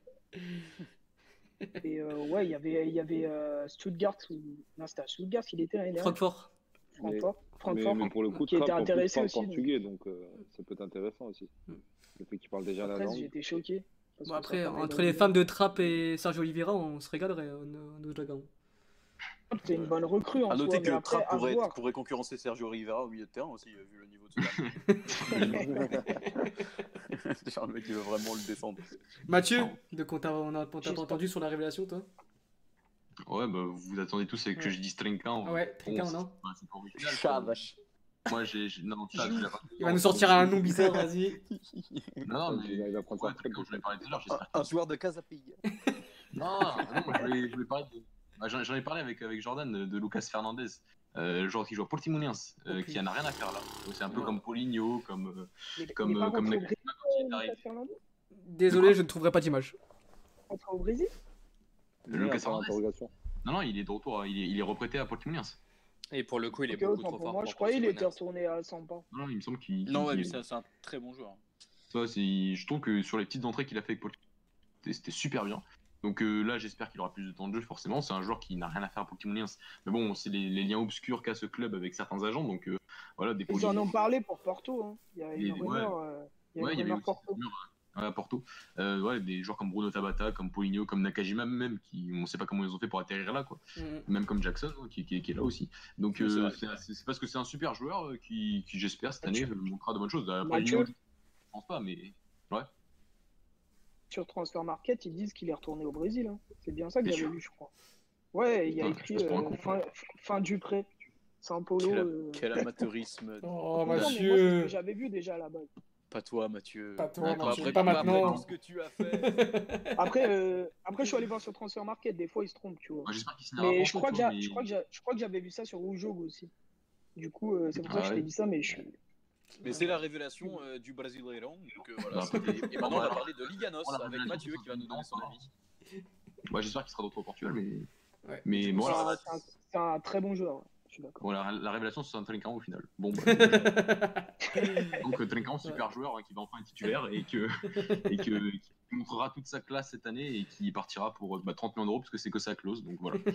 Et ouais, il y avait Stuttgart. Non, c'était à Stuttgart qu'il était l'année dernière. Francfort. Francfort. Mais pour le coup, Qui était Trapp, en plus, intéressé parle aussi, donc. portugais, donc ça peut être intéressant aussi. Mm. Le fait qu'il parle déjà la Après, langue. j'étais choqué. Parce Bon, que après, sa femme est entre les brésilienne. femmes de Trapp et Sergio Oliveira, on se régalerait au Dragon. C'est une bonne recrue en À soi, noter mais que après, Trapp à voir. pourrait concurrencer Sergio Rivera au milieu de terrain aussi, vu le niveau de ce dernier. Genre, le mec, il veut vraiment le descendre. Mathieu, on a pas entendu sur la révélation, toi? Ouais, bah, vous attendez tous que je dise Trinquant. Ah ouais, Trinquant, non? C'est pas original. Chat, vache. Moi, non, ça, je l'ai pas. Il va nous sortir un nom bizarre, vas-y. Non, mais. Il va prendre Ouais, sa retraite. Trinquant, j'en ai parlé tout à l'heure, j'espère. Un joueur de Casapille. Non, moi, je voulais parler de. Bah, j'en ai parlé avec Jordan de Lucas Fernandez, le joueur qui joue à Portimonense, qui en a rien à faire là. C'est un peu comme Paulinho, comme Il est comme pas rentré au Nakajima Brésil, quand il est arrivé. Lucas Fernandez Désolé, je ne trouverai pas d'image. Rentré au Brésil Lucas Fernandez. Interrogation. Non, il est de retour, il est reprêté à Portimonense. Et pour le coup, il est Ok, beaucoup autant trop pour fort. moi. pour Je croyais qu'il était Portimonense. retourné à Sampa. Non, il me semble qu'il. Non, ouais, qu'il- mais c'est un très bon joueur. Ça, je trouve que sur les petites entrées qu'il a fait avec Portimonense, c'était super bien. Donc là, j'espère qu'il aura plus de temps de jeu, forcément. C'est un joueur qui n'a rien à faire à Portimonense. Mais bon, c'est les liens obscurs qu'a ce club avec certains agents. Donc voilà, des Ils en ont parlé pour Porto. Hein. Il y a Et- une rumeur. Il y a Ouais, une il y avait rumeur aussi Porto. cette rumeur, à Porto. Ouais, des joueurs comme Bruno Tabata, comme Paulinho, comme Nakajima, même, qui on sait pas comment ils ont fait pour atterrir là, quoi. Même comme Jackson, qui est là aussi. Donc Oui, c'est vrai. c'est parce que c'est un super joueur qui j'espère, cette année, montrera de bonnes choses. Après, Mathieu Lyon, je pense pas, mais ouais. Sur Transfer Market, ils disent qu'il est retourné au Brésil. Hein. C'est bien ça que T'es j'avais sûr lu, je crois. Ouais, il y a Ah, écrit je passe pour un con. fin du prêt. São Paulo. Quel amateurisme. Oh, Non, mais moi, c'est ce Mathieu. que j'avais vu déjà à la base. Pas toi, Mathieu. Pas toi, Après- Mathieu, après- pas après maintenant. tout ce que tu as fait. Après, je suis allé voir sur Transfer Market. Des fois, ils se trompent, tu vois. Moi, j'espère qu'il signera Mais pas je trop, crois tu que vois, je crois que j'avais vu ça sur Ujog aussi. Du coup, c'est pour ça que Ah je t'ai ouais. dit ça, mais Mais c'est la révélation du Brasileirão. Donc voilà. Bah, Et maintenant, on va voilà. parler de Liganos Voilà, avec révélation, Mathieu qui va nous donner son avis. Ouais, j'espère qu'il sera de retour au Portugal, mais. Ouais. Mais bon, voilà. c'est un très bon joueur. Ouais. Je suis d'accord. Bon, la révélation, c'est un Trinquant au final. Bon, bah, donc Trinquant, super joueur, hein, qui va enfin être titulaire et qui montrera toute sa classe cette année et qui partira pour 30 millions d'euros parce que c'est que sa clause. Donc voilà.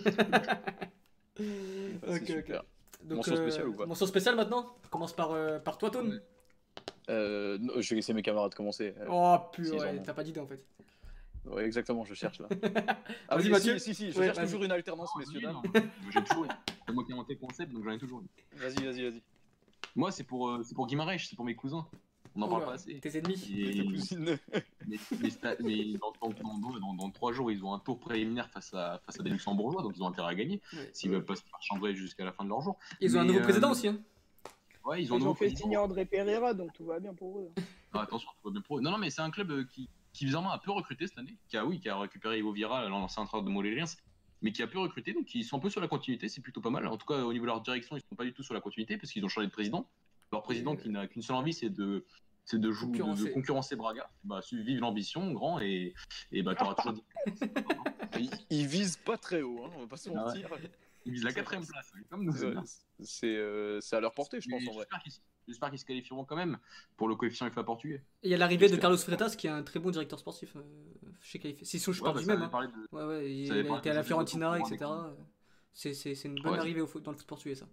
C'est Ok, super. ok. Donc, Mention spéciale ou pas mention spéciale maintenant? On commence par toi, Tone. Non, je vais laisser mes camarades commencer. Oh, s'ils en purée, ont. t'as pas d'idée en fait. Ouais, exactement, je cherche là. Vas-y, oui, Mathieu. Si, je Ouais, cherche vas-y. toujours une alternance, messieurs, Oui, dames. non, j'ai toujours eu. C'est moi qui ai inventé le concept, donc j'en ai toujours eu. Vas-y. Moi, c'est pour Guimarães, c'est pour mes cousins. On n'en parle pas assez. Tes ennemis. Et ta cousine. Mais dans 3 jours, ils ont un tour préliminaire face à des Luxembourgeois, donc ils ont intérêt à gagner Ouais. s'ils veulent pas se faire chambrer jusqu'à la fin de leur jour. Ils ont un Mais, nouveau président aussi. Hein. Ouais, Ils ont un nouveau ont fait président. signer André Pereira, donc tout va bien pour eux. Ah, attention, tout va bien pour eux. Non, mais c'est un club qui bizarrement a peu recruté cette année, qui a récupéré Ivo Vieira, l'ancien entraîneur de Moreirense, mais qui a peu recruté, donc ils sont un peu sur la continuité, c'est plutôt pas mal. En tout cas, au niveau de leur direction, ils sont pas du tout sur la continuité parce qu'ils ont changé de président. Leur président qui n'a qu'une seule envie, c'est de concurrencer Braga. Bah, vive l'ambition, grand, et bah, t'auras toujours dit. Ils visent pas très haut, hein, on va pas se Ah ouais. mentir. Ils visent la 4ème place, comme nous. C'est à leur portée, je pense, en vrai. J'espère qu'ils se qualifieront quand même pour le coefficient FA portugais. Et il y a l'arrivée de Carlos Freitas qui est un très bon directeur sportif chez Qualifié. Si je parle du même. Hein. Ouais, il a été à la Fiorentina, etc. C'est une bonne arrivée dans le foot portugais, ça.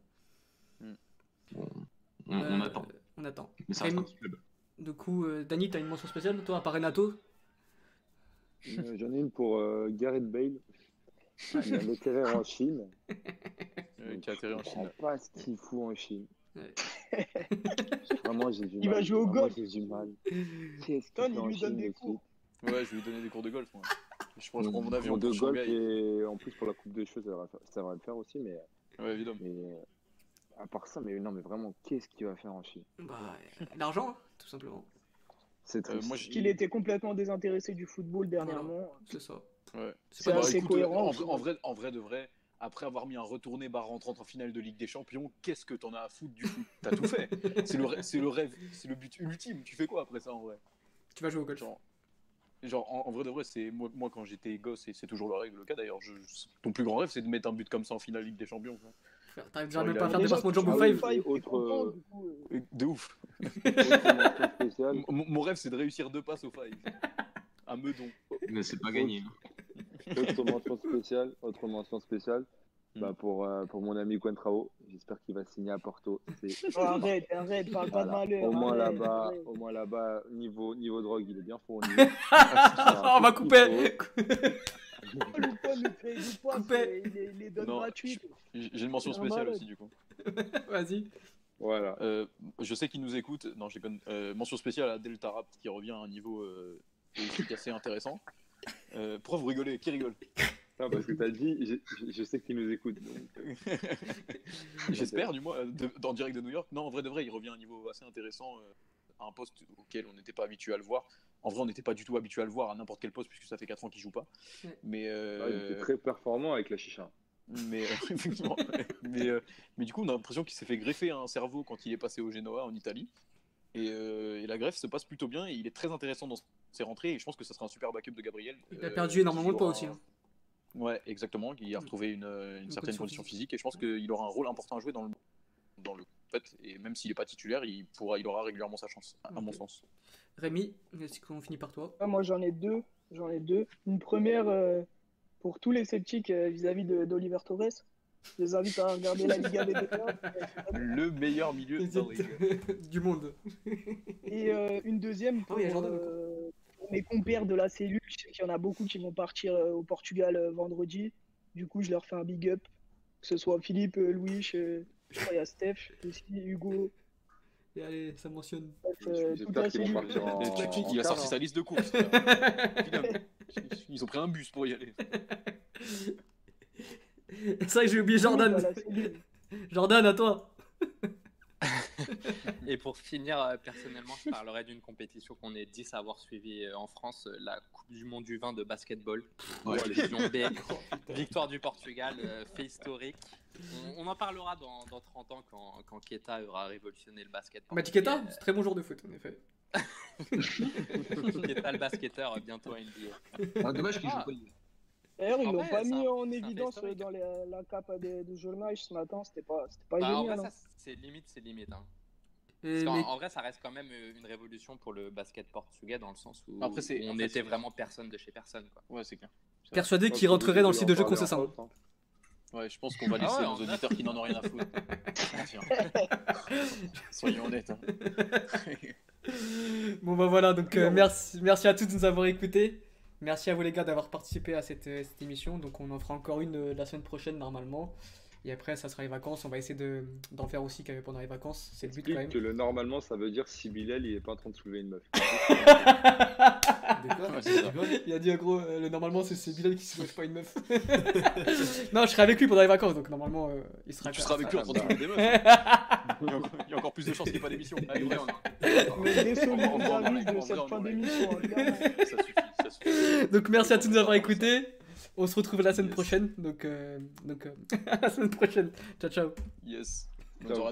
On attend. On attend. Mais ça reste un petit club. Du coup, Dany, t'as une mention spéciale, toi, à part Renato? J'en ai une pour Gareth Bale. Il a atterri en Chine. Qui a atterri en Je Chine. comprends pas ce qu'il fout en Chine. Ouais. Vraiment, j'ai du mal. Il va jouer au golf. J'ai du mal. Qu'est-ce Ton, qu'il fait il en lui donne Chine, des le cours. type Ouais, je vais lui donner des cours de golf. Moi. Je prends mon avion Cours de pour golf Shanghai. et en plus pour la Coupe de Cheveux, ça va le faire aussi. Mais Ouais, évidemment. à part ça, mais non, mais vraiment, qu'est-ce qu'il va faire en Chine? Bah, l'argent, hein, tout simplement. C'est triste. Moi, Qu'il était complètement désintéressé du football dernièrement. C'est ça. Ouais. C'est assez cohérent. En vrai de vrai, après avoir mis un retourné barre rentrante en finale de Ligue des Champions, qu'est-ce que t'en as à foutre du foot? T'as tout fait. C'est le rêve, c'est le but ultime. Tu fais quoi après ça en vrai? Tu vas jouer au golf. Genre en vrai de vrai, c'est moi quand j'étais gosse, et c'est toujours le cas d'ailleurs, ton plus grand rêve c'est de mettre un but comme ça en finale Ligue des Champions, quoi. T'arrives déjà Genre, même il pas a- à faire des Déjà, passements de tu jambes au joues five. five, t'es Autre- content, du coup, De ouf. Autre mention spéciale. Mon rêve c'est de réussir 2 passes au five. À Meudon. Mais c'est pas gagné. Autre mention spéciale, bah pour mon ami Coentrao, j'espère qu'il va signer à Porto. Oh, arrête, parle pas de Voilà. malheur. Au moins arrête, là-bas, arrête. niveau drogue, il est bien fourni. On va couper. Coupé. Il les donne Non, gratuits. J'ai une mention C'est un spéciale malade. aussi du coup. Vas-y. Voilà. Je sais qu'il nous écoute. Non, j'ai mention spéciale à Delta Rap qui revient à un niveau assez intéressant. Pourquoi vous rigolez? Qui rigole? Non, parce que t'as dit, je sais qu'il nous écoute. Donc, J'espère, du moins, en direct de New York. Non, en vrai de vrai, il revient à un niveau assez intéressant, à un poste auquel on n'était pas habitué à le voir. En vrai, on n'était pas du tout habitué à le voir à n'importe quel poste, puisque ça fait 4 ans qu'il joue pas. Ouais. Mais, il était très performant avec la chicha. mais, effectivement, mais du coup, on a l'impression qu'il s'est fait greffer un cerveau quand il est passé au Genoa en Italie. Et la greffe se passe plutôt bien et il est très intéressant dans ses rentrées. Et je pense que ça sera un super backup de Gabriel. Il a perdu énormément de poids aussi. Hein. Ouais, exactement. Il a retrouvé une certaine condition physique et je pense qu'il aura un rôle important à jouer dans le fait. Et même s'il n'est pas titulaire, il aura régulièrement sa chance, à mon sens. Rémi, est-ce qu'on finit par toi? Moi, j'en ai deux. Une première pour tous les sceptiques vis-à-vis d'Oliver Torres. Je les invite à regarder la Liga BBVA. Le meilleur milieu Du monde. Et une deuxième pour, Ah oui, il y a Jordan, pour mes compères de la cellule. Je sais qu'il y en a beaucoup qui vont partir au Portugal vendredi. Du coup, je leur fais un big up. Que ce soit Philippe, Louis, je crois il y a Steph, aussi Hugo. Et allez, ça mentionne. Toute J'espère la qu'ils vont cellule. partir en. Il a sorti car, sa liste de courses. Ils ont pris un bus pour y aller. C'est vrai que j'ai oublié Jordan. Dans la cellule. Jordan, à toi. Et pour finir, personnellement, je parlerai d'une compétition qu'on est 10 à avoir suivie en France, la Coupe du Monde du vin de basketball. Ouais. Division B, victoire du Portugal, fait historique. On en parlera dans 30 ans quand Keita aura révolutionné le basket. Mati Keita, c'est très bon joueur de foot, en effet. Keita, le basketteur, bientôt à NBA. Ah, dommage qu'il joue Ah. pas. D'ailleurs, ils En l'ont vrai, pas c'est mis un- en c'est un fait évidence historique. dans la capa du journal ce matin. C'était pas Bah, en génial. vrai, hein. ça, c'est limite. Hein. Et Parce mais- qu'en vrai, ça reste quand même une révolution pour le basket portugais dans le sens où Après, on était vraiment personne de chez personne. Quoi. Ouais, c'est clair. Persuadé qu'il rentrerait dans le style de jeu Concessin. Ouais, je pense qu'on va laisser Ah ouais, nos en auditeurs qui n'en ont rien à foutre. Soyons honnêtes. Hein. Bon bah voilà, donc merci à tous de nous avoir écoutés. Merci à vous les gars d'avoir participé à cette émission. Donc on en fera encore une la semaine prochaine normalement. Et après ça sera les vacances. On va essayer d'en faire aussi pendant les vacances. C'est le but quand même. Que le normalement, ça veut dire si Bilal il est pas en train de soulever une meuf. De quoi? Ouais, c'est ça. Il a dit en gros, normalement c'est Bilal qui soulève pas une meuf. Non, je serai avec lui pendant les vacances. Donc normalement il sera. Tu seras avec lui en train de trouver des meufs. Il y a encore plus de chances qu'il n'y ait pas d'émission. Allez, bref. Mais désolé, En vrai, de en cette vrai, fin en vrai. d'émission. hein, clairement. Ça suffit. Donc merci à tous de nous avoir écoutés. On se retrouve la semaine prochaine. Donc à la semaine prochaine. Ciao ciao. Yes. Bonne Ciao. soirée à